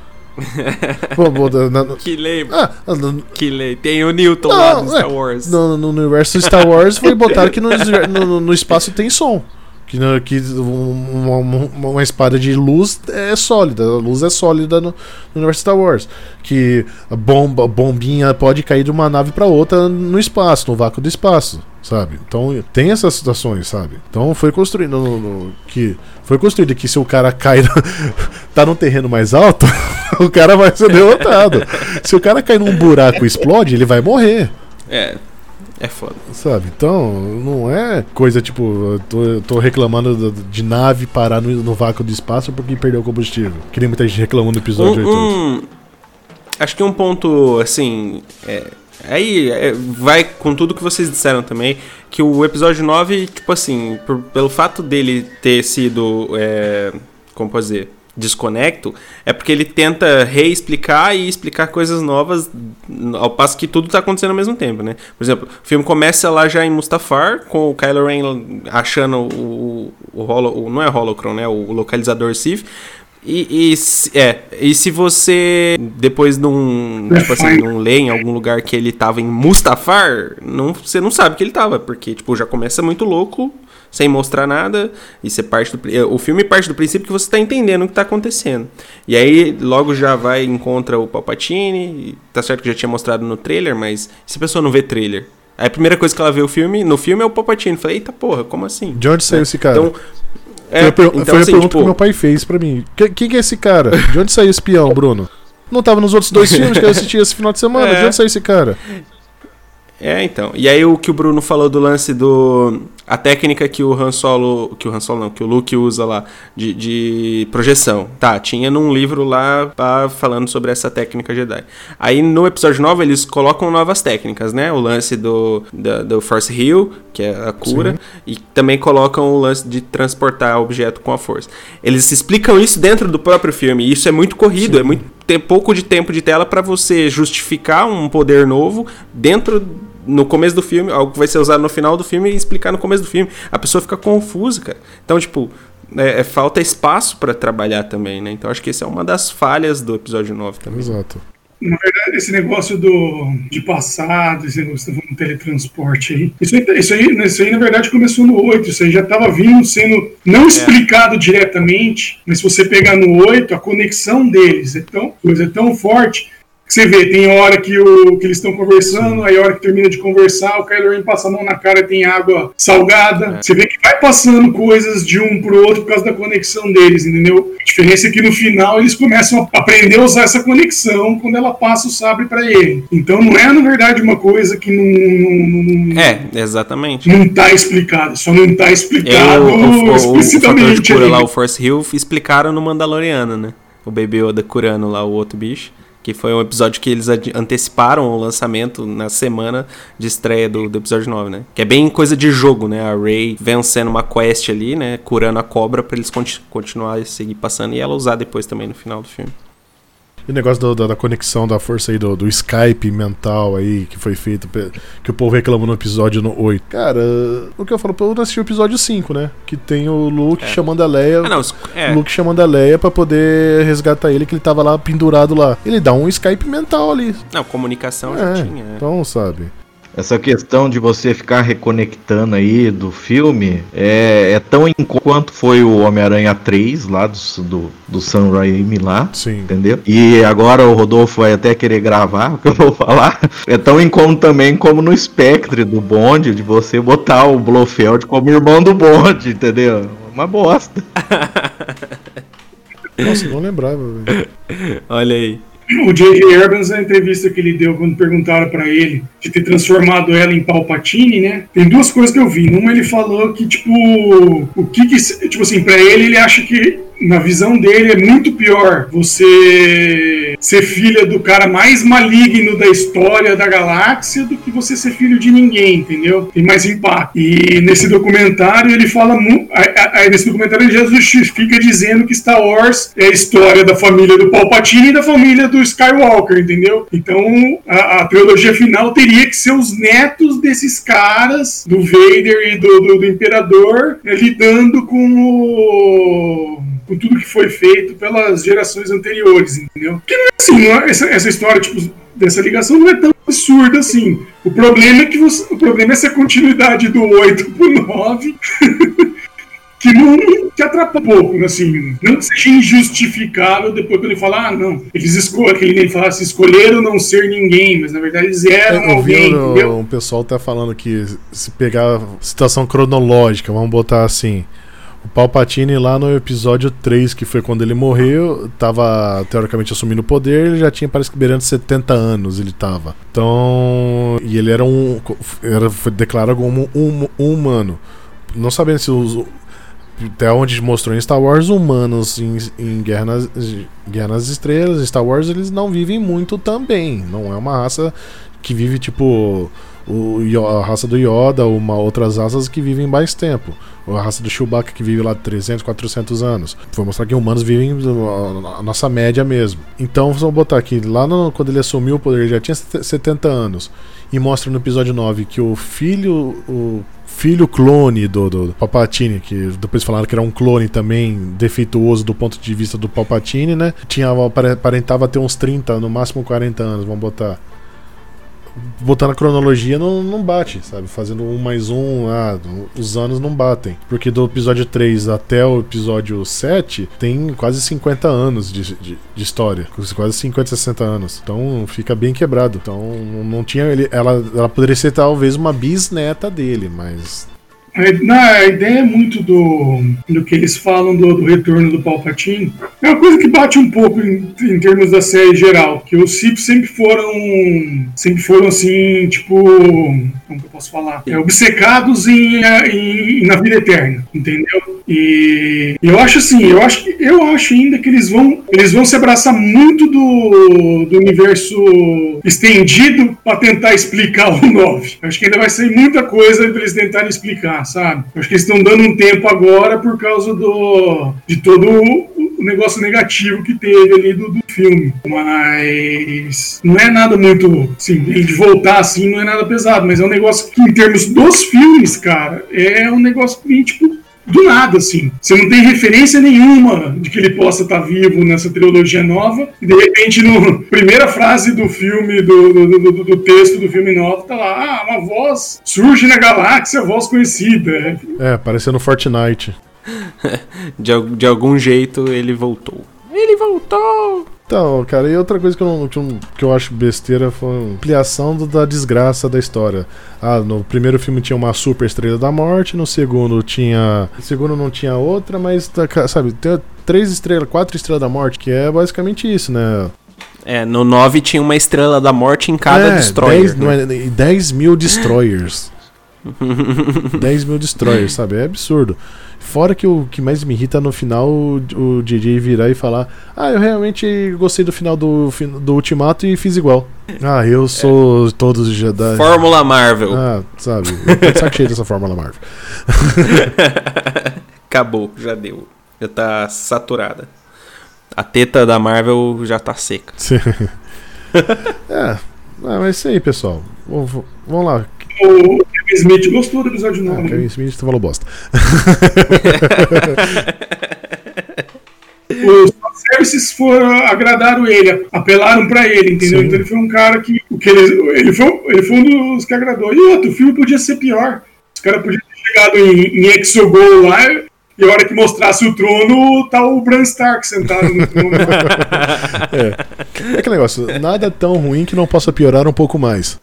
Que lei. Que lei. Tem o Newton lá no Star Wars. No universo Star Wars foi botado que no espaço tem som. Que uma espada de luz é sólida. A luz é sólida no universo Star Wars. Que a bombinha pode cair de uma nave pra outra no espaço, no vácuo do espaço, sabe? Então tem essas situações, sabe? Então foi construído que se o cara cai tá num terreno mais alto, o cara vai ser derrotado. Se o cara cair num buraco e explode, ele vai morrer. É foda. Sabe? Então, não é coisa tipo, eu tô reclamando de nave parar no vácuo do espaço porque perdeu o combustível. Que nem muita gente reclamou no episódio 8. Acho que um ponto, assim. Vai com tudo que vocês disseram também, que o episódio 9, tipo assim, pelo fato dele ter sido. Como posso dizer? Desconecto, é porque ele tenta reexplicar e explicar coisas novas ao passo que tudo tá acontecendo ao mesmo tempo, né? Por exemplo, o filme começa lá já em Mustafar, com o Kylo Ren achando não é Holocron, né? O localizador Sith, E se você depois não lê em algum lugar que ele tava em Mustafar, você não sabe que ele tava, porque tipo, já começa muito louco, sem mostrar nada, e você o filme parte do princípio que você tá entendendo o que tá acontecendo. E aí logo já vai e encontra o Palpatine, tá certo que já tinha mostrado no trailer, mas se a pessoa não vê trailer, aí a primeira coisa que ela vê no filme é o Palpatine. Falei, eita porra, como assim? De onde saiu esse cara? Então, foi a pergunta que meu pai fez pra mim. Quem é esse cara? De onde saiu esse espião, Bruno? Não tava nos outros 2 filmes que eu assisti esse final de semana. De onde saiu esse cara? Então. E aí o que o Bruno falou do lance a técnica que o que o Luke usa lá de projeção. Tá, tinha num livro lá falando sobre essa técnica Jedi. Aí no episódio 9 eles colocam novas técnicas, né? O lance do Force Heal, que é a cura, sim, e também colocam o lance de transportar objeto com a força. Eles explicam isso dentro do próprio filme, e isso é muito corrido, sim, é pouco de tempo de tela pra você justificar um poder novo no começo do filme, algo que vai ser usado no final do filme e explicar no começo do filme. A pessoa fica confusa, cara. Então, tipo, falta espaço pra trabalhar também, né? Então, acho que essa é uma das falhas do episódio 9 também. Exato. Na verdade, esse negócio de passado, esse negócio do teletransporte aí, isso aí, na verdade, começou no 8. Isso aí já estava sendo não explicado diretamente, mas se você pegar no 8, a conexão deles é tão forte. Você vê, tem hora que eles estão conversando, aí a hora que termina de conversar, o Kylo Ren passa a mão na cara e tem água salgada. Você vê que vai passando coisas de um pro outro por causa da conexão deles, entendeu? A diferença é que no final eles começam a aprender a usar essa conexão quando ela passa o sabre pra ele. Então não é, na verdade, uma coisa que não... exatamente. Não tá explicado, só não tá explicado explicitamente. O fator de cura lá, o Force Heal, explicaram no Mandaloriano, né? O Baby Yoda curando lá o outro bicho. Que foi um episódio que eles anteciparam o lançamento na semana de estreia do episódio 9, né? Que é bem coisa de jogo, né? A Rey vencendo uma quest ali, né? Curando a cobra pra eles continuarem a seguir passando e ela usar depois também no final do filme. E o negócio da conexão da força aí, do Skype mental aí, que foi feito, que o povo reclamou no episódio 8. Cara, o que eu falo, eu não assisti o episódio 5, né? Que tem o Luke chamando a Leia. Luke chamando a Leia pra poder resgatar ele, que ele tava lá pendurado lá. Ele dá um Skype mental ali. Não, comunicação já tinha. Então, sabe... Essa questão de você ficar reconectando aí do filme é tão enquanto foi o Homem-Aranha 3 lá do Sam Raimi lá, sim, entendeu? E agora o Rodolfo vai até querer gravar o que eu vou falar. É tão incômodo também como no Spectre do Bond, de você botar o Blofeld como irmão do Bond, entendeu? Uma bosta. Nossa, não lembrava. Olha aí. O J.J. Abrams, na entrevista que ele deu quando perguntaram pra ele de ter transformado ela em Palpatine, né? Tem 2 coisas que eu vi. Uma, ele falou que, tipo, tipo assim, pra ele acha que, na visão dele, é muito pior você ser filha do cara mais maligno da história da galáxia do que você ser filho de ninguém, entendeu? Tem mais impacto. E nesse documentário ele fala nesse documentário ele já justifica dizendo que Star Wars é a história da família do Palpatine e da família do Skywalker, entendeu? Então a trilogia final teria que ser os netos desses caras, do Vader e do Imperador, lidando com tudo que foi feito pelas gerações anteriores, entendeu? Porque não é assim, essa história tipo, dessa ligação não é tão absurda assim. O problema é essa continuidade do 8 pro 9 que não te atrapalha um pouco, assim, não que seja injustificável depois que ele fala, não, eles escolheram não ser ninguém, mas na verdade eles eram alguém, entendeu? O pessoal tá falando que se pegar a situação cronológica, vamos botar assim, o Palpatine lá no episódio 3, que foi quando ele morreu, tava teoricamente assumindo o poder, ele já tinha, parece que beirando 70 anos ele tava. Então, e ele foi declarado como um humano. Não sabendo se até onde mostrou em Star Wars, humanos em Guerra nas Estrelas, Star Wars eles não vivem muito também. Não é uma raça que vive tipo a raça do Yoda ou outras raças que vivem mais tempo. Ou a raça do Chewbacca que vive lá 300, 400 anos. Foi mostrar que humanos vivem a nossa média mesmo. Então vamos botar aqui, lá quando ele assumiu o poder, ele já tinha 70 anos. E mostra no episódio 9 que o filho filho clone do Palpatine, que depois falaram que era um clone também defeituoso do ponto de vista do Palpatine, né? Aparentava ter uns 30, no máximo 40 anos, vamos botar. Botando a cronologia não bate, sabe? Fazendo 1 mais 1, os anos não batem. Porque do episódio 3 até o episódio 7 tem quase 50 anos de história. Quase 50, 60 anos. Então fica bem quebrado. Então não tinha. Ela poderia ser talvez uma bisneta dele, mas. A ideia é muito do que eles falam do retorno do Palpatine. É uma coisa que bate um pouco em termos da série geral, que os Sith sempre foram assim, tipo, como que eu posso falar? Obcecados na vida eterna, entendeu? E eu acho assim, eu acho ainda que eles vão se abraçar muito do universo estendido para tentar explicar o 9. Acho que ainda vai ser muita coisa para eles tentarem explicar, sabe? Acho que eles estão dando um tempo agora por causa de todo o negócio negativo que teve ali do filme. Mas não é nada muito, assim, de voltar assim, não é nada pesado, mas é um negócio que, em termos dos filmes, cara, é um negócio que vem, tipo, do nada, assim. Você não tem referência nenhuma de que ele possa estar vivo nessa trilogia nova, e de repente, na primeira frase do filme, do texto do filme novo, tá lá, uma voz surge na galáxia, voz conhecida. Parecendo Fortnite. De algum jeito ele voltou. Ele voltou! Então, cara, e outra coisa que eu acho besteira foi a ampliação da desgraça da história. No primeiro filme tinha uma super estrela da morte, no segundo não tinha outra, mas, sabe, tem 4 estrelas da morte, que é basicamente isso, né? No 9 tinha uma estrela da morte em cada destroyer. 10 mil destroyers. 10 mil destroyers, sabe? É absurdo. Fora que o que mais me irrita no final o DJ virar e falar: eu realmente gostei do final do Ultimato e fiz igual. Eu sou todos os Jedi. Fórmula Marvel. Sabe? Eu tô de saco cheio dessa Fórmula Marvel. Acabou, já deu. Já tá saturada. A teta da Marvel já tá seca. Mas é isso aí, pessoal. Vamos lá. O Kevin Smith gostou do episódio 9. Kevin Smith falou bosta. Os fanservices agradaram ele, apelaram pra ele, entendeu? Sim. Então ele foi um cara ele foi um dos que agradou. E outro, o filme podia ser pior. Os caras podiam ter chegado em Exogol lá, e a hora que mostrasse o trono, tá o Bran Stark sentado no trono. É aquele negócio, nada tão ruim que não possa piorar um pouco mais.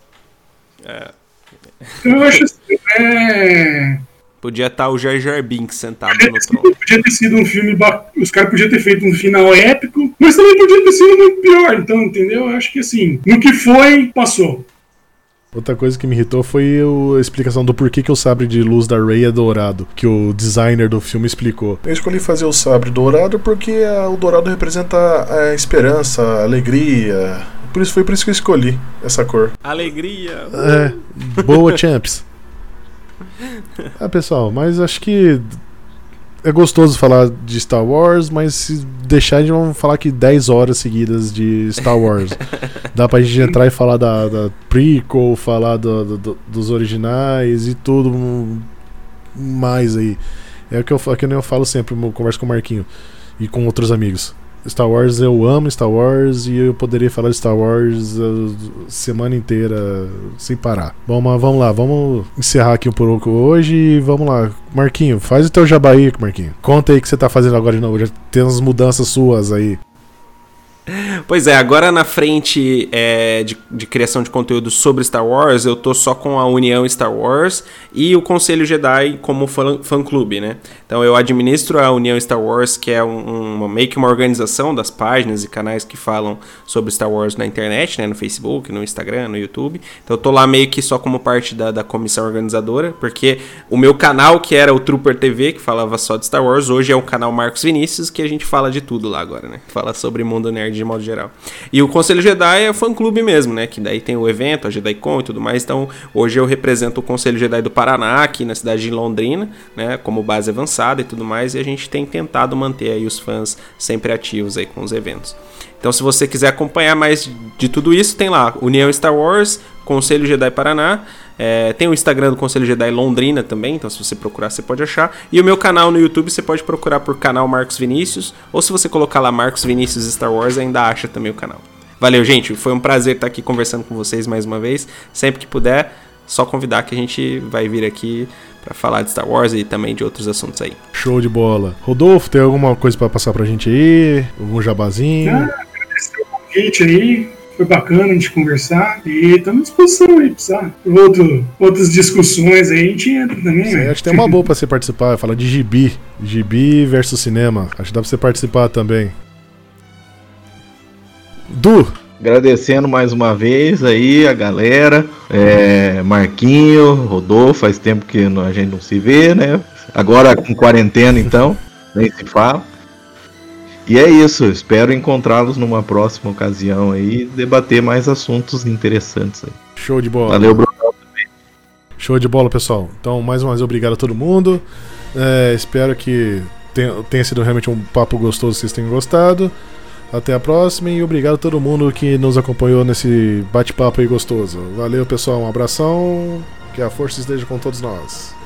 Eu acho assim, podia estar o Jar Jar Binks sentado no trono. Podia ter sido um filme os caras podiam ter feito um final épico, mas também podia ter sido muito pior, então, entendeu? Eu acho que assim, no que foi, passou. Outra coisa que me irritou foi a explicação do porquê que o sabre de luz da Rey é dourado, que o designer do filme explicou. Eu escolhi fazer o sabre dourado porque o dourado representa a esperança, a alegria. Foi por isso que eu escolhi essa cor. Alegria! Boa, champs! Pessoal, mas acho que é gostoso falar de Star Wars, mas se deixar, vamos falar aqui 10 horas seguidas de Star Wars. Dá pra gente entrar e falar da prequel, falar dos originais e tudo mais aí. É o que eu falo sempre, eu converso com o Marquinho e com outros amigos. Star Wars, eu amo Star Wars e eu poderia falar de Star Wars a semana inteira sem parar. Vamos lá, vamos encerrar aqui um pouco hoje e vamos lá. Marquinho, faz o teu jabá aí, Marquinho. Conta aí o que você tá fazendo agora de novo, já tem umas mudanças suas aí. Pois é, agora na frente de criação de conteúdo sobre Star Wars, eu tô só com a União Star Wars e o Conselho Jedi como fã-clube, né? Então eu administro a União Star Wars, que é meio que uma organização das páginas e canais que falam sobre Star Wars na internet, né? No Facebook, no Instagram, no YouTube. Então eu tô lá meio que só como parte da comissão organizadora, porque o meu canal, que era o Trooper TV, que falava só de Star Wars, hoje é o canal Marcos Vinícius, que a gente fala de tudo lá agora, né? Fala sobre mundo nerd de modo geral. E o Conselho Jedi é fã-clube mesmo, né? Que daí tem o evento, a JediCon e tudo mais. Então, hoje eu represento o Conselho Jedi do Paraná, aqui na cidade de Londrina, né? Como base avançada e tudo mais. E a gente tem tentado manter aí os fãs sempre ativos aí com os eventos. Então, se você quiser acompanhar mais de tudo isso, tem lá União Star Wars, Conselho Jedi Paraná. Tem o Instagram do Conselho Jedi Londrina também, então se você procurar você pode achar. E o meu canal no YouTube você pode procurar por canal Marcos Vinícius, ou se você colocar lá Marcos Vinícius Star Wars ainda acha também o canal. Valeu, gente, foi um prazer estar aqui conversando com vocês mais uma vez. Sempre que puder, só convidar que a gente vai vir aqui pra falar de Star Wars e também de outros assuntos aí. Show de bola. Rodolfo, tem alguma coisa pra passar pra gente aí? Algum jabazinho? Agradecer o convite aí. Foi bacana a gente conversar e estamos à disposição aí, precisar. Outras discussões aí a gente entra também, né? Acho que tem uma boa pra você participar, falar de gibi versus cinema. Acho que dá pra você participar também. Agradecendo mais uma vez aí a galera, Marquinho, Rodolfo, faz tempo que a gente não se vê, né? Agora com quarentena então, nem se fala. E é isso, espero encontrá-los numa próxima ocasião aí e debater mais assuntos interessantes aí. Show de bola. Valeu, Bruno. Show de bola, pessoal. Então, mais uma vez, obrigado a todo mundo. Espero que tenha sido realmente um papo gostoso, vocês tenham gostado. Até a próxima e obrigado a todo mundo que nos acompanhou nesse bate-papo aí gostoso. Valeu, pessoal, um abração, que a força esteja com todos nós.